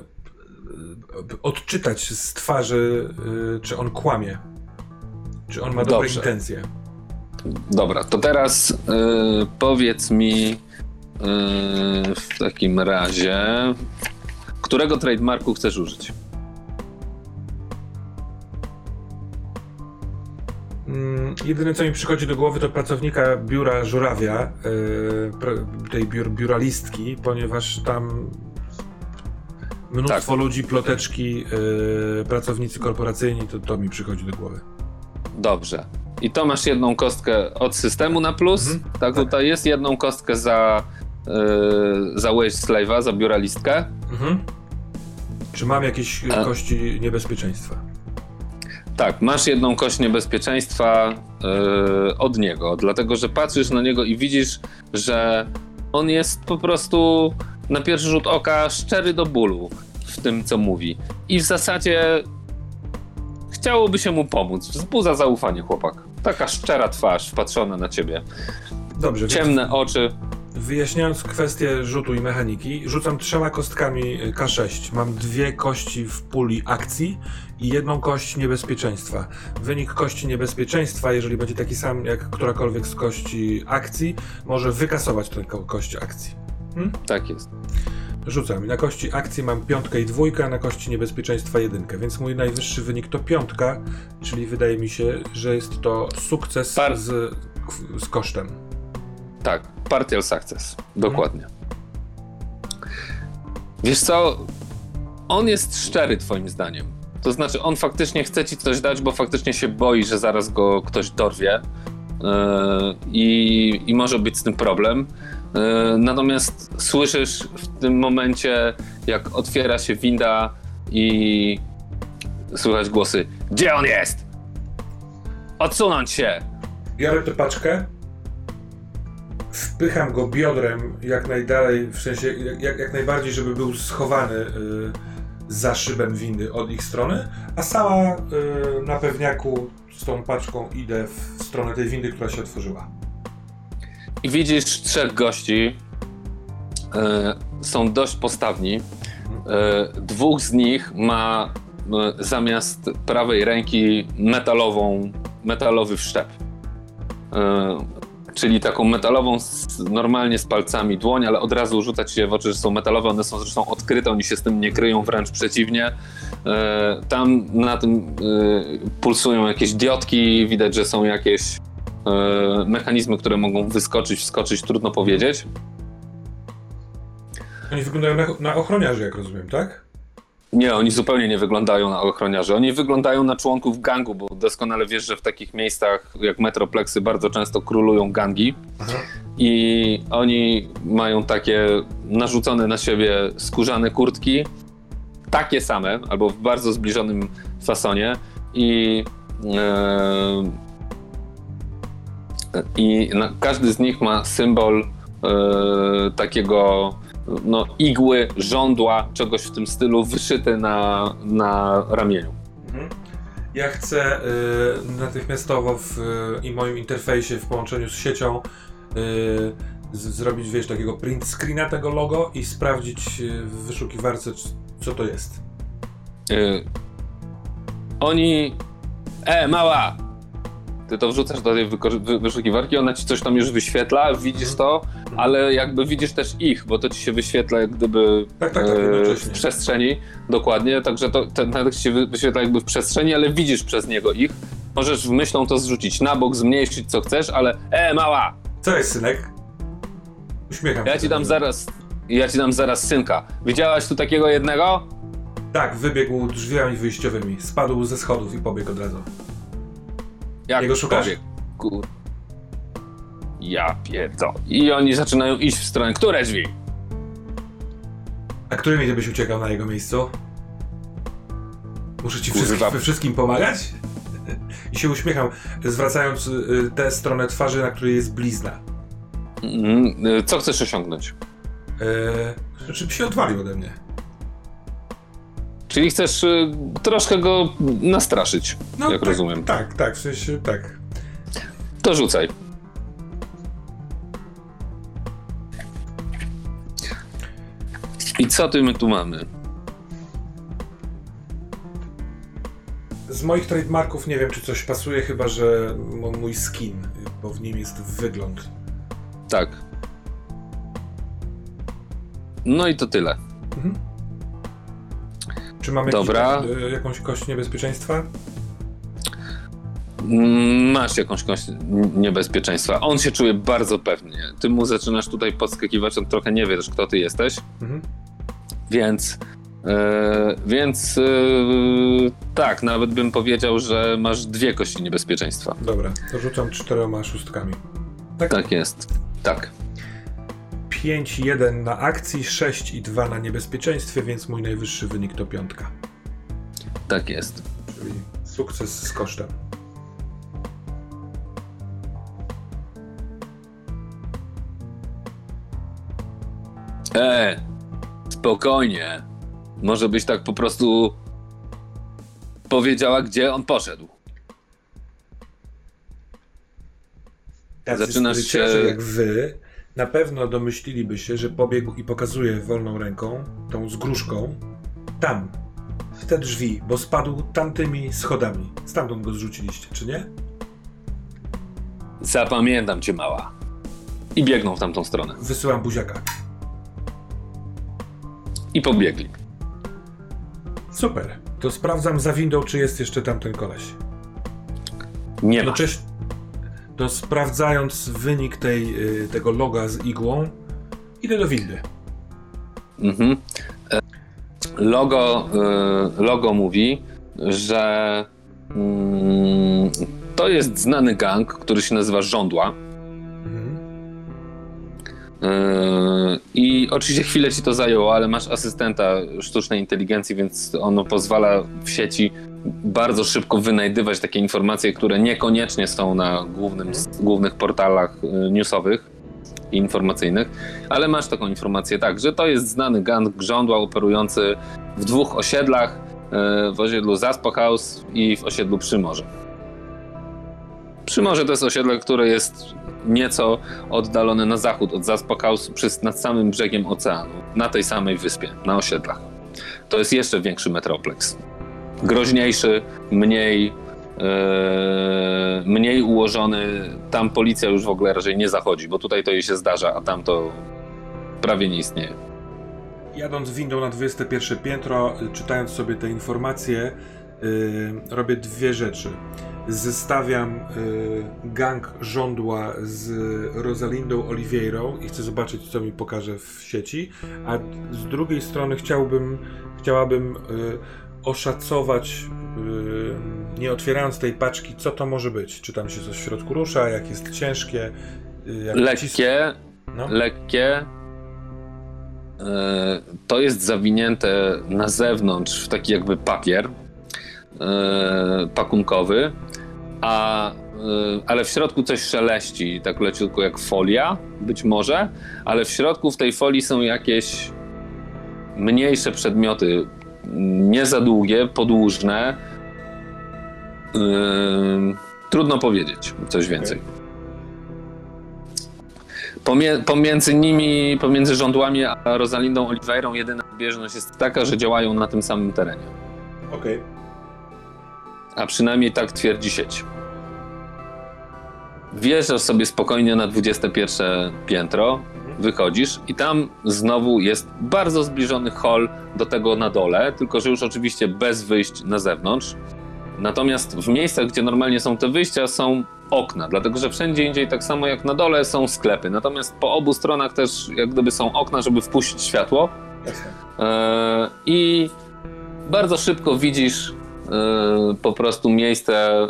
odczytać z twarzy, e, czy on kłamie. Czy on ma dobre Dobrze. intencje. Dobra, to teraz y, powiedz mi y, w takim razie, którego trademarku chcesz użyć? Mm, jedyne co mi przychodzi do głowy to pracownika biura Żurawia, y, tej biur, biuralistki, ponieważ tam mnóstwo tak. ludzi, ploteczki, y, pracownicy korporacyjni, to, to mi przychodzi do głowy. Dobrze. I to masz jedną kostkę od systemu na plus, mhm. tak, tak tutaj jest, jedną kostkę za, yy, za Wage Slave'a, za biuralistkę. Mhm. Czy mam jakieś A. kości niebezpieczeństwa? Tak, masz jedną kość niebezpieczeństwa yy, od niego, dlatego że patrzysz na niego i widzisz, że on jest po prostu na pierwszy rzut oka szczery do bólu w tym, co mówi. I w zasadzie chciałoby się mu pomóc. Wzbudza zaufanie chłopak. Taka szczera twarz wpatrzona na ciebie. Dobrze. Ciemne więc, oczy. Wyjaśniając kwestię rzutu i mechaniki, rzucam trzema kostkami K sześć. Mam dwie kości w puli akcji i jedną kość niebezpieczeństwa. Wynik kości niebezpieczeństwa, jeżeli będzie taki sam jak którakolwiek z kości akcji, może wykasować tę ko- kość akcji. Hmm? Tak jest. Rzucam. Na kości akcji mam piątkę i dwójkę, a na kości niebezpieczeństwa jedynkę, więc mój najwyższy wynik to piątka, czyli wydaje mi się, że jest to sukces Par- z, z kosztem. Tak, partial success. Dokładnie. Hmm. Wiesz co? On jest szczery twoim zdaniem. To znaczy on faktycznie chce ci coś dać, bo faktycznie się boi, że zaraz go ktoś dorwie yy, i, i może być z tym problem. Natomiast słyszysz w tym momencie, jak otwiera się winda i słychać głosy: gdzie on jest? Odsunąć się! Biorę tę paczkę, wpycham go biodrem jak najdalej, w sensie jak, jak najbardziej, żeby był schowany y, za szybem windy od ich strony, a sama y, na pewniaku z tą paczką idę w stronę tej windy, która się otworzyła. I widzisz trzech gości, e, są dość postawni. E, dwóch z nich ma e, zamiast prawej ręki metalową, metalowy wszczep. E, czyli taką metalową, z, normalnie z palcami dłoń, ale od razu rzuca ci się w oczy, że są metalowe, one są zresztą odkryte, oni się z tym nie kryją, wręcz przeciwnie. E, tam na tym e, pulsują jakieś diodki, widać, że są jakieś mechanizmy, które mogą wyskoczyć, wskoczyć, trudno powiedzieć. Oni wyglądają na, na ochroniarzy, jak rozumiem, tak? Nie, oni zupełnie nie wyglądają na ochroniarzy. Oni wyglądają na członków gangu, bo doskonale wiesz, że w takich miejscach jak Metropleksy bardzo często królują gangi. Aha. I oni mają takie narzucone na siebie skórzane kurtki, takie same, albo w bardzo zbliżonym fasonie i e, I na, każdy z nich ma symbol e, takiego no, igły, żądła, czegoś w tym stylu, wyszyty na, na ramieniu. Mhm. Ja chcę y, natychmiastowo w, i moim interfejsie w połączeniu z siecią y, z, zrobić, wiesz, takiego print screena tego logo i sprawdzić w wyszukiwarce, co to jest. Y, oni... E, mała! Ty to wrzucasz do tej wyko- wyszukiwarki, ona ci coś tam już wyświetla, widzisz to, ale jakby widzisz też ich, bo to ci się wyświetla jak gdyby tak, tak, tak, e, w przestrzeni, dokładnie, także to ten tekst się wyświetla jakby w przestrzeni, ale widzisz przez niego ich. Możesz myślą to zrzucić na bok, zmniejszyć co chcesz, ale e, mała! Co jest, synek? Uśmiecham ja się. Ci dam zaraz, Ja ci dam zaraz synka. Widziałaś tu takiego jednego? Tak, wybiegł drzwiami wyjściowymi. Spadł ze schodów i pobiegł od razu. Jak Jego szukasz? pobiegł? Kur... Ja pierdo. I oni zaczynają iść w stronę. Które drzwi? A którymi ty byś uciekał na jego miejscu? Muszę ci Kurwa. wszystkim, we wszystkim pomagać? I się uśmiecham, zwracając y, tę stronę twarzy, na której jest blizna. Mm, co chcesz osiągnąć? Yy, żeby się odwalił ode mnie. Czyli chcesz y, troszkę go nastraszyć, No, jak tak, rozumiem. Tak, tak, w sensie tak. To rzucaj. I co ty my tu mamy? Z moich trademarków nie wiem, czy coś pasuje, chyba że m- mój skin, bo w nim jest wygląd. Tak. No i to tyle. Mhm. Czy mamy Dobra. Jakiś, y, jakąś kość niebezpieczeństwa? Mm, Masz jakąś kość niebezpieczeństwa. On się czuje bardzo pewnie. Ty mu zaczynasz tutaj podskakiwać, on trochę nie wiesz, kto ty jesteś. Mhm. Więc... Yy, więc yy, tak, nawet bym powiedział, że masz dwie kości niebezpieczeństwa. Dobra, to rzucam czterema szóstkami. Tak? Tak jest. Tak. pięć jeden na akcji, sześć i dwa na niebezpieczeństwie, więc mój najwyższy wynik to piątka. Tak jest. Czyli sukces z kosztem. E, spokojnie. Może byś tak po prostu powiedziała, gdzie on poszedł. Tacy Zaczynasz skryciarze się- jak wy na pewno domyśliliby się, że pobiegł i pokazuje wolną ręką, tą z gruszką, tam, w te drzwi, bo spadł tamtymi schodami. Stamtąd go zrzuciliście, czy nie? Zapamiętam cię, mała. I biegną w tamtą stronę. Wysyłam buziaka. I pobiegli. Super. To sprawdzam za windą, czy jest jeszcze tamten koleś. Nie ma. No cześć. To sprawdzając wynik tej, y, tego loga z igłą, idę do windy. Mhm. E, Logo, y, logo mówi, że mm, to jest znany gang, który się nazywa Żądła. Mhm. Yy, I oczywiście chwilę ci to zajęło, ale masz asystenta sztucznej inteligencji, więc ono pozwala w sieci bardzo szybko wynajdywać takie informacje, które niekoniecznie są na głównym, głównych portalach yy, newsowych i informacyjnych, ale masz taką informację, tak, że to jest znany gang Żądła operujący w dwóch osiedlach, yy, w osiedlu Zaspo House i w osiedlu Przymorze. Przymorze to jest osiedle, które jest nieco oddalone na zachód od Zaspo House, przy, nad samym brzegiem oceanu, na tej samej wyspie, na osiedlach. To jest jeszcze większy metroplex. Groźniejszy, mniej, yy, mniej ułożony. Tam policja już w ogóle raczej nie zachodzi, bo tutaj to jej się zdarza, a tam to prawie nie istnieje. Jadąc windą na dwudzieste pierwsze piętro, y, czytając sobie te informacje, y, robię dwie rzeczy. Zestawiam y, gang Żądła z Rosalindą Oliveirą i chcę zobaczyć, co mi pokaże w sieci, a z drugiej strony chciałbym, chciałabym y, oszacować, y, nie otwierając tej paczki, co to może być. Czy tam się coś w środku rusza, jak jest ciężkie, y, jak Lekkie, no. lekkie. Yy, to jest zawinięte na zewnątrz w taki jakby papier yy, pakunkowy, a, yy, ale w środku coś szeleści, tak leciutko jak folia, być może, ale w środku w tej folii są jakieś mniejsze przedmioty, nie za długie, podłużne. Yy, trudno powiedzieć coś więcej. Pomie- pomiędzy nimi, pomiędzy Żądłami a Rosalindą Oliveirą jedyna zbieżność jest taka, że działają na tym samym terenie. Okej. A przynajmniej tak twierdzi sieć. Wjeżdżasz sobie spokojnie na dwudzieste pierwsze piętro, wychodzisz i tam znowu jest bardzo zbliżony hol do tego na dole, tylko że już oczywiście bez wyjść na zewnątrz. Natomiast w miejscach, gdzie normalnie są te wyjścia, są okna, dlatego że wszędzie indziej, tak samo jak na dole, są sklepy. Natomiast po obu stronach też jak gdyby są okna, żeby wpuścić światło. Jasne. E, I bardzo szybko widzisz e, po prostu miejsce e,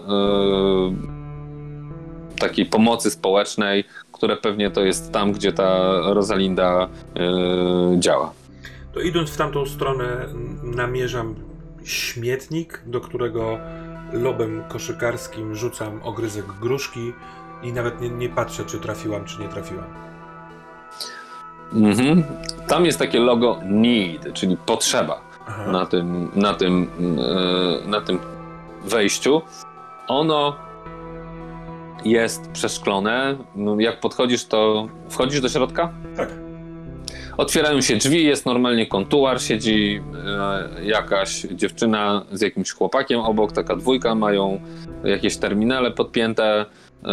takiej pomocy społecznej, które pewnie to jest tam, gdzie ta Rosalinda e, działa. To idąc w tamtą stronę namierzam śmietnik, do którego lobem koszykarskim rzucam ogryzek gruszki i nawet nie, nie patrzę, czy trafiłam, czy nie trafiłam. Mhm. Tam jest takie logo need, czyli potrzeba na tym, na tym, yy, na tym wejściu. Ono jest przeszklone. Jak podchodzisz, to wchodzisz do środka? Tak. Otwierają się drzwi, jest normalnie kontuar, siedzi e, jakaś dziewczyna z jakimś chłopakiem obok, taka dwójka, mają jakieś terminale podpięte. E,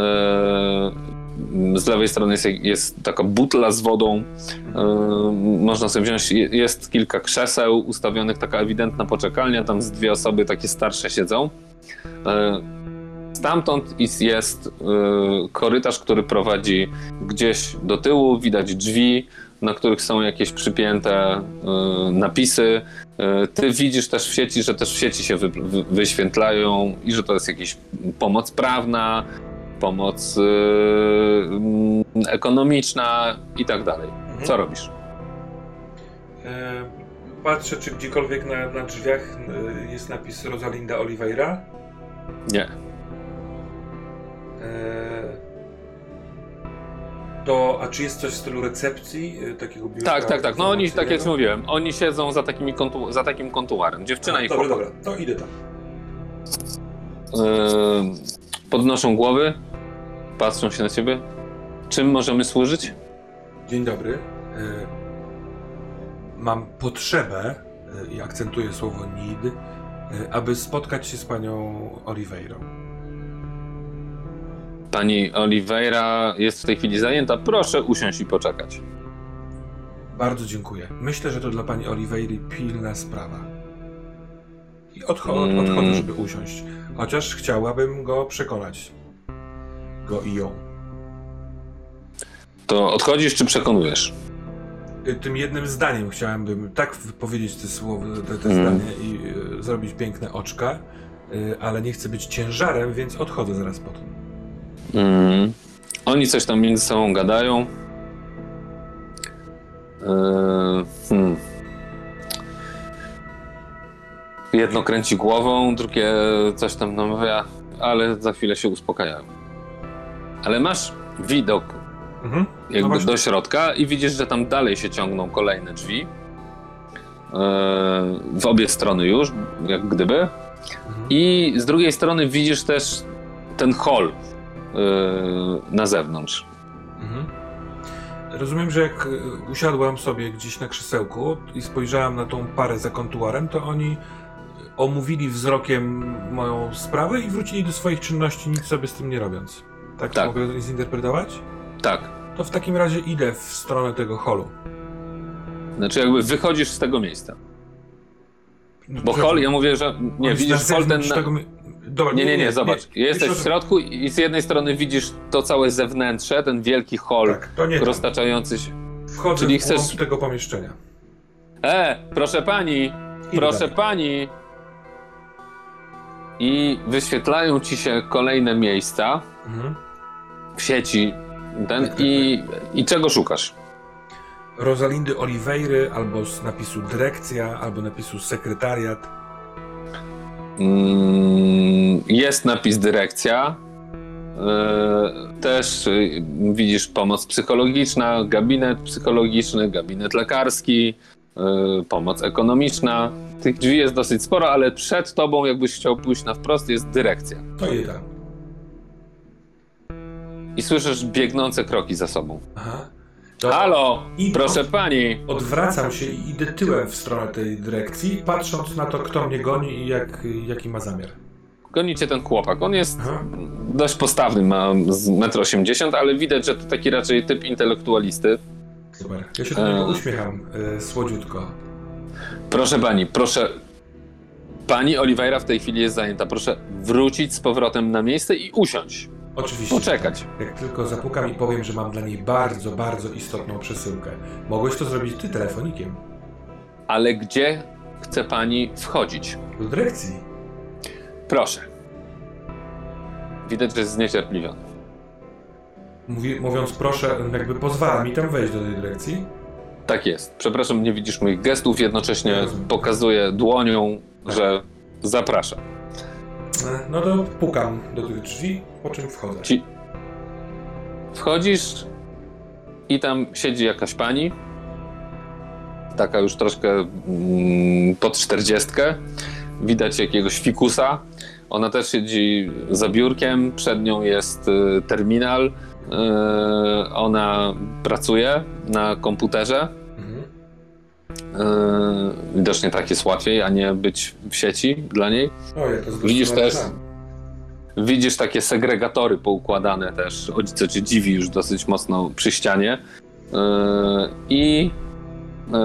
z lewej strony jest, jest taka butla z wodą, e, można sobie wziąć, jest kilka krzeseł ustawionych, taka ewidentna poczekalnia, tam z dwie osoby takie starsze siedzą. E, Stamtąd jest y, korytarz, który prowadzi gdzieś do tyłu, widać drzwi, na których są jakieś przypięte y, napisy. Y, ty widzisz też w sieci, że też w sieci się wy, wy, wyświetlają i że to jest jakaś pomoc prawna, pomoc y, y, ekonomiczna i tak dalej. Mhm. Co robisz? E, patrzę, czy gdziekolwiek na, na drzwiach e, jest napis Rosalinda Oliveira. Nie. To, a czy jest coś w stylu recepcji? Takiego biurka? Tak, tak, tak. No oni, tak jak ci mówiłem, oni siedzą za, takimi kontu- za takim kontuarem. Dziewczyna a, i dobra, chłopak. dobra, to idę tam. Yy, podnoszą głowy, patrzą się na ciebie. Czym możemy służyć? Dzień dobry. E, mam potrzebę, e, i akcentuję słowo need, e, aby spotkać się z panią Oliveirą. Pani Oliveira jest w tej chwili zajęta. Proszę usiąść i poczekać. Bardzo dziękuję. Myślę, że to dla pani Oliveiry pilna sprawa. I odcho- Mm. odchodzę, żeby usiąść. Chociaż chciałabym go przekonać. Go i ją. To odchodzisz czy przekonujesz? Y, Tym jednym zdaniem chciałem tak powiedzieć te słowo, te, te Mm. zdanie i y, zrobić piękne oczka, y, ale nie chcę być ciężarem, więc odchodzę zaraz po tym. Mm. Oni coś tam między sobą gadają. Yy, hmm. Jedno kręci głową, drugie coś tam namawia, ale za chwilę się uspokajają. Ale masz widok Mhm. jakby No do środka i widzisz, że tam dalej się ciągną kolejne drzwi. Yy, w obie strony już, jak gdyby. Mhm. I z drugiej strony widzisz też ten hall yy, na zewnątrz. Mhm. Rozumiem, że jak y, usiadłam sobie gdzieś na krzesełku i spojrzałam na tą parę za kontuarem, to oni omówili wzrokiem moją sprawę i wrócili do swoich czynności, nic sobie z tym nie robiąc. Tak, Tak. mogę zinterpretować? Tak. To w takim razie idę w stronę tego holu. Znaczy jakby wychodzisz z tego miejsca. Bo Przepraszam, hall, ja mówię, że nie, on widzisz jest na hall ten... zewnątrz Na... tego mi- Dobra, Nie, nie, nie, zobacz. Jesteś Wiesz, w środku i z jednej strony widzisz to całe zewnętrze, ten wielki hall Tak, to nie tam. roztaczający się. Wchodzę czyli w głąb chcesz- tego pomieszczenia. E, proszę pani, Idę proszę dalej. pani. I wyświetlają ci się kolejne miejsca Mhm. w sieci. Ten, Tak, tak, i, I czego szukasz? Rosalindy Oliveiry, albo z napisu dyrekcja, albo napisu sekretariat. Mm, jest napis dyrekcja. Yy, też yy, widzisz pomoc psychologiczna, gabinet psychologiczny, gabinet lekarski, yy, pomoc ekonomiczna. Tych drzwi jest dosyć sporo, ale przed tobą, jakbyś chciał pójść na wprost, jest dyrekcja. To idę tam. I słyszysz biegnące kroki za sobą. Aha. To Halo, I proszę od- pani. Odwracam się i idę tyłem w stronę tej dyrekcji, patrząc na to, kto mnie goni i jak, jaki ma zamiar. Goni cię ten chłopak. On jest Aha. dość postawny, ma z metr osiemdziesiąt, ale widać, że to taki raczej typ intelektualisty. Super. Ja się do niego E. uśmiecham e, słodziutko. Proszę pani, proszę. Pani Oliveira w tej chwili jest zajęta. Proszę wrócić z powrotem na miejsce i usiąść. Oczywiście. poczekać. Jak tylko zapukam i powiem, że mam dla niej bardzo, bardzo istotną przesyłkę. Mogłeś to zrobić ty telefonikiem. Ale gdzie chce pani wchodzić? Do dyrekcji. Proszę. Widać, że jest zniecierpliwiony. Mówi, mówiąc proszę, jakby pozwala mi tam wejść do tej dyrekcji. Tak jest. Przepraszam, nie widzisz moich gestów, jednocześnie pokazuję dłonią, że zapraszam. No to pukam do tych drzwi, po czym wchodzę. Ci... Wchodzisz i tam siedzi jakaś pani, taka już troszkę mm, pod czterdziestkę. Widać jakiegoś fikusa. Ona też siedzi za biurkiem, przed nią jest y, terminal. Y, ona pracuje na komputerze. Yy, widocznie tak jest łatwiej, a nie być w sieci dla niej. O, ja to widzisz też, znam. widzisz takie segregatory poukładane też, co cię dziwi już dosyć mocno przy ścianie. Yy, I yy,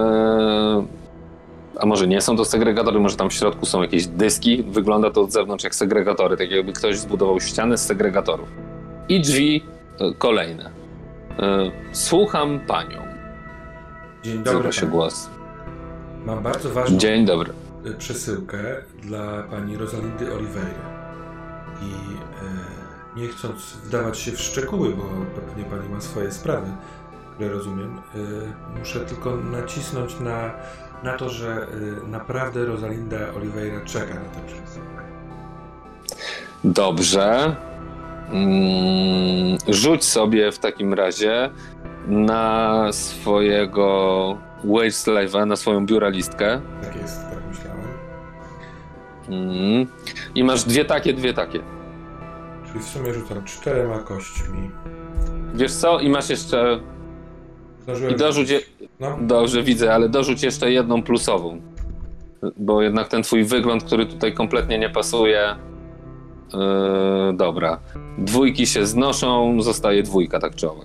a może nie są to segregatory, może tam w środku są jakieś dyski. Wygląda to od zewnątrz jak segregatory, tak jakby ktoś zbudował ścianę z segregatorów. I drzwi yy, kolejne. Yy, słucham panią. Dzień dobry. się głos. Mam bardzo ważną Dzień dobry. przesyłkę dla pani Rosalindy Oliveira. I e, nie chcąc wdawać się w szczegóły, bo pewnie pani ma swoje sprawy, które rozumiem, e, muszę tylko nacisnąć na, na to, że e, naprawdę Rosalinda Oliveira czeka na tę przesyłkę. Dobrze. Mm, rzuć sobie w takim razie na swojego wage slave'a, na swoją biuralistkę. Tak jest, tak myślałem. Mm. I masz dwie takie, dwie takie. Czyli w sumie rzucam czterema kośćmi. Wiesz co? I masz jeszcze... Zdążyłem I dorzuć... Je... No. Dobrze, widzę, ale dorzuć jeszcze jedną plusową. Bo jednak ten twój wygląd, który tutaj kompletnie nie pasuje... Yy, dobra. Dwójki się znoszą, zostaje dwójka, tak czy owak.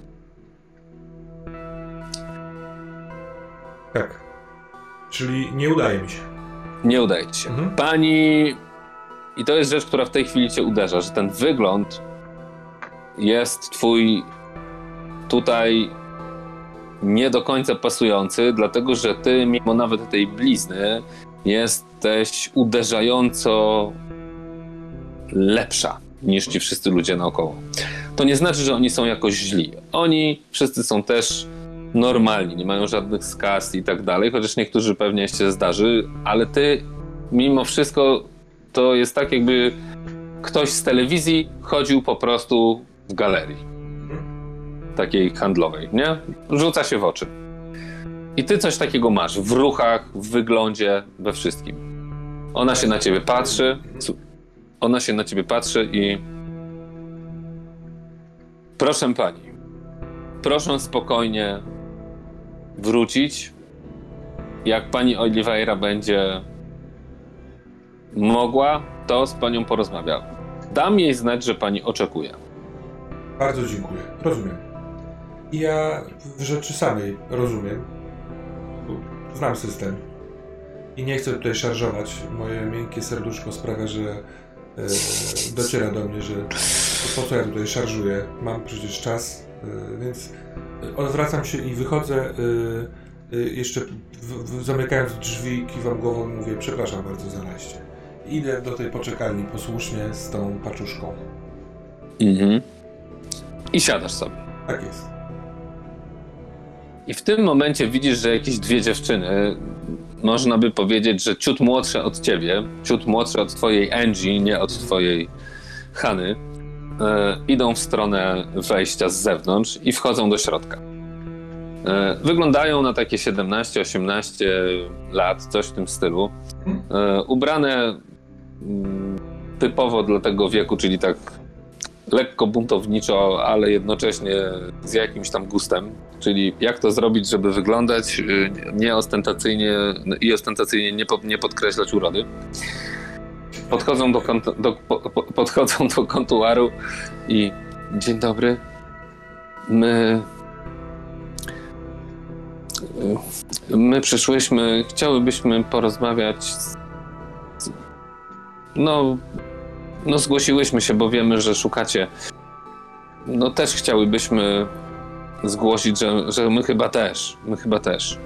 Tak. Czyli nie udaje mi się. Nie udaje ci się. Mhm. Pani... I to jest rzecz, która w tej chwili cię uderza, że ten wygląd jest twój tutaj nie do końca pasujący, dlatego że ty, mimo nawet tej blizny, jesteś uderzająco lepsza niż ci wszyscy ludzie naokoło. To nie znaczy, że oni są jakoś źli. Oni wszyscy są też normalni, nie mają żadnych skaz i tak dalej, chociaż niektórzy pewnie się zdarzy, ale ty mimo wszystko to jest tak, jakby ktoś z telewizji chodził po prostu w galerii takiej handlowej, nie? Rzuca się w oczy. I ty coś takiego masz w ruchach, w wyglądzie, we wszystkim. Ona się na ciebie patrzy, ona się na ciebie patrzy i proszę pani, proszę spokojnie wrócić, jak pani Oliveira będzie mogła, to z panią porozmawiam. Dam jej znać, że pani oczekuje. Bardzo dziękuję. Rozumiem. I ja w rzeczy samej rozumiem. Znam system. I nie chcę tutaj szarżować. Moje miękkie serduszko sprawia, że e, dociera do mnie, że po co ja tutaj szarżuję. Mam przecież czas, e, więc odwracam się i wychodzę. E, e, jeszcze w, w, zamykając drzwi, kiwam głową i mówię: przepraszam bardzo za najście. Idę do tej poczekalni posłusznie z tą paczuszką. Mhm. I siadasz sobie. Tak jest. I w tym momencie widzisz, że jakieś dwie dziewczyny, można by powiedzieć, że ciut młodsze od ciebie, ciut młodsze od twojej Angie, nie od twojej Hany, e, idą w stronę wejścia z zewnątrz i wchodzą do środka. E, wyglądają na takie siedemnaście osiemnaście lat, coś w tym stylu. E, ubrane m, typowo dla tego wieku, czyli tak lekko buntowniczo, ale jednocześnie z jakimś tam gustem. Czyli jak to zrobić, żeby wyglądać nieostentacyjnie i ostentacyjnie nie, po, nie podkreślać urody. Podchodzą do, kontu, do, po, podchodzą do kontuaru i dzień dobry. My... My przyszłyśmy, chciałybyśmy porozmawiać z, no... No zgłosiłyśmy się, bo wiemy, że szukacie no też chciałybyśmy zgłosić, że, że my chyba też, my chyba też.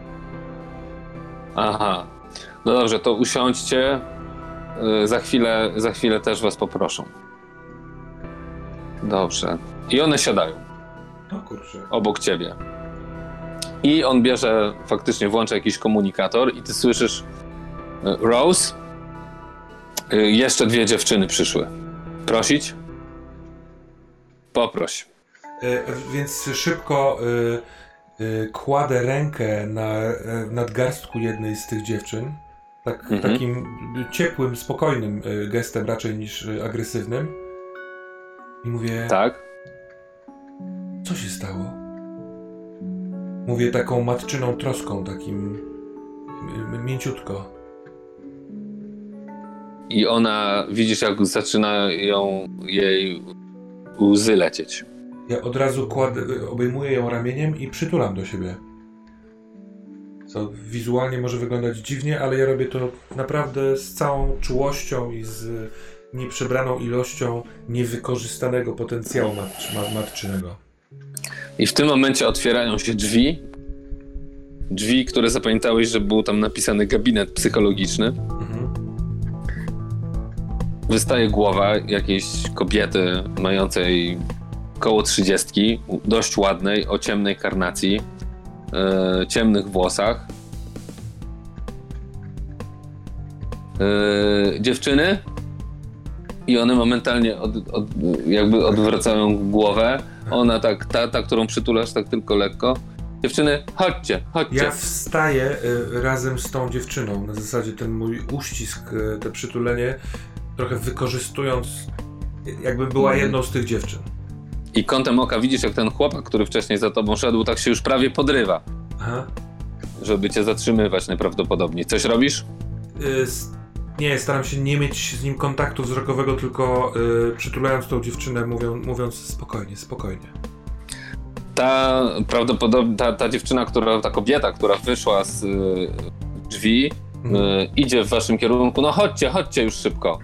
Aha, no dobrze, to usiądźcie, yy, za chwilę, za chwilę też was poproszą. Dobrze. I one siadają. O kurczę. Obok ciebie. I on bierze, faktycznie włącza jakiś komunikator i ty słyszysz: Rose, yy, jeszcze dwie dziewczyny przyszły. Prosić? Poproś. Yy, więc szybko yy, yy, kładę rękę na yy, nadgarstku jednej z tych dziewczyn. Tak, mhm. Takim ciepłym, spokojnym yy, gestem raczej niż yy, agresywnym. I mówię... Tak? Co się stało? Mówię taką matczyną troską, takim m- mięciutko. I ona, widzisz, jak zaczynają jej łzy lecieć. Ja od razu kładę, obejmuję ją ramieniem i przytulam do siebie. Co wizualnie może wyglądać dziwnie, ale ja robię to naprawdę z całą czułością i z nieprzebraną ilością niewykorzystanego potencjału mat- matczynego. I w tym momencie otwierają się drzwi. Drzwi, które zapamiętałeś, że był tam napisany gabinet psychologiczny. Mhm. Wystaje głowa jakiejś kobiety mającej koło trzydziestki, dość ładnej, o ciemnej karnacji, yy, ciemnych włosach. Yy, dziewczyny? I one momentalnie od, od, jakby odwracają głowę. Ona tak, ta, ta, którą przytulasz tak tylko lekko. Dziewczyny, chodźcie, chodźcie. Ja wstaję y, razem z tą dziewczyną. Na zasadzie ten mój uścisk, y, te przytulenie, trochę wykorzystując, jakby była jedną z tych dziewczyn. I kątem oka widzisz, jak ten chłopak, który wcześniej za tobą szedł, tak się już prawie podrywa. Aha. Żeby cię zatrzymywać najprawdopodobniej. Coś robisz? Y, nie, staram się nie mieć z nim kontaktu wzrokowego, tylko y, przytulając tą dziewczynę, mówią, mówiąc spokojnie, spokojnie. Ta prawdopodobnie, ta, ta dziewczyna, która, ta kobieta, która wyszła z y, drzwi, mhm. y, idzie w waszym kierunku. No chodźcie, chodźcie już szybko.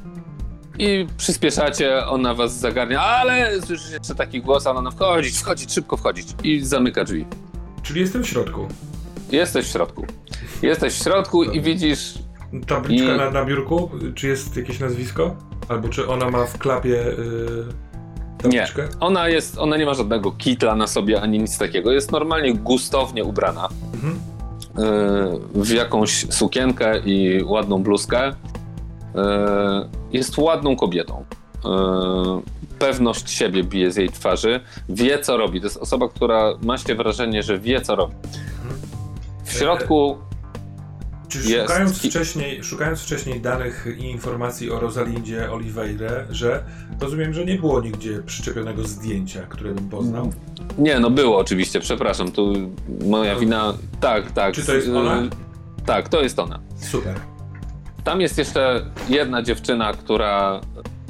I przyspieszacie, ona was zagarnia, ale słyszysz jeszcze taki głos, a ona wchodzić, wchodzić, szybko wchodzić. I zamyka drzwi. Czyli jestem w środku. Jesteś w środku. Jesteś w środku i widzisz... Tabliczka I... na, na biurku? Czy jest jakieś nazwisko? Albo czy ona ma w klapie yy, tabliczkę? Nie, ona, jest, ona nie ma żadnego kitla na sobie, ani nic takiego. Jest normalnie gustownie ubrana. Mhm. Yy, w jakąś sukienkę i ładną bluzkę. Yy, jest ładną kobietą. Yy, pewność siebie bije z jej twarzy. Wie, co robi. To jest osoba, która ma się wrażenie, że wie, co robi. W środku Czy szukając, jest... wcześniej, szukając wcześniej danych i informacji o Rosalindzie Oliveira, że rozumiem, że nie było nigdzie przyczepionego zdjęcia, które bym poznał? Nie, no było oczywiście, przepraszam, tu moja no. wina. Tak, tak. Czy to jest ona? Tak, to jest ona. Super. Tam jest jeszcze jedna dziewczyna, która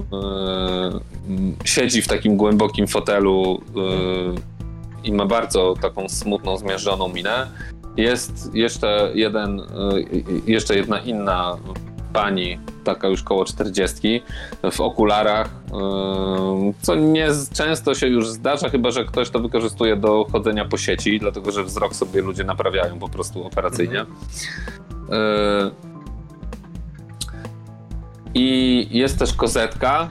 yy, siedzi w takim głębokim fotelu yy, i ma bardzo taką smutną, zmiażdżoną minę. Jest jeszcze jeden, jeszcze jedna inna pani, taka już koło czterdziestki, w okularach, co nie często się już zdarza, chyba że ktoś to wykorzystuje do chodzenia po sieci, dlatego że wzrok sobie ludzie naprawiają po prostu operacyjnie. Mhm. I jest też kozetka,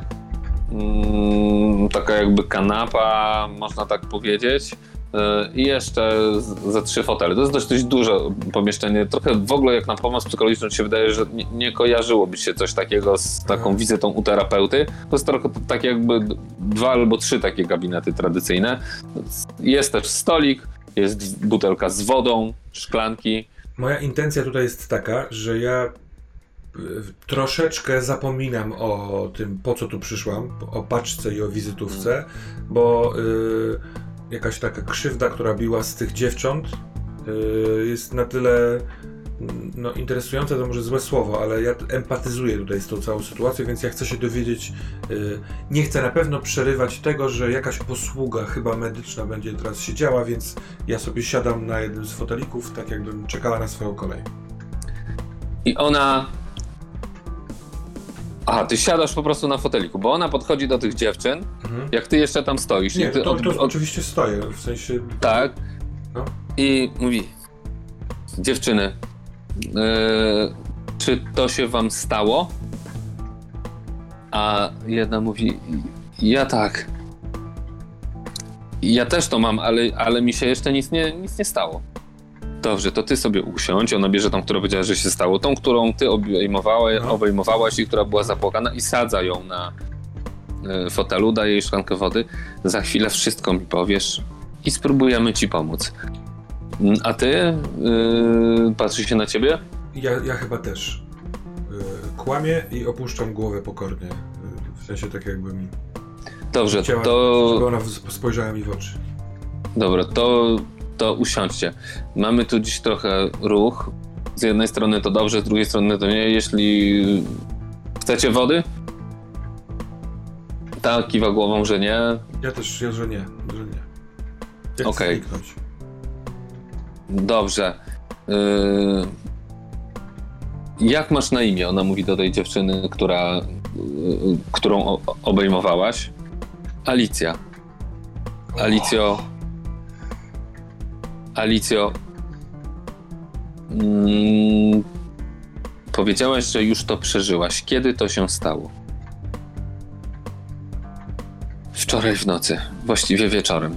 taka jakby kanapa, można tak powiedzieć. I jeszcze ze trzy fotele. To jest dość, dość duże pomieszczenie. Trochę w ogóle jak na pomoc psychologiczną się wydaje, że nie, nie kojarzyłoby się coś takiego z taką wizytą u terapeuty. To jest trochę tak jakby dwa albo trzy takie gabinety tradycyjne. Jest też stolik, jest butelka z wodą, szklanki. Moja intencja tutaj jest taka, że ja troszeczkę zapominam o tym, po co tu przyszłam, o paczce i o wizytówce, bo yy, jakaś taka krzywda, która biła z tych dziewcząt, yy, jest na tyle no, interesująca, to może złe słowo, ale ja empatyzuję tutaj z tą całą sytuacją, więc ja chcę się dowiedzieć, yy, nie chcę na pewno przerywać tego, że jakaś posługa chyba medyczna będzie teraz się działa, więc ja sobie siadam na jednym z fotelików, tak jakbym czekała na swoją kolej. I ona Aha, ty siadasz po prostu na foteliku, bo ona podchodzi do tych dziewczyn, mhm. jak ty jeszcze tam stoisz. Nie, i ty to, od, to od... oczywiście stoję, w sensie... Tak. No. I mówi, dziewczyny, yy, czy to się wam stało? A jedna mówi, ja tak. Ja też to mam, ale, ale mi się jeszcze nic nie, nic nie stało. Dobrze, to ty sobie usiądź. Ona bierze tą, która powiedziała, że się stało, tą, którą ty obejmowała, no. obejmowałaś i która była zapłakana i sadza ją na y, fotelu, daje jej szklankę wody. Za chwilę wszystko mi powiesz i spróbujemy ci pomóc. A ty? Yy, patrzy się na ciebie? Ja, ja chyba też. Yy, kłamię i opuszczam głowę pokornie. Yy, w sensie tak jakbym... Dobrze, chciała, to... żeby ona spojrzała mi w oczy. Dobra, to, to usiądźcie. Mamy tu dziś trochę ruch. Z jednej strony to dobrze, z drugiej strony to nie. Jeśli chcecie wody? Ta kiwa głową, że nie. Ja też, ja, że nie, że nie. Jak Okej. Okay. Dobrze. Yy... Jak masz na imię? Ona mówi do tej dziewczyny, która, yy, którą o, obejmowałaś. Alicja. Alicjo. Alicjo. Mm, powiedziałaś, że już to przeżyłaś. Kiedy to się stało? Wczoraj w nocy. Właściwie wieczorem.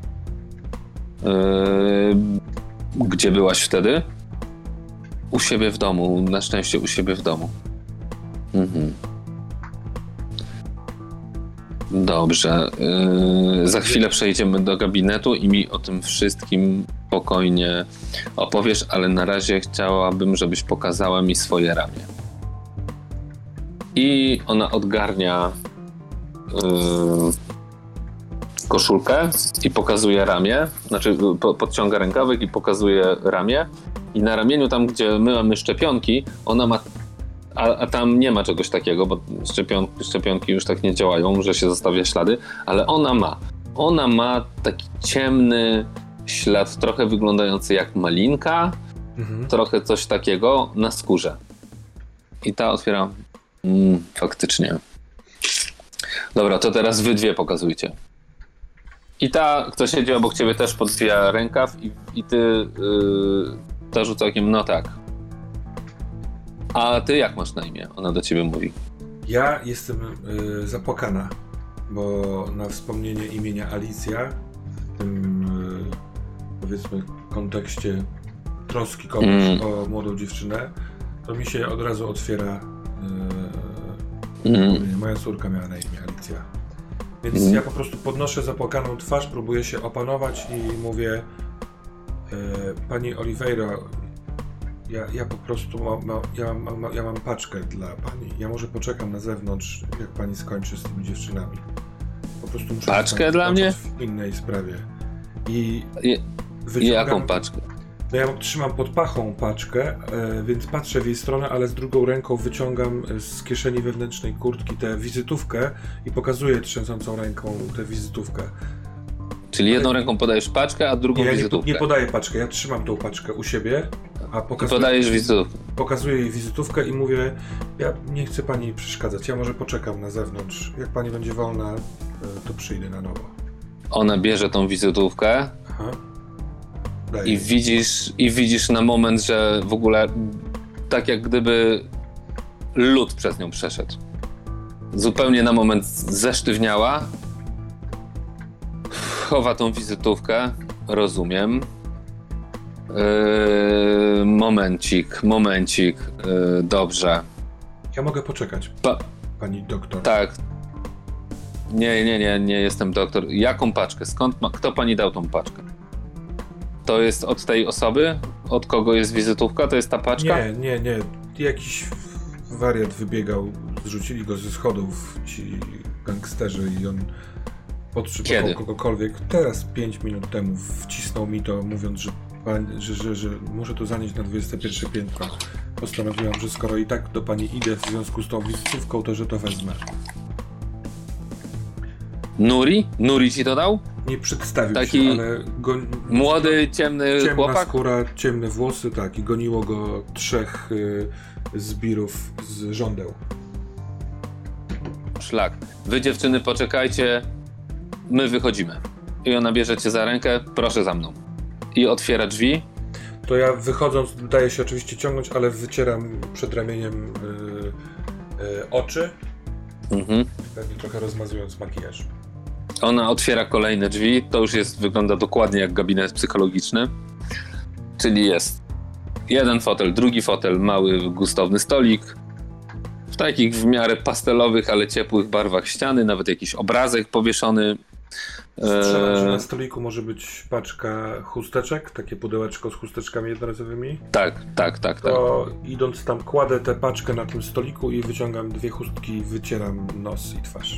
Yy, gdzie byłaś wtedy? U siebie w domu. Na szczęście u siebie w domu. Mhm. Dobrze. Yy, za chwilę przejdziemy do gabinetu i mi o tym wszystkim spokojnie opowiesz, ale na razie chciałabym, żebyś pokazała mi swoje ramię. I ona odgarnia yy, koszulkę i pokazuje ramię, znaczy po, podciąga rękawek i pokazuje ramię i na ramieniu tam, gdzie my mamy szczepionki, ona ma, a, a tam nie ma czegoś takiego, bo szczepionki, szczepionki już tak nie działają, że się zostawia ślady, ale ona ma. Ona ma taki ciemny ślad, trochę wyglądający jak malinka, mhm. trochę coś takiego na skórze. I ta otwiera, mm, faktycznie. Dobra, to teraz wy dwie pokazujcie. I ta, kto siedzi obok ciebie, też podwija rękaw i, i ty yy, to rzuca okiem, no tak. A ty jak masz na imię? Ona do ciebie mówi. Ja jestem y, zapłakana, bo na wspomnienie imienia Alicja w tym y, powiedzmy kontekście troski kogoś mm. o młodą dziewczynę, to mi się od razu otwiera y, mm. moja córka miała na imię Alicja. Więc mm. ja po prostu podnoszę zapłakaną twarz, próbuję się opanować i mówię y, pani Oliveira, Ja, ja po prostu ma, ma, ja, ma, ja mam paczkę dla pani. Ja może poczekam na zewnątrz, jak pani skończy z tymi dziewczynami. Po prostu muszę paczkę dla mnie? W innej sprawie. I Je, wyciągam, jaką paczkę? No ja trzymam pod pachą paczkę, e, więc patrzę w jej stronę, ale z drugą ręką wyciągam z kieszeni wewnętrznej kurtki tę wizytówkę i pokazuję trzęsącą ręką tę wizytówkę. Czyli jedną ale... ręką podajesz paczkę, a drugą nie, wizytówkę? Nie, nie podaję paczkę, ja trzymam tą paczkę u siebie. A pokazuję, podajesz wizytówkę. Pokazuję jej wizytówkę i mówię, ja nie chcę pani przeszkadzać, ja może poczekam na zewnątrz. Jak pani będzie wolna, to przyjdę na nowo. Ona bierze tą wizytówkę. Aha. I widzisz, i widzisz na moment, że w ogóle tak jak gdyby lód przez nią przeszedł. Zupełnie na moment zesztywniała. Chowa tą wizytówkę, rozumiem. Yy, momencik, momencik, yy, dobrze. Ja mogę poczekać, pa- pani doktor. Tak. Nie, nie, nie, nie jestem doktor. Jaką paczkę? Skąd ma, kto pani dał tą paczkę? To jest od tej osoby? Od kogo jest wizytówka? To jest ta paczka? Nie, nie, nie. Jakiś wariat wybiegał, zrzucili go ze schodów ci gangsterzy i on potrzebował kogokolwiek. Teraz, pięć minut temu, wcisnął mi to, mówiąc, że Że, że, że muszę to zanieść na dwudzieste pierwsze piętro. Postanowiłam, że skoro i tak do pani idę w związku z tą wizytówką, to że to wezmę. Nuri? Nuri ci to dał? Nie przedstawił Taki się, ale... Go... młody, ciemny Ciemna chłopak? skóra, ciemne włosy, tak. I goniło go trzech y, zbirów z żądeł. szlak. Wy dziewczyny poczekajcie, my wychodzimy. I ona bierze cię za rękę, proszę za mną. I otwiera drzwi. To ja wychodząc, daję się oczywiście ciągnąć, ale wycieram przed ramieniem yy, yy, oczy. Mhm. Pewnie trochę rozmazując makijaż. Ona otwiera kolejne drzwi, to już jest, wygląda dokładnie jak gabinet psychologiczny. Czyli jest jeden fotel, drugi fotel, mały, gustowny stolik. W takich w miarę pastelowych, ale ciepłych barwach ściany, nawet jakiś obrazek powieszony. Strzelam, że na stoliku może być paczka chusteczek, takie pudełeczko z chusteczkami jednorazowymi. Tak, tak, tak. To tak. idąc tam kładę tę paczkę na tym stoliku i wyciągam dwie chustki i wycieram nos i twarz.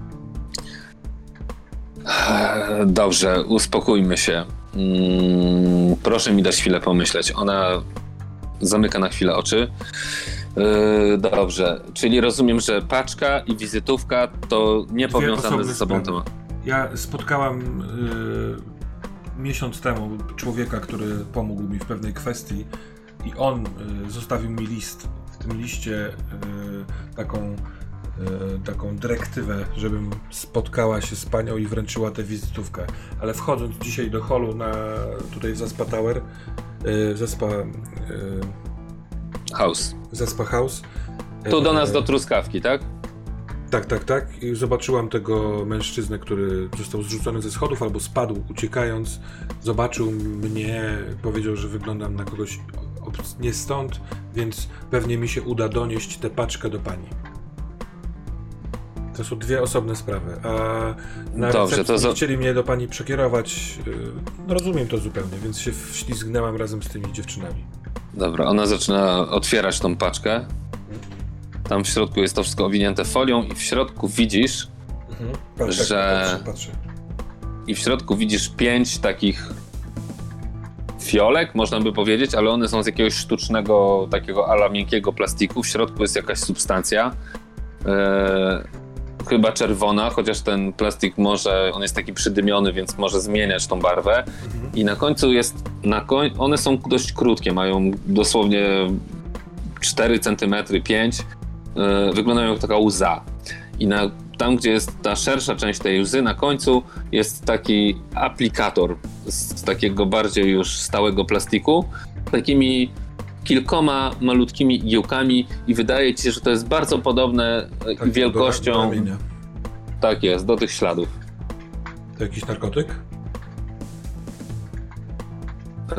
Dobrze, uspokójmy się. Hmm, proszę mi dać chwilę pomyśleć. Ona zamyka na chwilę oczy. Yy, dobrze, czyli rozumiem, że paczka i wizytówka to nie powiązane ze sobą tematy. Ja spotkałam yy, miesiąc temu człowieka, który pomógł mi w pewnej kwestii i on yy, zostawił mi list. W tym liście yy, taką, yy, taką dyrektywę, żebym spotkała się z panią i wręczyła tę wizytówkę. Ale wchodząc dzisiaj do holu na, tutaj w Zaspa Tower, yy, w Zaspa... Yy, House. Zaspa House. Tu do nas do Truskawki, tak? Tak, tak, tak. I zobaczyłam tego mężczyznę, który został zrzucony ze schodów albo spadł uciekając. Zobaczył mnie, powiedział, że wyglądam na kogoś nie stąd, więc pewnie mi się uda donieść tę paczkę do pani. To są dwie osobne sprawy. A na Dobrze, to za... chcieli mnie do pani przekierować. No rozumiem to zupełnie, więc się wślizgnęłam razem z tymi dziewczynami. Dobra, ona zaczyna otwierać tą paczkę. Tam w środku jest to wszystko owinięte folią i w środku widzisz, mhm. Patrz, że... Tak, patrzę, patrzę. I w środku widzisz pięć takich fiolek, można by powiedzieć, ale one są z jakiegoś sztucznego, takiego ala miękkiego plastiku. W środku jest jakaś substancja. Eee, chyba czerwona, chociaż ten plastik może, on jest taki przydymiony, więc może zmieniać tą barwę. Mhm. I na końcu jest, na koń... one są dość krótkie, mają dosłownie cztery centymetry, pięć. Yy, wyglądają jak taka łza. I na, tam, gdzie jest ta szersza część tej łzy, na końcu jest taki aplikator z, z takiego bardziej już stałego plastiku, takimi kilkoma malutkimi igiełkami i wydaje ci się, że to jest bardzo podobne tak, wielkością. Do, do tak jest, do tych śladów. To jakiś narkotyk? Yy,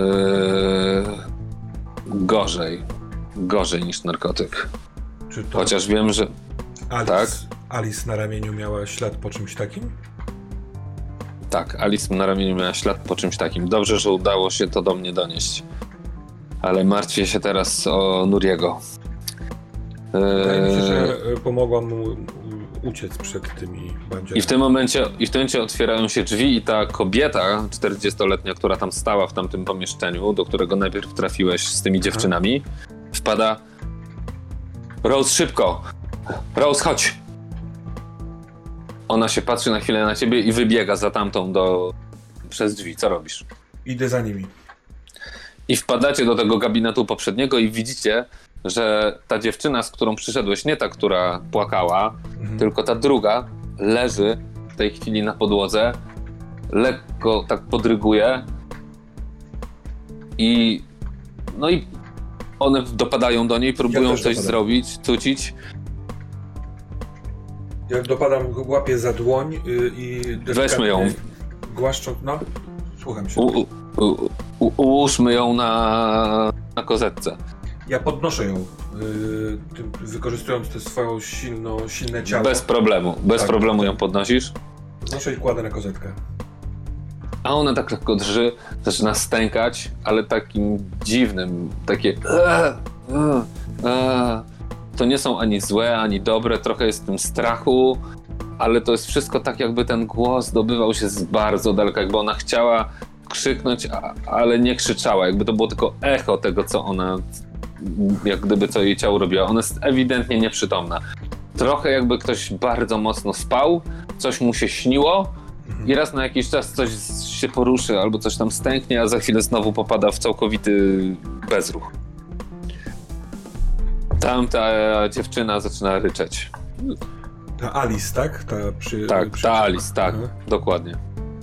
gorzej. Gorzej niż narkotyk. Czy to Chociaż wiem, że... Alice, tak? Alice na ramieniu miała ślad po czymś takim? Tak, Alice na ramieniu miała ślad po czymś takim. Dobrze, że udało się to do mnie donieść. Ale martwię się teraz o Nuriego. Wydaje mi się, że pomogłam mu uciec przed tymi bandziorami. I w tym momencie, i w tym momencie otwierają się drzwi i ta kobieta czterdziestoletnia, która tam stała w tamtym pomieszczeniu, do którego najpierw trafiłeś z tymi dziewczynami, Aha. wpada. Rose, szybko! Rose, chodź! Ona się patrzy na chwilę na ciebie i wybiega za tamtą do... przez drzwi. Co robisz? Idę za nimi. I wpadacie do tego gabinetu poprzedniego i widzicie, że ta dziewczyna, z którą przyszedłeś, nie ta, która płakała, mhm. tylko ta druga leży w tej chwili na podłodze, lekko tak podryguje i no i one dopadają do niej, próbują ja coś dopadam. zrobić, cucić. Ja dopadam, łapię za dłoń yy, i... Weźmy ją. Głaszcząc, no, słucham się. U, u, u, ułóżmy ją na, na kozetce. Ja podnoszę ją, yy, tym, wykorzystując tę swoją silną, silne ciało. Bez problemu, bez tak, problemu ją podnosisz. Podnoszę i kładę na kozetkę. A ona tak lekko drży, zaczyna stękać, ale takim dziwnym, takie... To nie są ani złe, ani dobre, trochę jest w tym strachu, ale to jest wszystko tak, jakby ten głos dobywał się z bardzo daleka, jakby ona chciała krzyknąć, ale nie krzyczała, jakby to było tylko echo tego, co ona, jak gdyby co jej ciało robiła. Ona jest ewidentnie nieprzytomna. Trochę jakby ktoś bardzo mocno spał, coś mu się śniło i raz na jakiś czas coś się poruszy albo coś tam stęknie, a za chwilę znowu popada w całkowity bezruch. Tamta dziewczyna zaczyna ryczeć. Ta Alice, tak? Ta przy, Tak, przy... ta Alice, tak, Aha. dokładnie.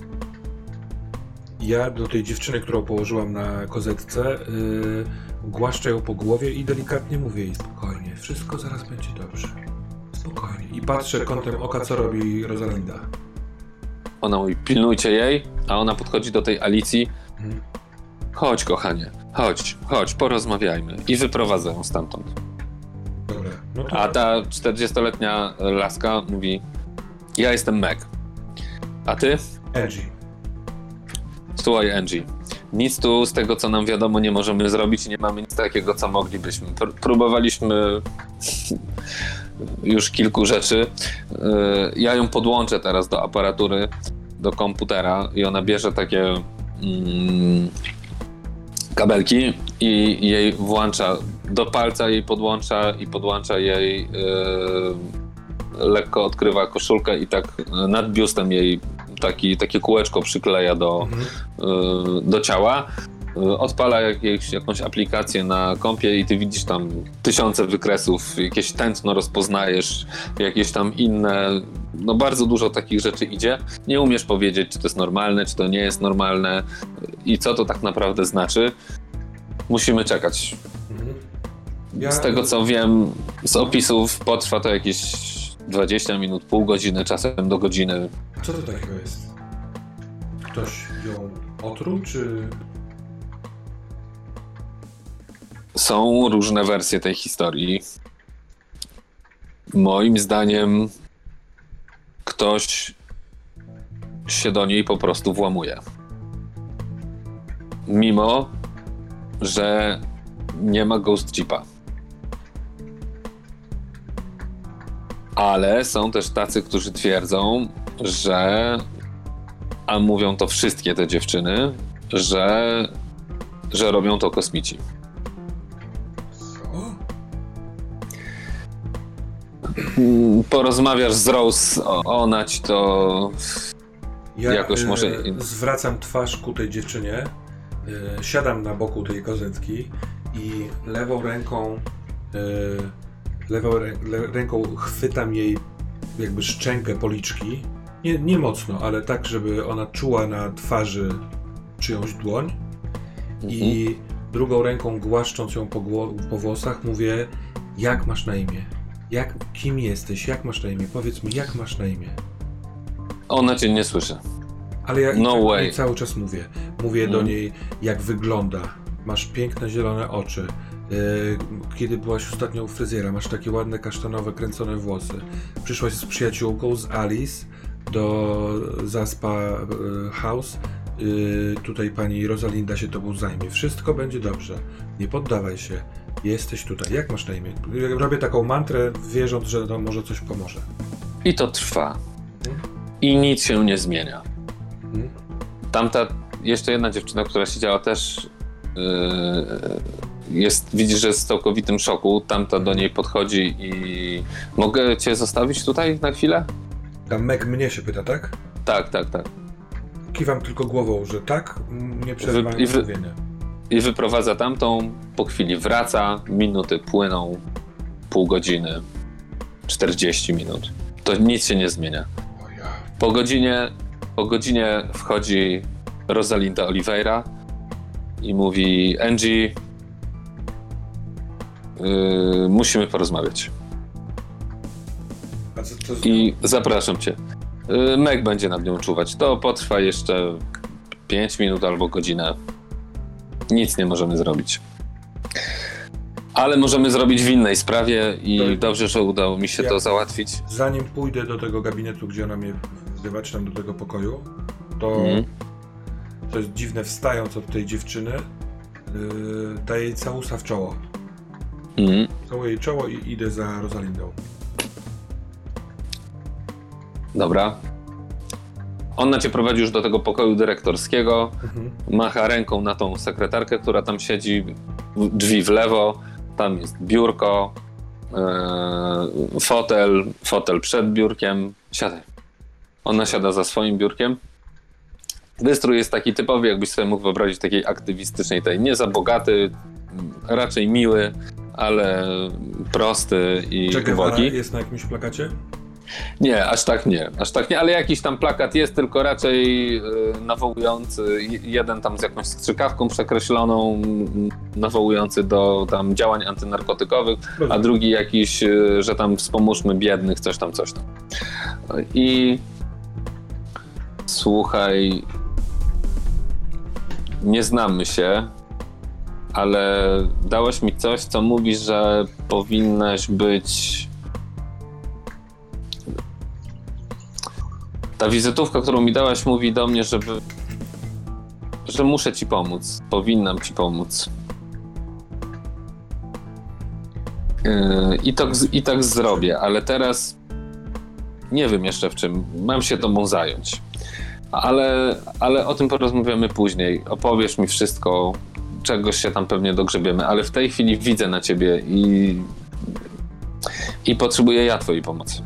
Ja do tej dziewczyny, którą położyłam na kozetce, yy, głaszczę ją po głowie i delikatnie mówię jej spokojnie, wszystko zaraz będzie dobrze. Spokojnie. I patrzę kątem oka, co robi Rosalinda. Ona mówi, pilnujcie jej, a ona podchodzi do tej Alicji. Mhm. Chodź, kochanie, chodź, chodź, porozmawiajmy. I wyprowadza ją stamtąd. Dobra. No to... A ta czterdziestoletnia laska mówi, ja jestem Meg. A ty? Angie. Słuchaj, Angie, nic tu z tego, co nam wiadomo, nie możemy zrobić i nie mamy nic takiego, co moglibyśmy. Pr- próbowaliśmy już kilku rzeczy. Yy, ja ją podłączę teraz do aparatury, do komputera i ona bierze takie mm, kabelki i jej włącza, do palca jej podłącza i podłącza jej, yy, lekko odkrywa koszulkę i tak nad biustem jej taki, takie kółeczko przykleja do, Mhm. yy, do ciała. Yy, odpala jakieś, jakąś aplikację na kompie i ty widzisz tam tysiące wykresów, jakieś tętno rozpoznajesz, jakieś tam inne, no bardzo dużo takich rzeczy idzie. Nie umiesz powiedzieć, czy to jest normalne, czy to nie jest normalne i co to tak naprawdę znaczy. Musimy czekać. Mhm. Ja... Z tego co wiem, z opisów potrwa to jakieś dwadzieścia minut, pół godziny, czasem do godziny. Co to takiego jest? Ktoś ją otruł, czy... Są różne wersje tej historii. Moim zdaniem ktoś się do niej po prostu włamuje. Mimo, że nie ma ghost chipa. Ale są też tacy, którzy twierdzą, że, a mówią to wszystkie te dziewczyny, że, że robią to kosmici. Co? Porozmawiasz z Rose, ona ci to Ja jakoś e, może... zwracam twarz ku tej dziewczynie, e, siadam na boku tej kozetki i lewą ręką e, lewą rę- le- ręką chwytam jej jakby szczękę policzki. Nie, nie mocno, ale tak, żeby ona czuła na twarzy czyjąś dłoń. Mhm. I drugą ręką głaszcząc ją po, gło- po włosach mówię, jak masz na imię? Jak, kim jesteś? Jak masz na imię? Powiedz mi, jak masz na imię? Ona cię nie słyszy. Ale ja i No tak way. jej cały czas mówię. Mówię do Mm. niej, jak wygląda. Masz piękne, zielone oczy. Yy, kiedy byłaś ostatnio u fryzjera, masz takie ładne, kasztanowe, kręcone włosy. Przyszłaś z przyjaciółką, z Alice, do Zaspa yy, House. Yy, tutaj pani Rosalinda się tobą zajmie. Wszystko będzie dobrze. Nie poddawaj się. Jesteś tutaj. Jak masz na imię? Robię taką mantrę, wierząc, że to może coś pomoże. I to trwa. Hmm? I nic się nie zmienia. Hmm? Tamta, jeszcze jedna dziewczyna, która siedziała też, yy, jest, widzisz, że jest w całkowitym szoku. Tamta do niej podchodzi i mogę cię zostawić tutaj na chwilę? Tam Meg mnie się pyta, tak? Tak, tak, tak. Kiwam tylko głową, że tak, nie przerywałem i wy- mówienia. I wyprowadza tamtą, po chwili wraca, minuty płyną, pół godziny, czterdzieści minut. To nic się nie zmienia. O ja. Po godzinie, po godzinie wchodzi Rosalinda Oliveira i mówi, Angie, yy, musimy porozmawiać. A co, co z... I zapraszam cię. Yy, Meg będzie nad nią czuwać. To potrwa jeszcze pięć minut albo godzinę. Nic nie możemy zrobić. Ale możemy zrobić w innej sprawie i To- dobrze, że udało mi się Ja- to załatwić. Zanim pójdę do tego gabinetu, gdzie ona mnie wzywa, czy tam do tego pokoju, to Mhm. to jest dziwne, wstając od tej dziewczyny, yy, daję jej całusa w czoło. Mhm. Całuję jej czoło i idę za Rosalindą. Dobra. Ona cię prowadzi już do tego pokoju dyrektorskiego, Mhm. macha ręką na tą sekretarkę, która tam siedzi, w- drzwi w lewo, tam jest biurko, yy, fotel, fotel przed biurkiem. Siadaj. Ona siada za swoim biurkiem. Wystrój jest taki typowy, jakbyś sobie mógł wyobrazić, takiej aktywistycznej, tej nie za bogaty, raczej miły, ale prosty i Che Guevara ubogi. jest na jakimś plakacie? Nie, aż tak nie, aż tak nie, ale jakiś tam plakat jest, tylko raczej yy, nawołujący, jeden tam z jakąś strzykawką przekreśloną, nawołujący do tam działań antynarkotykowych, a drugi jakiś, yy, że tam wspomóżmy biednych, coś tam, coś tam. I słuchaj, nie znamy się, ale dałeś mi coś, co mówi, że powinnaś być... Ta wizytówka, którą mi dałaś, mówi do mnie, żeby, że muszę ci pomóc, powinnam ci pomóc. Yy, i, tak, I tak zrobię, ale teraz nie wiem jeszcze w czym, mam się tobą zająć. Ale, ale o tym porozmawiamy później. Opowiesz mi wszystko, czegoś się tam pewnie dogrzebiemy, ale w tej chwili widzę na ciebie i, i potrzebuję ja twojej pomocy.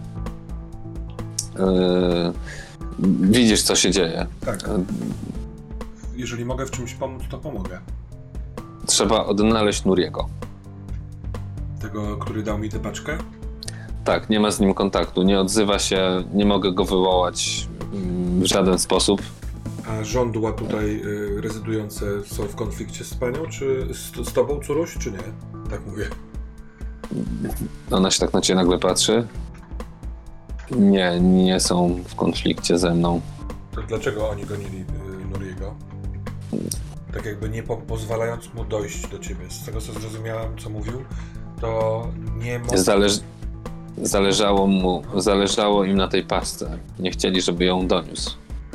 Yy, widzisz, co się dzieje. Tak. Jeżeli mogę w czymś pomóc, to pomogę. Trzeba odnaleźć Nuriego. Tego, który dał mi tę paczkę? Tak, nie ma z nim kontaktu, nie odzywa się, nie mogę go wywołać w żaden sposób. A żądła tutaj y, rezydujące są w konflikcie z panią, czy z, z tobą, Curuś, czy nie? Tak mówię. Ona się tak na ciebie nagle patrzy. Nie, nie są w konflikcie ze mną. To dlaczego oni gonili y, Nuriego? Tak jakby nie po, pozwalając mu dojść do ciebie. Z tego, co zrozumiałem, co mówił, to nie mo- Zależ... Zależało mu, zależało im na tej paczce. Nie chcieli, żeby ją doniósł.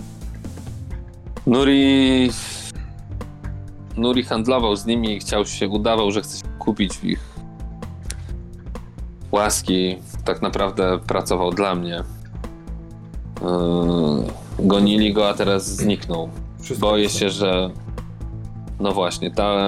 Nuri... Nuri handlował z nimi i chciał się, udawał, że chce się kupić w ich łaski. Tak naprawdę pracował dla mnie. Yy, gonili go, a teraz zniknął. Wszystko Boję jest się, że... No właśnie, ta...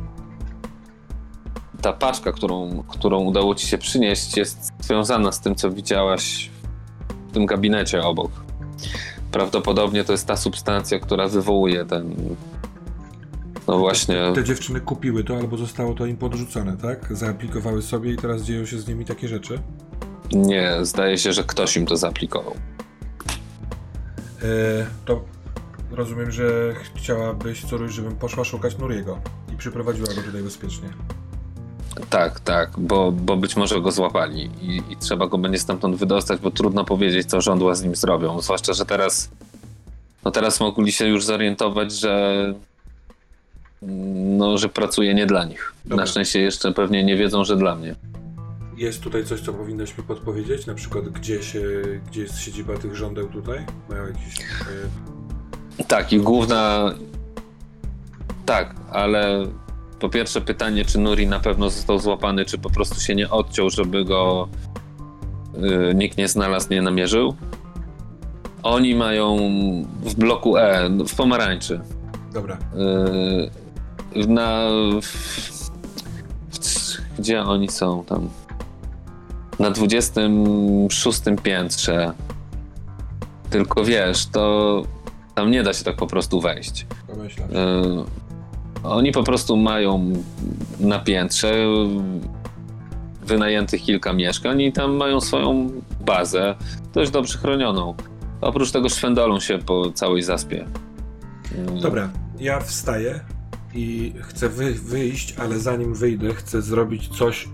Ta paczka, którą, którą udało ci się przynieść, jest związana z tym, co widziałaś w tym gabinecie obok. Prawdopodobnie to jest ta substancja, która wywołuje ten... No właśnie... Te, te dziewczyny kupiły to, albo zostało to im podrzucone, tak? Zaaplikowały sobie i teraz dzieją się z nimi takie rzeczy? Nie, zdaje się, że ktoś im to zaaplikował. E, to rozumiem, że chciałabyś, Curuś, żebym poszła szukać Nuriego i przyprowadziła go tutaj bezpiecznie. Tak, tak, bo, bo być może go złapali i, i trzeba go będzie stamtąd wydostać, bo trudno powiedzieć, co żądła z nim zrobią. Zwłaszcza, że teraz no teraz mogli się już zorientować, że no, że pracuje nie dla nich. Dobra. Na szczęście jeszcze pewnie nie wiedzą, że dla mnie. Jest tutaj coś, co powinnaś mi podpowiedzieć? Na przykład, gdzie się, gdzie jest siedziba tych żądeł tutaj? Mają jakieś... E... Tak, i główna... Tak, ale... Po pierwsze pytanie, czy Nuri na pewno został złapany, czy po prostu się nie odciął, żeby go yy, nikt nie znalazł, nie namierzył. Oni mają w bloku E, w pomarańczy. Dobra. Yy, na... W, w, gdzie oni są tam? Na dwudziestym szóstym piętrze. Tylko wiesz, to tam nie da się tak po prostu wejść. Pomyślę. Yy, Oni po prostu mają na piętrze wynajętych kilka mieszkań i tam mają swoją bazę dość dobrze chronioną. Oprócz tego szwendolą się po całej zaspie. Dobra, ja wstaję i chcę wy- wyjść, ale zanim wyjdę, chcę zrobić coś,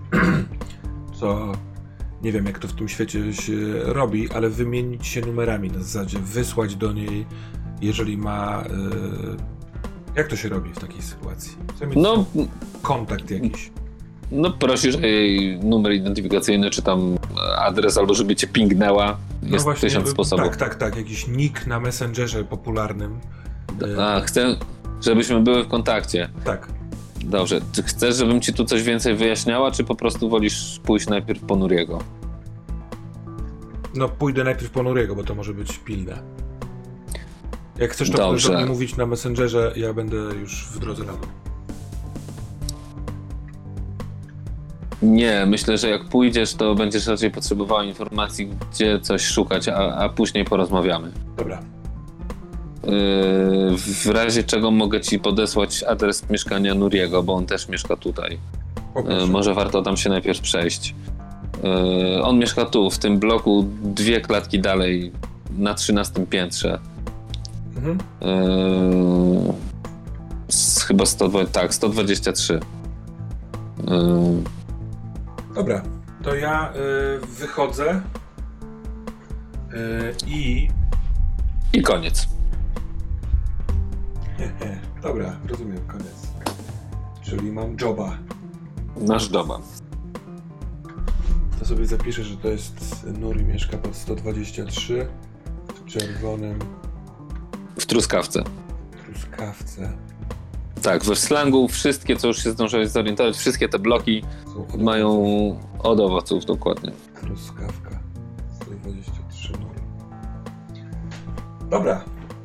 co nie wiem, jak to w tym świecie się robi, ale wymienić się numerami na zasadzie, wysłać do niej, jeżeli ma... Yy... Jak to się robi w takiej sytuacji? Chcę mieć No, kontakt jakiś. No prosisz o jej numer identyfikacyjny, czy tam adres, albo żeby cię pingnęła. Jest no właśnie, tysiąc sposobów. Tak, tak, tak. Jakiś nick na Messengerze popularnym. A, chcę, żebyśmy były w kontakcie. Tak. Dobrze. Czy chcesz, żebym ci tu coś więcej wyjaśniała, czy po prostu wolisz pójść najpierw po Nuriego? No pójdę najpierw po Nuriego, bo to może być pilne. Jak chcesz, to Dobrze. do mnie mówić na Messengerze, ja będę już w drodze na dół. Nie, myślę, że jak pójdziesz, to będziesz raczej potrzebowała informacji, gdzie coś szukać, a, a później porozmawiamy. Dobra. Yy, w razie czego mogę ci podesłać adres mieszkania Nuriego, bo on też mieszka tutaj. Yy, może warto tam się najpierw przejść. Yy, on mieszka tu, w tym bloku, dwie klatki dalej, na trzynastym piętrze. Mhm. Yy, z, chyba sto, tak, sto dwadzieścia trzy. Yy. Dobra, to ja y, wychodzę y, i... I koniec. Dobra, rozumiem, koniec. Czyli mam joba. Nasz joba. To sobie zapiszę, że to jest Nuri mieszka pod sto dwadzieścia trzy w czerwonym... W Truskawce. Truskawce. Tak, we slangu wszystkie, co już się zdążyłeś zorientować, wszystkie te bloki od mają owoców. Od owoców, dokładnie. Truskawka sto dwadzieścia trzy Nuri. Dobra.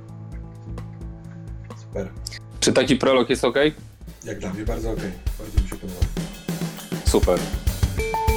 Super. Czy taki prolog jest ok? Jak dla mnie bardzo ok. Bardzo mi się podoba. Super.